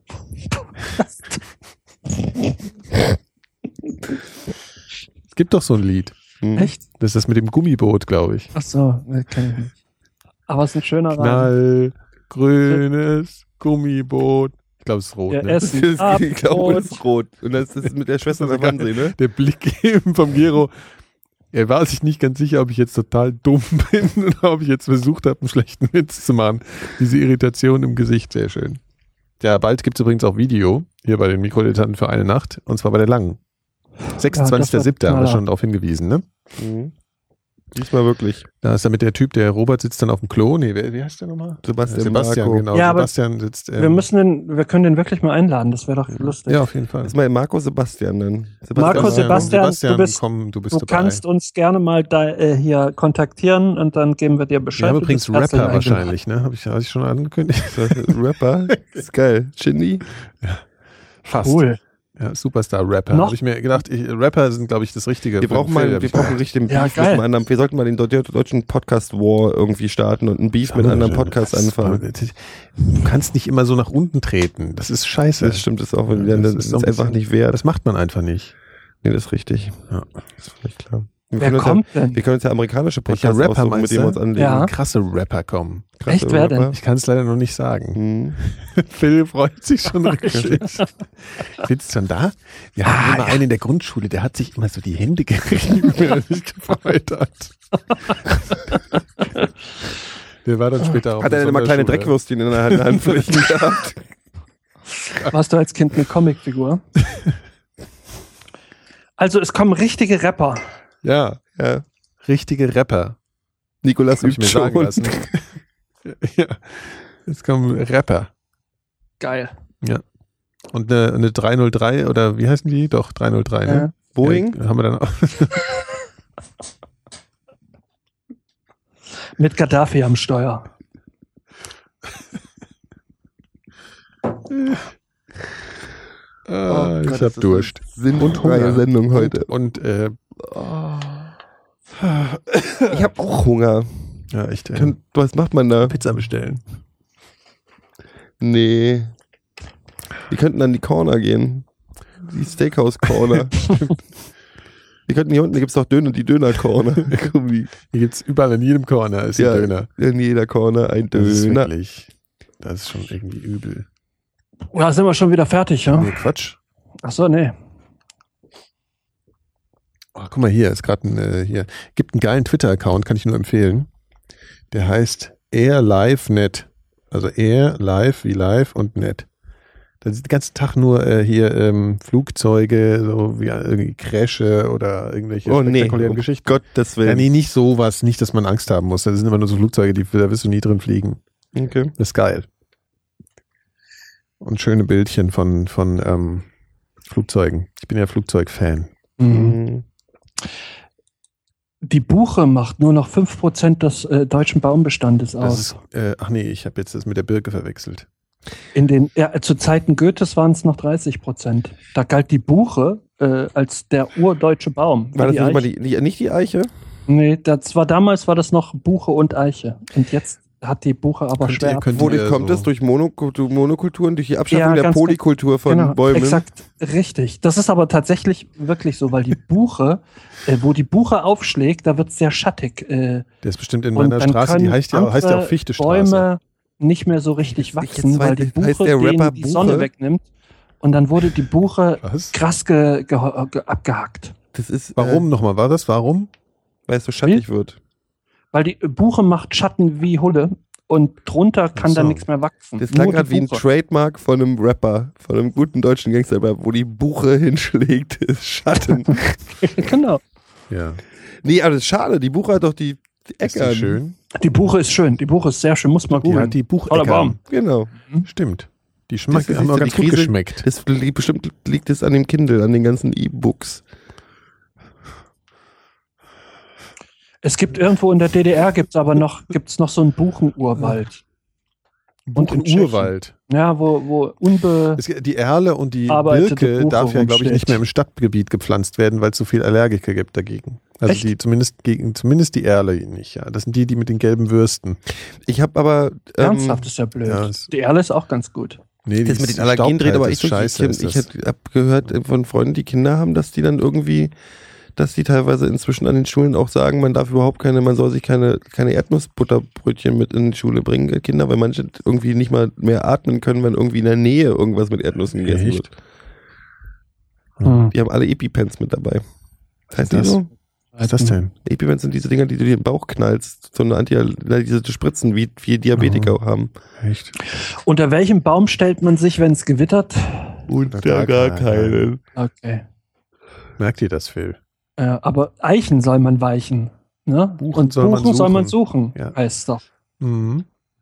Es gibt doch so ein Lied. Echt? Das ist das mit dem Gummiboot, glaube ich. Ach so, kenn ich nicht. Aber es ist ein schöner Reim. Knallgrünes Gummiboot. Ich glaube, es ist rot. Wir Ne? essen Ich glaube, das ist rot. Und das ist mit der Schwester der Wannsee, ne? Der Blick eben vom Gero. Er war sich nicht ganz sicher, ob ich jetzt total dumm bin oder ob ich jetzt versucht habe, einen schlechten Witz zu machen. Diese Irritation im Gesicht, sehr schön. Ja, bald gibt es übrigens auch Video hier bei den Mikrodilettanten für eine Nacht. Und zwar bei der langen. 26.07. haben wir schon darauf hingewiesen, ne? Mhm. Diesmal wirklich. Da ist damit der Typ, der Robert sitzt dann auf dem Klo. Nee, wie heißt der nochmal? Sebastian, Marco. Genau. Ja, aber Sebastian sitzt. wir können den wirklich mal einladen. Das wäre doch lustig. Ja, auf jeden Fall. Das ist mal Marco Sebastian dann. Marco Sebastian, du bist du dabei. kannst uns gerne mal hier kontaktieren und dann geben wir dir Bescheid. Wir haben Du übrigens bist herzlich Rapper eingeladen. wahrscheinlich, ne? Habe ich schon angekündigt? Rapper? Das ist geil. Shindy? Fast. Cool. Ja, Superstar-Rapper. Noch? Habe ich mir gedacht, Rapper sind, glaube ich, das Richtige. Wir brauchen richtig einen Ja, Beef geil. mit einem anderen. Wir sollten mal den deutschen Podcast-War irgendwie starten und einen Beef mit anderen Podcasts anfangen. Du kannst nicht immer so nach unten treten. Das ist scheiße. Das stimmt, das ist auch, das ist doch ein einfach bisschen- nicht wert. Das macht man einfach nicht. Nee, das ist richtig. Ja. Das ist völlig klar. Wir Wer können uns kommt ja, denn? Wir können uns ja amerikanische Welcher Podcasts Rapper aussuchen, mit denen wir uns meinst anlegen. Ja. Krasse Rapper kommen. Krasse Echt, wer denn? Rapper. Ich kann es leider noch nicht sagen. Hm. Phil freut sich schon richtig. Sitzt schon da? Wir hatten immer einen in der Grundschule, der hat sich immer so die Hände gerieben, wenn er sich gefreut hat. Der war dann später auch Hat er denn immer kleine Dreckwürstchen in der Handflächen gehabt? Warst du als Kind eine Comicfigur? Also es kommen richtige Rapper. Ja, Ja. richtige Rapper. Nikolas Hab ich übt mir sagen schon. lassen. Ja, jetzt kommen Rapper. Geil. Und eine 303 oder wie heißen die? Doch, 303, ne? Boeing? Ja, haben wir dann auch. Mit Gaddafi am Steuer. Ah, ich Gott, hab das ist Durst. Sinnfreie Sendung heute. Und Ich habe auch Hunger. ja, echt. Was macht man da? Pizza bestellen. Nee. Wir könnten an die Corner gehen. Die Steakhouse Corner. Wir könnten hier unten, da gibt es doch Döner, die Döner-Corner. Hier gibt es überall in jedem Corner ist ein Döner. In jeder Corner ein Das ist Döner. wirklich, das ist schon irgendwie übel. Ja, sind wir schon wieder fertig, ja? Nee, Quatsch. Achso, nee. Oh, guck mal hier, ist gerade gibt einen geilen Twitter-Account, kann ich nur empfehlen. Der heißt AirLiveNet. Also Air, Live wie Live und Net. Da ist den ganzen Tag nur Flugzeuge, so wie irgendwie Crashe oder irgendwelche spektakulären Geschichten. Gottes Willen. Ja, nee, nicht sowas, nicht, dass man Angst haben muss. Das sind immer nur so Flugzeuge, da wirst du nie drin fliegen. Okay. Das ist geil. Und schöne Bildchen von Flugzeugen. Ich bin ja Flugzeugfan. Mhm. Die Buche macht nur noch 5% des deutschen Baumbestandes aus. Ach nee, ich habe jetzt das mit der Birke verwechselt. Zu Zeiten Goethes waren es noch 30%. Da galt die Buche als der urdeutsche Baum. War das die nicht mal Eiche. nicht die Eiche? Nee, damals war das noch Buche und Eiche. Und jetzt hat die Buche aber schwer. Wodurch kommt das? Durch Monokulturen, durch die Abschaffung der ganz Polykultur von Bäumen? Exakt, richtig. Das ist aber tatsächlich wirklich so, weil die Buche, wo die Buche aufschlägt, da wird es sehr schattig. Der ist bestimmt in meiner Straße, die heißt ja auch Fichtestraße. Bäume nicht mehr so richtig wachsen, weil die Buche der Rapper denen die Sonne wegnimmt. Und dann wurde die Buche krass abgehackt. Das ist, warum nochmal? War das? Warum? Weil es so schattig wird. Weil die Buche macht Schatten wie Hulle und drunter kann dann nichts mehr wachsen. Das klang gerade wie ein Trademark von einem Rapper, von einem guten deutschen Gangster-Rapper, wo die Buche hinschlägt, ist Schatten. Genau. Ja. Nee, aber das ist schade. Die Buche hat doch die Ecke. Ist die schön? Die Buche ist schön. Die Buche ist sehr schön. Muss man googeln. Die Buche. Toller Baum. Genau. Stimmt. Die haben auch ganz gut geschmeckt. Bestimmt liegt es an dem Kindle, an den ganzen E-Books. Es gibt irgendwo in der DDR gibt's noch so einen Buchenurwald. Und ein Urwald. Ja, wo die Erle und die Birke Buche darf ja, glaube ich, rumsteht. nicht mehr im Stadtgebiet gepflanzt werden, weil es so viel Allergiker gibt dagegen. Also Echt? zumindest die Erle nicht, ja. Das sind die mit den gelben Würsten. Ich habe aber ernsthaft ist ja blöd. Ja, die Erle ist auch ganz gut. Nee, das mit den Allergien dreht aber ich habe gehört von Freunden, die Kinder haben, dass die dann irgendwie, dass die teilweise inzwischen an den Schulen auch sagen, man soll sich keine Erdnussbutterbrötchen mit in die Schule bringen, Kinder, weil manche irgendwie nicht mal mehr atmen können, wenn irgendwie in der Nähe irgendwas mit Erdnüssen gegessen wird. Die haben alle EpiPens mit dabei. Heißt die so? Was ist das denn? EpiPens sind diese Dinger, die du dir in den Bauch knallst, so eine diese Spritzen, wie Diabetiker haben. Echt? Unter welchem Baum stellt man sich, wenn es gewittert? Unter gar keinen. Okay. Merkt ihr das, Phil? Aber Eichen soll man weichen. Ne? Und Buchen soll man suchen, heißt es doch. Mhm.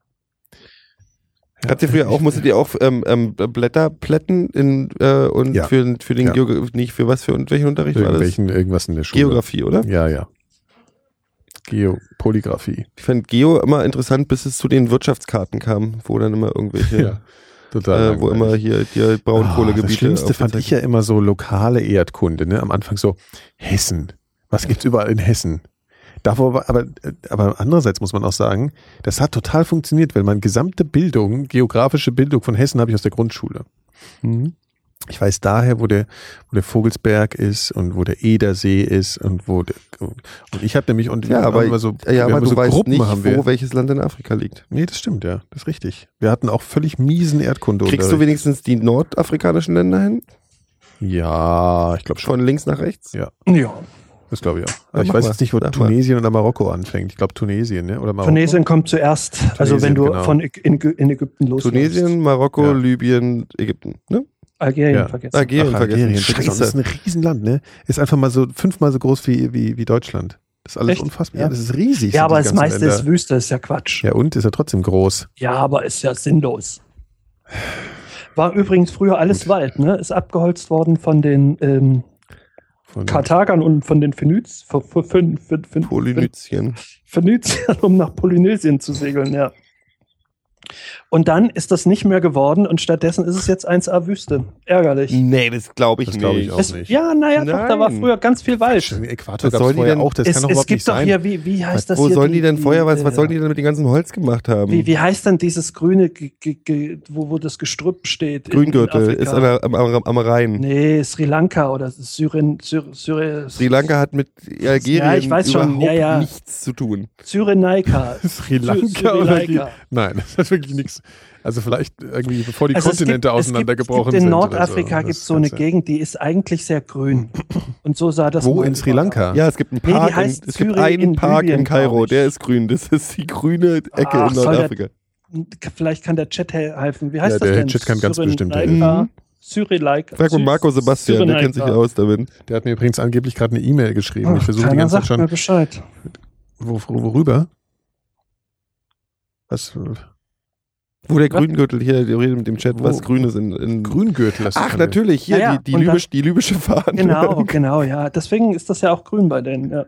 Musstet ihr auch Blätter plätten für den nicht für was für welchen Unterricht war das? Irgendwas in der Schule. Geografie, oder? Ja. Polygraphie. Ich fand Geo immer interessant, bis es zu den Wirtschaftskarten kam, wo dann immer irgendwelche, total wo immer hier die Braunkohlegebiete. Das Schlimmste fand ich ja immer so lokale Erdkunde, ne? Am Anfang so Hessen. Was gibt's überall in Hessen? Davor aber andererseits muss man auch sagen, das hat total funktioniert, weil meine gesamte geografische Bildung von Hessen habe ich aus der Grundschule. Mhm. Ich weiß daher, wo der Vogelsberg ist und wo der Edersee ist und ich habe nämlich aber du weißt Gruppen nicht, welches Land in Afrika liegt. Nee, das stimmt, ja, das ist richtig. Wir hatten auch völlig miesen Erdkunde. Kriegst du wenigstens die nordafrikanischen Länder hin? Ja, ich glaube schon. Von links nach rechts? Ja. Ja. Das glaube ich auch. Aber ich weiß jetzt nicht, wo Tunesien oder Marokko anfängt. Ich glaube Tunesien, ne? Oder Marokko. Tunesien kommt zuerst. Also wenn du in Ägypten losläufst. Tunesien, Marokko, Libyen, Ägypten, ne? Algerien vergessen. Algerien. Scheiße. Das ist ein Riesenland, ne? Ist einfach mal so 5-mal so groß wie Deutschland. Das ist alles Echt? unfassbar. Ja. Das ist riesig. Ja, aber das meiste ist Wüste, ist ja Quatsch. Ja, und ist ja trotzdem groß. Ja, aber ist ja sinnlos. War übrigens früher alles Wald, ne? Ist abgeholzt worden von den Karthagern und von den Polynezien. Phönizien, um nach Polynesien zu segeln, ja. Und dann ist das nicht mehr geworden und stattdessen ist es jetzt 1A Wüste. Ärgerlich. Nee, das glaube ich Das nicht. glaube ich auch nicht. Ja, naja, doch, da war früher ganz viel Wald. Im Äquator Was gab soll es die vorher denn- auch, das kann doch Es überhaupt nicht gibt doch sein. hier, wie heißt das Wo hier? sollen die denn Feuer, was äh, sollen die denn mit dem ganzen Holz gemacht haben? Wie heißt denn dieses grüne, wo das Gestrüpp steht? Grüngürtel in ist Afrika? am Rhein. Nee, Sri Lanka oder Syrien. Sri Lanka hat mit Algerien Ja, ich weiß schon, überhaupt ja. nichts zu tun. Cyrenaika. Sri Lanka Sri oder Lanka. Nein, das hat wirklich nichts. Also vielleicht irgendwie, bevor die Also es Kontinente gibt auseinandergebrochen in sind. Nordafrika oder gibt es so eine Das kann sein. Gegend, die ist eigentlich sehr grün. Und so sah das Wo mal in Sri überall Lanka? Ja, es gibt einen Nee, die Park, heißt es gibt Syrien einen in Park Libyen, in Kairo, glaub ich. der ist grün. Das ist die grüne Ecke Ach, in soll Nordafrika. Vielleicht kann der Chat helfen. Wie heißt Ja, das der denn? Chat kann ganz bestimmt Cyrenaika? Cyrenaika. Frag mal Marco Sebastian, der kennt sich aus damit. Der hat mir übrigens angeblich gerade eine E-Mail geschrieben. Ich versuche die Keiner ganze Zeit sagt mir schon. Bescheid. Worüber? Was? Wo der Was? Grüngürtel hier, der redet mit dem Chat, was Wo? Grünes in Grüngürtel. hast du Ach, von natürlich, hier, Ja, ja, die, und dann- die libysche Fahne. Genau, ja. Deswegen ist das ja auch grün bei denen. Ja.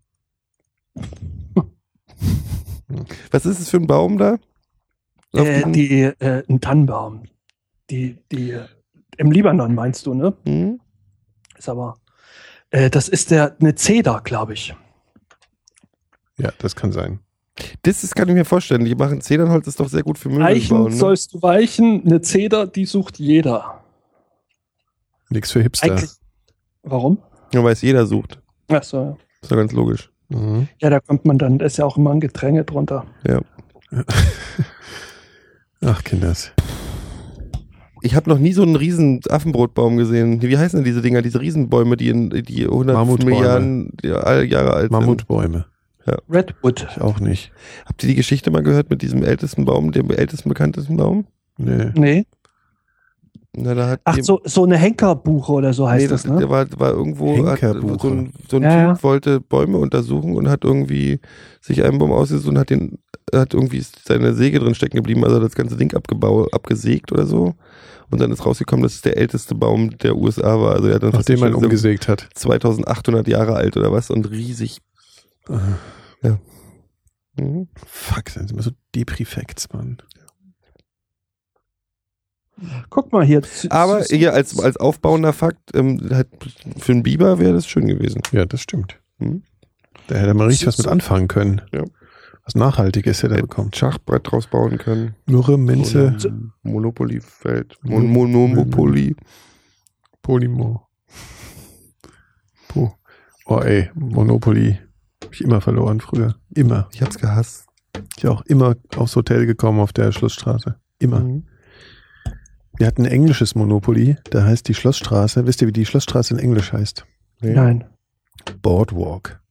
Was ist es für ein Baum da? Auf diesem- Ein Tannenbaum. Im Libanon meinst du, ne? Hm? Ist aber, das ist eine Zeder, glaube ich. mir. Ja, das kann sein. Das kann ich mir vorstellen. Die machen Zedernholz, ist doch sehr gut für Möbel Eichen bauen. Ne? sollst du weichen, eine Zeder, die sucht jeder. Nichts für Hipster. Eigentlich. Warum? Ja, weil es jeder sucht. Achso, ja. Ist ja ganz logisch. Mhm. Ja, da kommt man dann, da ist ja auch immer ein Gedränge drunter. Ja. Ach, Kinders. Ich habe noch nie so einen riesen Affenbrotbaum gesehen. Wie heißen denn diese Dinger, diese Riesenbäume, die 100 Mammutbäume. Milliarden Jahre alt sind? Mammutbäume. Redwood. Ich auch nicht. Habt ihr die Geschichte mal gehört mit diesem ältesten Baum, dem ältesten bekanntesten Baum? Nee. Nee. Na, da hat Ach, die- so eine Henkerbuche oder so heißt nee, das, ne? der war irgendwo, Henkerbuche. so ein Ja, Typ wollte Bäume untersuchen und hat irgendwie sich einen Baum ausgesucht und hat irgendwie ist seine Säge drin stecken geblieben, also das ganze Ding abgesägt oder so. Und dann ist rausgekommen, dass es der älteste Baum der USA war. Also er hat dann Nachdem man festgestellt, umgesägt hat. 2800 Jahre alt oder was und riesig. Ja. Mhm. Fuck, das sind immer so Depri-Facts, Mann. Guck mal hier. Aber hier als aufbauender Fakt, halt für einen Biber wäre das schön gewesen. Ja, das stimmt. Mhm. Da hätte man richtig was mit anfangen können. Ja. Was Nachhaltiges hätte er bekommen. Schachbrett draus bauen können. Myrrhe, Minze, Oder ein Monopoly-Feld. Mhm. Monopoly. Polymo. Oh ey, Monopoly. Hab ich immer verloren früher. Immer. Ich hab's gehasst. Ich auch immer aufs Hotel gekommen auf der Schlossstraße. Immer. Mhm. Wir hatten ein englisches Monopoly, da heißt die Schlossstraße. Wisst ihr, wie die Schlossstraße in Englisch heißt? Nee. Nein. Boardwalk.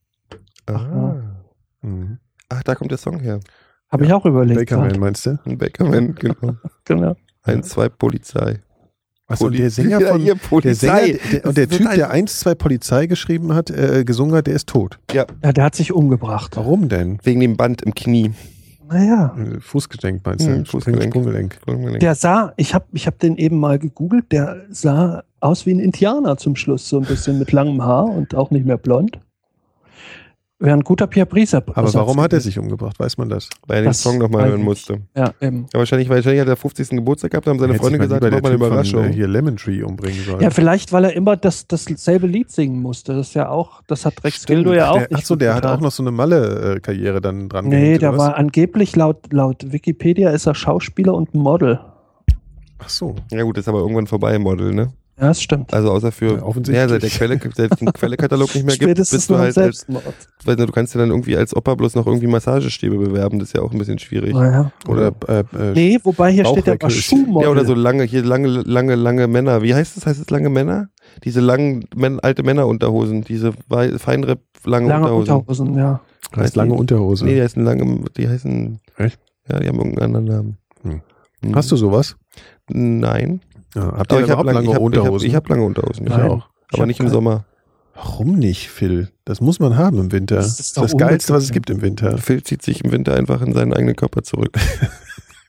Mhm. Ach, da kommt der Song her. Habe ich auch überlegt. Bakerman, grad. meinst du? Ein Beckerman, genau. Genau. 1-2 Polizei. Achso, und der Sänger Ja, von hier, Polizei. und der Typ, der 1-2 Polizei geschrieben hat, gesungen hat, der ist tot. Ja, der hat sich umgebracht. Warum denn? Wegen dem Band im Knie. Naja. Fußgelenk meinst du? Fußgelenk. Sprunggelenk. Der sah, ich hab den eben mal gegoogelt, der sah aus wie ein Indianer zum Schluss, so ein bisschen mit langem Haar und auch nicht mehr blond. Wäre ein guter Pierre Brice. Aber warum hat er sich umgebracht? Weiß man das? Weil er den Das Song nochmal weiß hören ich. musste. Ja, eben. Ja, wahrscheinlich hat er 50. Geburtstag gehabt, haben seine Hätte Freunde sich mal gesagt, lieber mach mal eine der Typ Überraschung. Von, hier Lemon Tree umbringen sollen. Ja, vielleicht, weil er immer dasselbe Lied singen musste. Das ist ja auch, das hat Rex Gildo ja auch nicht. Achso, der hat getan. auch noch so eine Malle-Karriere dann dran Nee, gehängt, der oder was? war angeblich laut Wikipedia ist er Schauspieler und Model. Ach so. Ja gut, ist aber irgendwann vorbei, Model, ne? Ja, das stimmt. Also außer für, Ja, offensichtlich. seit den Quellekatalog nicht mehr gibt, Spätestens bist du nur halt als, Selbstmord. weil du kannst ja dann irgendwie als Opa bloß noch irgendwie Massagestäbe bewerben, das ist ja auch ein bisschen schwierig. Naja. Oder Nee, wobei hier steht ja Bauchwechsel. Schuhmodel. Ja, oder so lange Männer. Wie heißt das? Heißt es lange Männer? Diese langen, alte Männerunterhosen, diese Feinripp lange lange Unterhosen. Unterhosen, ja. heißt lange Unterhose. Nee, die heißen, Echt? ja, die haben irgendeinen anderen Namen. Hm. Hast du sowas? Nein. Ja, habt ihr Aber überhaupt lange Unterhosen? Ich hab lange Unterhosen. Ich Nein. auch. Aber nicht im Sommer. Warum nicht, Phil? Das muss man haben im Winter. Das Das ist ist doch das Geilste, was es unbequem. gibt im Winter. Phil zieht sich im Winter einfach in seinen eigenen Körper zurück.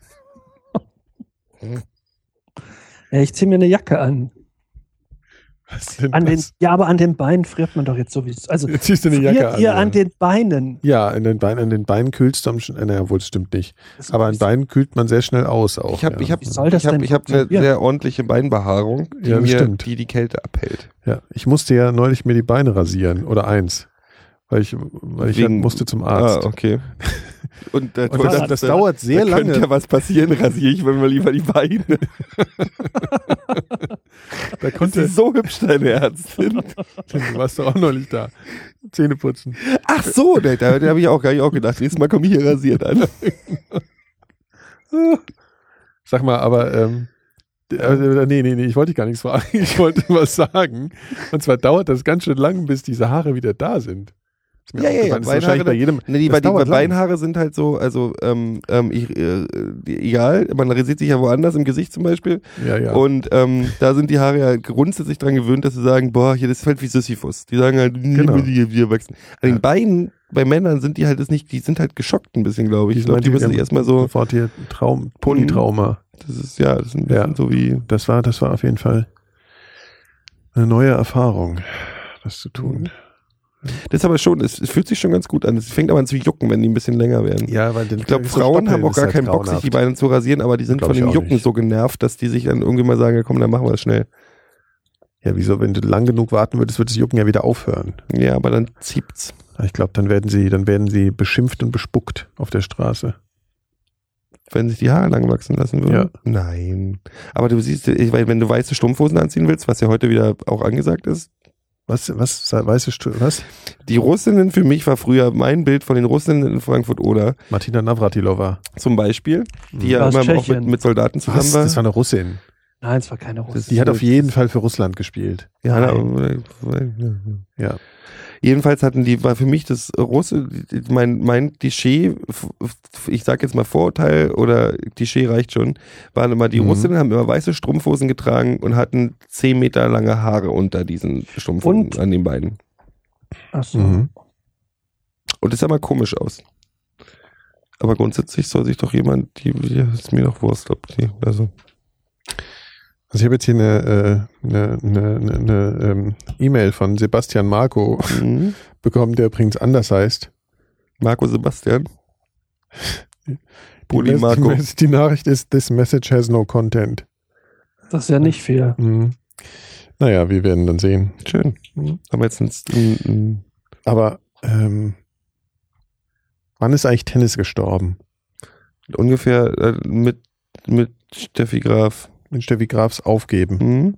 Ja, ich ziehe mir eine Jacke an. Aber an den Beinen friert man doch jetzt sowieso. Also jetzt ziehst du eine Jacke friert ihr an den Beinen? Ja, an den Beinen kühlst du obwohl es stimmt nicht. Aber an den Beinen kühlt man sehr schnell aus auch. Ich habe eine sehr ordentliche Beinbehaarung, die Kälte abhält. Ja, ich musste ja neulich mir die Beine rasieren oder eins. Weil ich musste zum Arzt. Ah, okay. Und das dauert sehr lange. Könnte ja was passieren, rasiere ich mir lieber die Beine. Das ist so hübsch, deine Ärztin. Du warst doch auch neulich da. Zähne putzen. Ach so, da habe ich auch gar nicht gedacht. Nächstes Mal komme ich hier rasiert an. Sag mal, aber nee, ich wollte dich gar nichts fragen. Ich wollte was sagen. Und zwar dauert das ganz schön lang, bis diese Haare wieder da sind. Ja. Wahrscheinlich bei jedem. Die Beinhaare sind halt so, also egal, man rasiert sich ja woanders im Gesicht zum Beispiel. Ja. Und da sind die Haare ja grundsätzlich dran gewöhnt, dass sie sagen, boah, hier, das ist halt wie Sisyphus. Die sagen halt, die wachsen. An den Beinen, bei Männern sind die halt das nicht, die sind halt geschockt ein bisschen, glaube ich. Die müssen sich erstmal so. Sofort hier Polytrauma. Das ist das ist ein bisschen so wie. Das war auf jeden Fall eine neue Erfahrung, das zu tun. Das ist aber schon, es fühlt sich schon ganz gut an. Es fängt aber an zu jucken, wenn die ein bisschen länger werden. Ja, weil ich glaube, Frauen haben auch gar keinen Bock, sich die Beine zu rasieren, aber die sind von dem Jucken so genervt, dass die sich dann irgendwie mal sagen, komm, dann machen wir das schnell. Ja, wieso? Wenn du lang genug warten würdest, wird das Jucken ja wieder aufhören. Ja, aber dann ziept's. Ich glaube, dann werden sie beschimpft und bespuckt auf der Straße. Wenn sich die Haare lang wachsen lassen würden? Ja. Nein. Aber du siehst, wenn du weiße Strumpfhosen anziehen willst, was ja heute wieder auch angesagt ist. Was? Die Russinnen für mich war früher mein Bild von den Russinnen in Frankfurt-Oder. Martina Navratilova. Zum Beispiel. Die ja immer auch mit Soldaten zusammen war. Das war eine Russin. Nein, es war keine Russin. Die hat auf jeden Fall für Russland gespielt. Ja. Jedenfalls war für mich das mein Klischee, ich sag jetzt mal Vorurteil oder Klischee reicht schon, waren immer die Russinnen, haben immer weiße Strumpfhosen getragen und hatten 10 Meter lange Haare unter diesen Strumpfhosen an den Beinen. Ach so. Und das sah mal komisch aus. Aber grundsätzlich soll sich doch jemand, die ist mir doch Wurst, also ich habe jetzt hier eine E-Mail von Sebastian Marco bekommen, der übrigens anders heißt. Marco Sebastian? Poli Marco. Die Nachricht ist, this message has no content. Das ist ja nicht viel. Naja, wir werden dann sehen. Schön. Aber jetzt Aber wann ist eigentlich Tennis gestorben? Ungefähr mit Steffi Graf. Mit Steffi Grafs Aufgeben.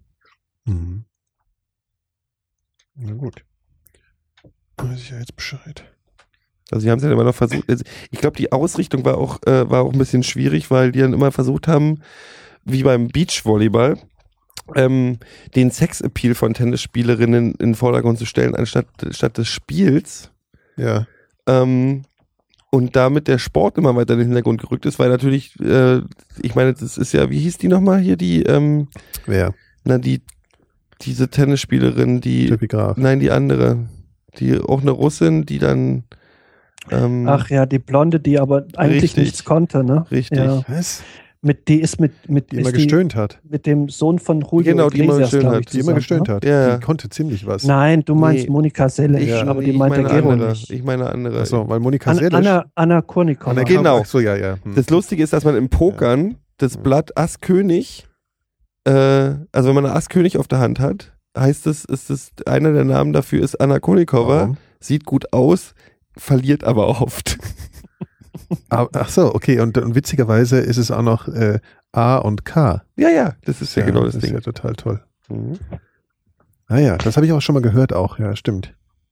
Na gut. Weiß ich ja jetzt Bescheid. Also sie haben es ja immer noch versucht. Ich glaube, die Ausrichtung war auch ein bisschen schwierig, weil die dann immer versucht haben, wie beim Beachvolleyball, den Sexappeal von Tennisspielerinnen in den Vordergrund zu stellen, statt des Spiels. Ja. Und damit der Sport immer weiter in den Hintergrund gerückt ist, weil natürlich, ich meine, das ist ja, wie hieß die nochmal hier, die, wer? Diese Tennisspielerin, die, Steffi Graf. Nein, die andere, die, auch eine Russin, die dann, ach ja, die Blonde, die aber eigentlich richtig, nichts konnte, ne? Richtig. Ja. Was? Die immer gestöhnt hat. Mit dem Sohn von Julio Iglesias, glaube ich. Die immer gestöhnt hat. Ja. Die konnte ziemlich was. Nein, du meinst Monika Seles, aber die meint der Gero nicht. Ich meine andere. Achso, weil Monika Seles. Anna Kurnikova. Genau. Achso, ja. Das Lustige ist, dass man im Pokern das Blatt Ass König, also wenn man eine Ass König auf der Hand hat, heißt es, einer der Namen dafür ist Anna Kurnikova. Warum? Sieht gut aus, verliert aber oft. Ach so, okay. Und witzigerweise ist es auch noch A und K. Ja, das ist ja genau das Ding. Das ist ja total toll. Ah ja, das habe ich auch schon mal gehört auch. Ja, stimmt.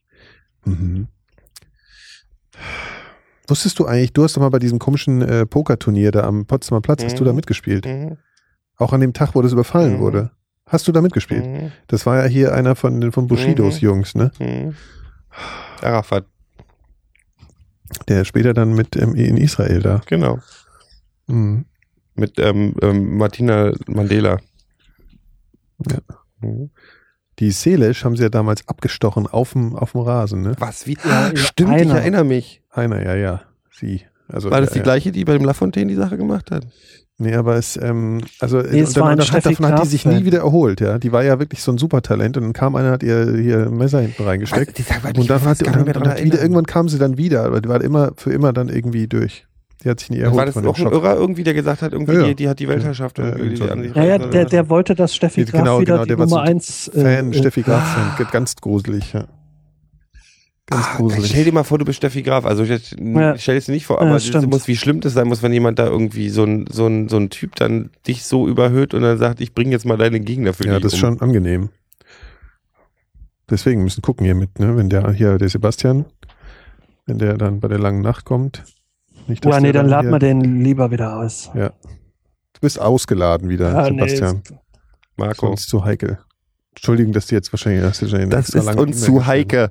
Wusstest du eigentlich, du hast doch mal bei diesem komischen Pokerturnier da am Potsdamer Platz, hast du da mitgespielt? Auch an dem Tag, wo das überfallen wurde. Hast du da mitgespielt? Das war ja hier einer von Bushidos Jungs, ne? Arafat. Der später dann in Israel da. Genau. Mit Martina Mandela. Ja. Die Seles haben sie ja damals abgestochen auf dem Rasen, ne? Was? Wie? Ja, stimmt, ich erinnere mich. Ja. Sie. Also, War das die gleiche, die bei dem Lafontaine die Sache gemacht hat? Nee, aber es, also es war ein Steffi davon hat die sich Graf-Fan. nie wieder erholt, ja. Die war ja wirklich so ein Supertalent und dann kam einer, hat ihr Messer hinten reingesteckt. Und dann irgendwann kam sie dann wieder, aber die war immer für immer dann irgendwie durch. Die hat sich nie erholt. War das von dem auch ein Schock. Irrer irgendwie, der gesagt hat, irgendwie Ja. die hat die Weltherrschaft irgendwie an sich Ja, der wollte, dass Steffi Graf wieder die der war Nummer so ein 1 Fan, Steffi Graf-Fan, ganz gruselig, ja. Ganz gruselig. Stell dir mal vor, du bist Steffi Graf. Also ich stell es dir nicht vor, aber es muss, wie schlimm das sein muss, wenn jemand da irgendwie so ein Typ dann dich so überhöht und dann sagt, ich bringe jetzt mal deine Gegner für dich. Ja, das ist schon angenehm. Deswegen müssen gucken hiermit, ne? Wenn der Sebastian, wenn der dann bei der langen Nacht kommt. Nicht, dass nee, der dann laden wir hier- den lieber wieder aus. Ja. Du bist ausgeladen wieder, Sebastian. Marco. Sonst zu heikel. Entschuldigung, dass du jetzt wahrscheinlich Das ist uns zu heikel.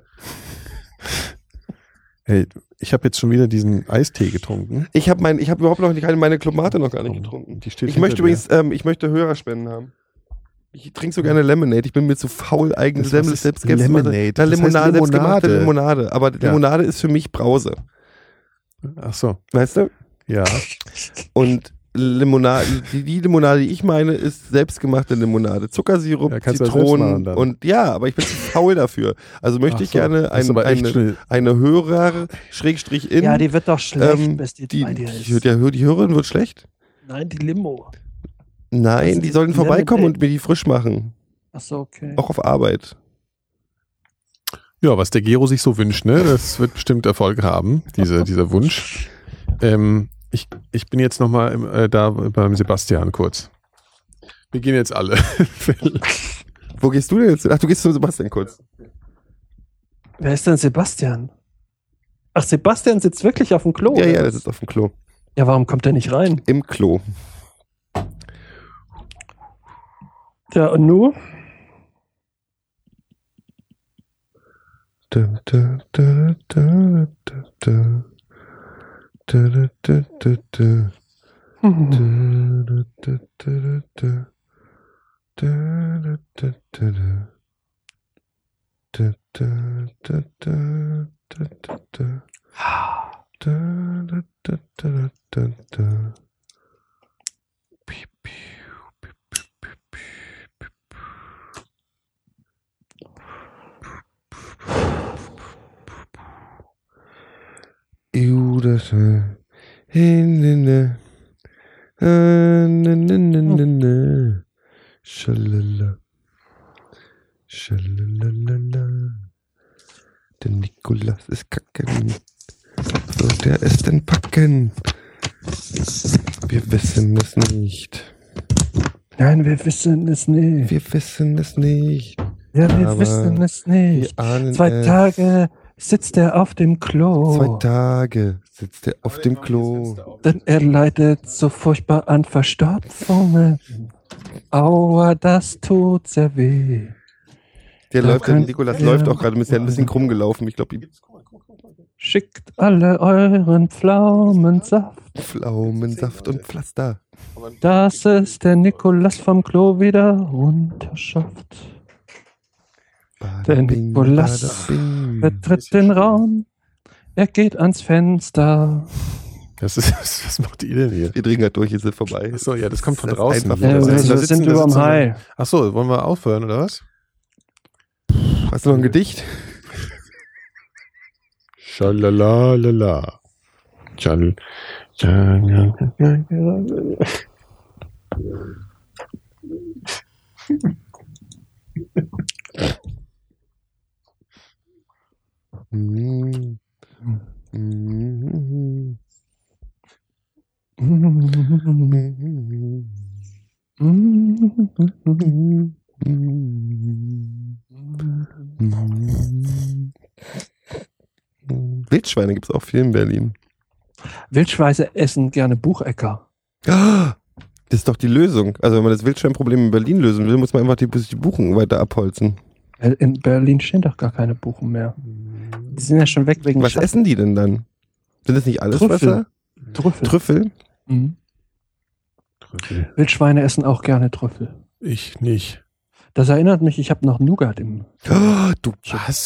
Hey, ich habe jetzt schon wieder diesen Eistee getrunken. Ich habe überhaupt noch meine Club-Mate noch gar nicht getrunken. Die steht Ich möchte übrigens, ich möchte Hörerspenden haben. Ich trinke so gerne Lemonade. Ich bin mir zu faul, eigene Semmel selbst selbst Lemonade? Na, Das heißt selbstgemachte Limonade. Limonade. Aber Limonade ist für mich Brause. Ach so, Weißt du? ja. Und Limonade, die Limonade, die ich meine, ist selbstgemachte Limonade. Zuckersirup, Ja, kannst du ja selbst machen Zitronen dann. und ja, aber ich bin zu faul dafür. Also möchte ich gerne Das ist aber echt schnell. eine Hörer, Schrägstrich in. Ja, die wird doch schlecht, bis die bei dir ist. die Hörerin wird schlecht? Nein, die Limo. Nein, die sollten vorbeikommen und mir die frisch machen. Achso, okay. Auch auf Arbeit. Ja, was der Gero sich so wünscht, ne? Das wird bestimmt Erfolg haben, dieser Wunsch. Ich bin jetzt nochmal da beim Sebastian kurz. Wir gehen jetzt alle. Wo gehst du denn jetzt? Ach, du gehst zu Sebastian kurz. Wer ist denn Sebastian? Ach, Sebastian sitzt wirklich auf dem Klo? Ja, oder? das ist auf dem Klo. Ja, warum kommt der nicht rein? Im Klo. Ja, und nu? Da, da, da, da, da, da. Da, da, da, da, da. Da, da, da, da, da. Da, da, da, da, da. Da, da, da, da, da, da, da. Da, da, da, da, da, da. Piep, piep, piep, piep, piep, piep. Das Schalala. Schalalala. Der Nikolaus ist kacken. So, der ist denn packen. Wir wissen es nicht. Nein, wir wissen es nicht. Wir wissen es nicht. Ja, wir aber wissen es nicht. Wir ahnen 2 es. Tage sitzt er auf dem Klo. 2 Tage sitzt er auf dem Klo. Denn er leidet so furchtbar an Verstopfungen. Aua, das tut sehr weh. Der Nikolaus ja. läuft auch gerade ein bisschen krumm gelaufen. Ich glaube, Schickt alle euren Pflaumensaft. Pflaumensaft und Pflaster. Dass es der Nikolaus vom Klo wieder runterschafft. Der Nikolaus betritt den Raum. Er geht ans Fenster. Was macht ihr denn hier? Wir drehen gerade durch, jetzt ist vorbei. Achso, ja, das kommt von Das ist draußen. einfach Ja, von wir draußen. sind über dem Hai. Achso, wollen wir aufhören, oder was? Hast du noch ein Gedicht? Schalalalala. Schal. Mm. Mm. Wildschweine gibt es auch viel in Berlin. Wildschweine essen gerne Buchecker. Das ist doch die Lösung. Also wenn man das Wildschweinproblem in Berlin lösen will, muss man einfach die Buchen weiter abholzen. In Berlin stehen doch gar keine Buchen mehr. Die sind ja schon weg wegen Was Schatten. essen die denn dann? Sind das nicht alles Trüffel. Wasser? Trüffel? Mhm. Wildschweine essen auch gerne Trüffel. Ich nicht. Das erinnert mich, ich habe noch Nougat im. Oh, du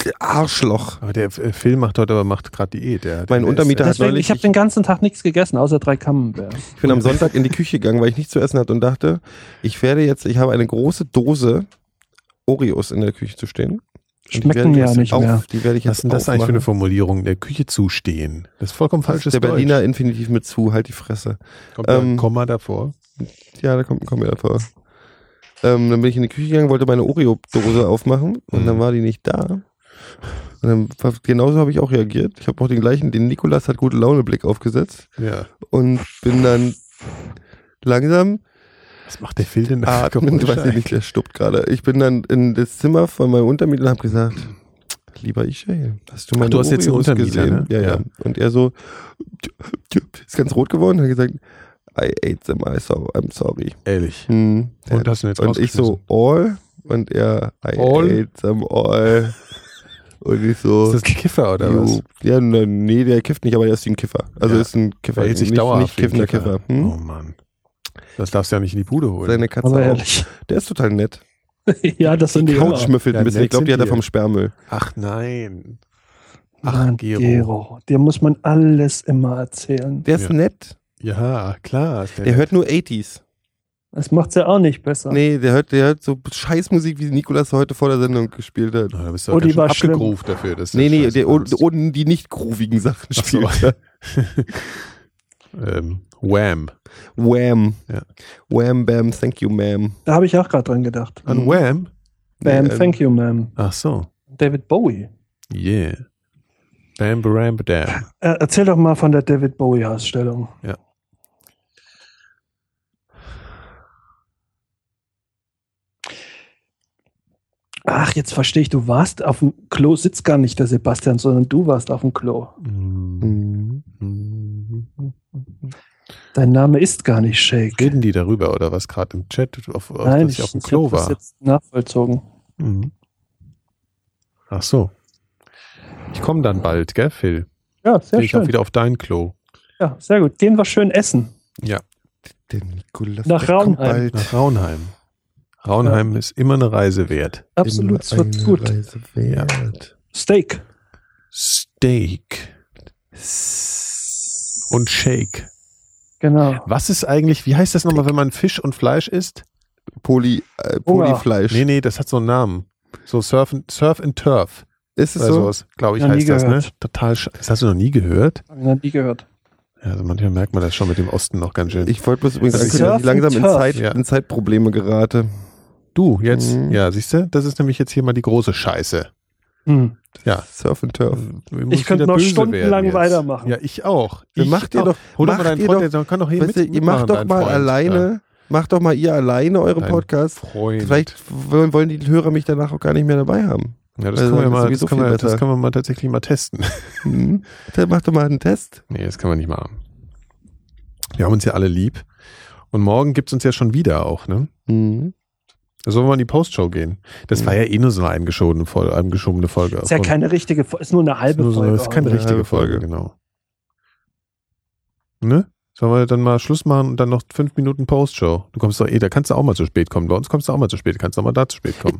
Arschloch. Aber der Phil macht gerade Diät. Mein Untermieter hat Deswegen, neulich... ich habe den ganzen Tag nichts gegessen, außer 3 Camembert. Ich bin am Sonntag in die Küche gegangen, weil ich nichts zu essen hatte und dachte, ich habe eine große Dose Oreos in der Küche zu stehen. Schmecken ja nicht mehr. Die werde ich jetzt Was ist denn das eigentlich für eine Formulierung? In der Küche zustehen. Das ist vollkommen falsches Der Deutsch. Berliner Infinitiv mit zu, halt die Fresse. Kommt da ein Komma davor? Ja, da kommt ein Komma davor. Dann bin ich in die Küche gegangen, wollte meine Oreo-Dose aufmachen und dann war die nicht da. Und dann genauso habe ich auch reagiert. Ich habe auch den Nikolas hat gute Laune-Blick aufgesetzt. Ja. Und bin dann langsam Was macht der Phil denn da? atmen, weiß ich nicht, der stuppt gerade. Ich bin dann in das Zimmer von meinem Untermieter und habe gesagt, lieber Ishay, hast du meine du hast jetzt einen Oreos Untermieter, gesehen? ne? Ja. Und er so, ist ganz rot geworden und hat gesagt, I ate them, I'm sorry. Ehrlich. Und hast du jetzt ich so, all? Und er, I ate them all. Und ich so, Ist das ein Kiffer oder was? Ja, nee, der kifft nicht, aber er ist ein Kiffer. Also ist ein Kiffer, Er hält sich nicht dauerhaft wie ein kiffender Kiffer. Oh Mann. Das darfst du ja nicht in die Bude holen. Seine Katze Aber auch. ehrlich. Der ist total nett. Ja, das sind die Couch immer. schmüffelt ein Ja, bisschen. nett Ich glaube, die sind hat er die. vom Sperrmüll. Ach nein. Ach, Mann, Gero. Dir muss man alles immer erzählen. Der ist Ja. nett. Ja, klar. Ist Der hört nur 80s. Das macht's ja auch nicht besser. Nee, der hört so Scheißmusik, wie Nikolas heute vor der Sendung gespielt hat. Da bist du Oh, ganz die schön war schlimm. abgegroovt dafür. Dass Nee, der Scheiß die nicht groovigen Sachen Ach so. spielt. Wham. Wham. Ja. Wham, bam, thank you, ma'am. Da habe ich auch gerade dran gedacht. An Wham? Bam, Nee, thank you, ma'am. Ach so. David Bowie. Yeah. Bam, baram, badam. Erzähl doch mal von der David Bowie-Ausstellung. Ja. Ach, jetzt verstehe ich, du warst auf dem Klo, sitzt gar nicht der Sebastian, sondern du warst auf dem Klo. Mhm. Dein Name ist gar nicht Shake. Reden die darüber oder was gerade im Chat, Nein, dass ich auf dem Klo hab das war? jetzt nachvollzogen. Mhm. Ach so. Ich komme dann bald, gell, Phil? Ja, sehr Gehe ich auch schön. wieder auf dein Klo. Ja, sehr gut. Gehen wir schön essen. Ja, Der Nikolas, Nach der kommt Raunheim. bald. nach Raunheim. Raunheim ist immer eine Reise wert. Absolut, es wird Eine gut. Reise wert. Steak. Steak. Und Shake. Genau. Was ist eigentlich, wie heißt das nochmal, wenn man Fisch und Fleisch isst? Polyfleisch. Nee, das hat so einen Namen. So Surf and Turf. Ist es Oder so? sowas, glaube ich, Noch nie heißt das, ne? gehört. Total Das hast du noch nie gehört? Habe ich noch nie gehört. Ja, also manchmal merkt man das schon mit dem Osten noch ganz schön. Ich wollte bloß übrigens Das ist ankündigen, dass ich langsam Surf and Turf. Ja. in Zeitprobleme gerate. Du, jetzt, Mhm. ja, siehst du, das ist nämlich jetzt hier mal die große Scheiße. Hm. Ja. Surf and Turf. Ich könnte noch stundenlang weitermachen. Ja, ich auch. Dann macht ihr doch- Hol doch macht mal deinen ihr Freund, doch- der kann doch hier Weißt du, ihr macht doch mal alleine, macht doch mal ihr alleine euren Dein Podcast. Freund. Vielleicht wollen die Hörer mich danach auch gar nicht mehr dabei haben. Ja, das Also, können wir das ist mal, sowieso das können viel wir, das besser. können wir mal tatsächlich mal testen. Mhm. Dann mach doch mal einen Test. Nee, das können wir nicht machen. Wir haben uns ja alle lieb. Und morgen gibt's uns ja schon wieder auch, ne? Mhm. Sollen wir in die Postshow gehen? Das war ja eh nur so eine eingeschobene Folge. Ist ja keine richtige, ist nur eine halbe Nur so, Folge. das ist keine Eine richtige halbe Folge, Folge. genau. Ne? Sollen wir dann mal Schluss machen und dann noch 5 Minuten Postshow? Du kommst doch da kannst du auch mal zu spät kommen. Bei uns kommst du auch mal zu spät, kannst du auch mal da zu spät kommen.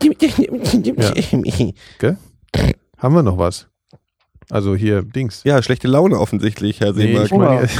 Gell? Haben wir noch was? Also hier, Dings. Ja, schlechte Laune offensichtlich, Herr Nee, Seemark. ich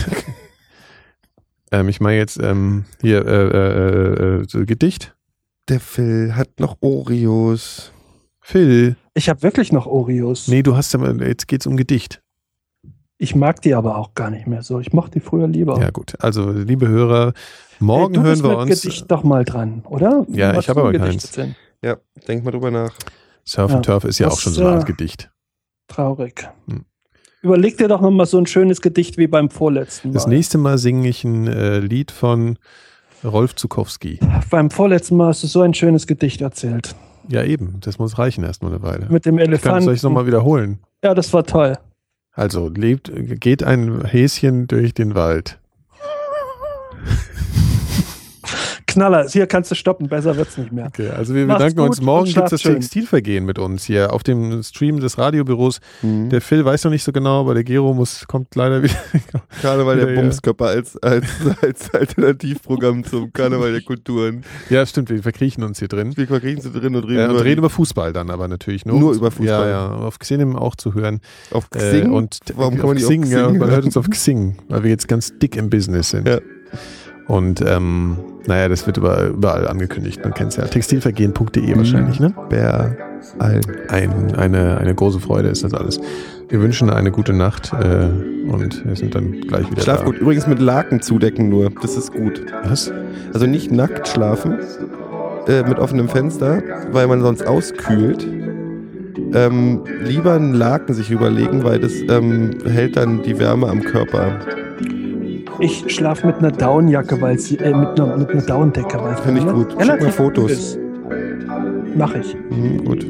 meine jetzt, hier, so Gedicht. Der Phil hat noch Oreos. Phil. Ich habe wirklich noch Oreos. Nee, du hast ja, jetzt geht's um Gedicht. Ich mag die aber auch gar nicht mehr so. Ich mochte die früher lieber. Ja gut, also liebe Hörer, morgen du hören bist wir mit uns. Gedicht doch mal dran, oder? Ja, Was ich habe für ein aber Gedicht keins. erzählen? Ja, denk mal drüber nach. Surf Ja, and Turf ist ja das, auch schon so eine Art Gedicht. Traurig. Hm. Überleg dir doch noch mal so ein schönes Gedicht wie beim vorletzten Mal. Das nächste Mal singe ich ein Lied von Rolf Zukowski. Beim vorletzten Mal hast du so ein schönes Gedicht erzählt. Ja eben, das muss reichen erstmal eine Weile. Mit dem Soll Elefanten. ich es nochmal wiederholen? Ja, das war toll. Also, geht ein Häschen durch den Wald. Knaller. Hier kannst du stoppen, besser wird's nicht mehr. Okay, also wir Macht's bedanken uns. gut Morgen und gibt es schlaft das schön. Textilvergehen mit uns hier auf dem Stream des Radiobüros. Der Phil weiß noch nicht so genau, aber der Gero kommt leider wieder. Karneval der Ja. Bumskörper als Alternativprogramm zum Karneval der Kulturen. Ja, stimmt, wir verkriechen uns hier drin. Wir kriegen sie drin und Und reden über Fußball dann aber natürlich nur. Nur über Fußball. Ja, ja, auf Xing auch zu hören. auf Xing. Und Warum kann man nicht Xing, auf Xing ja, man hören? hört uns auf Xing, weil wir jetzt ganz dick im Business sind. Ja. Und naja, das wird überall angekündigt. Man kennt es ja. Textilvergehen.de wahrscheinlich, ne? Überall. Eine große Freude ist das alles. Wir wünschen eine gute Nacht und wir sind dann gleich wieder Schlaf da. gut. Übrigens mit Laken zudecken nur. Das ist gut. Was? Also nicht nackt schlafen mit offenem Fenster, weil man sonst auskühlt. Lieber einen Laken sich überlegen, weil das hält dann die Wärme am Körper. Ich schlafe mit einer Downjacke, weil sie mit einer Downdecke, weil Finde ich gut. Schick mal relativ Fotos. gut ist. Mach ich. Gut.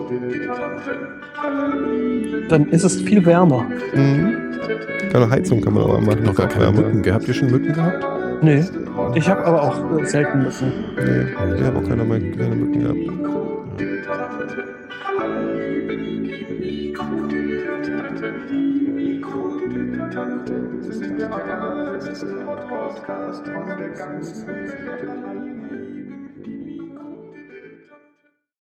Dann ist es viel wärmer. Keine Heizung kann man aber machen. Noch gar keine Mücken. Habt ihr schon Mücken gehabt? Nee. Ich habe aber auch selten Mücken. Nee, wir haben auch keine Mücken gehabt. Das ist der Podcast von der ganzen Welt.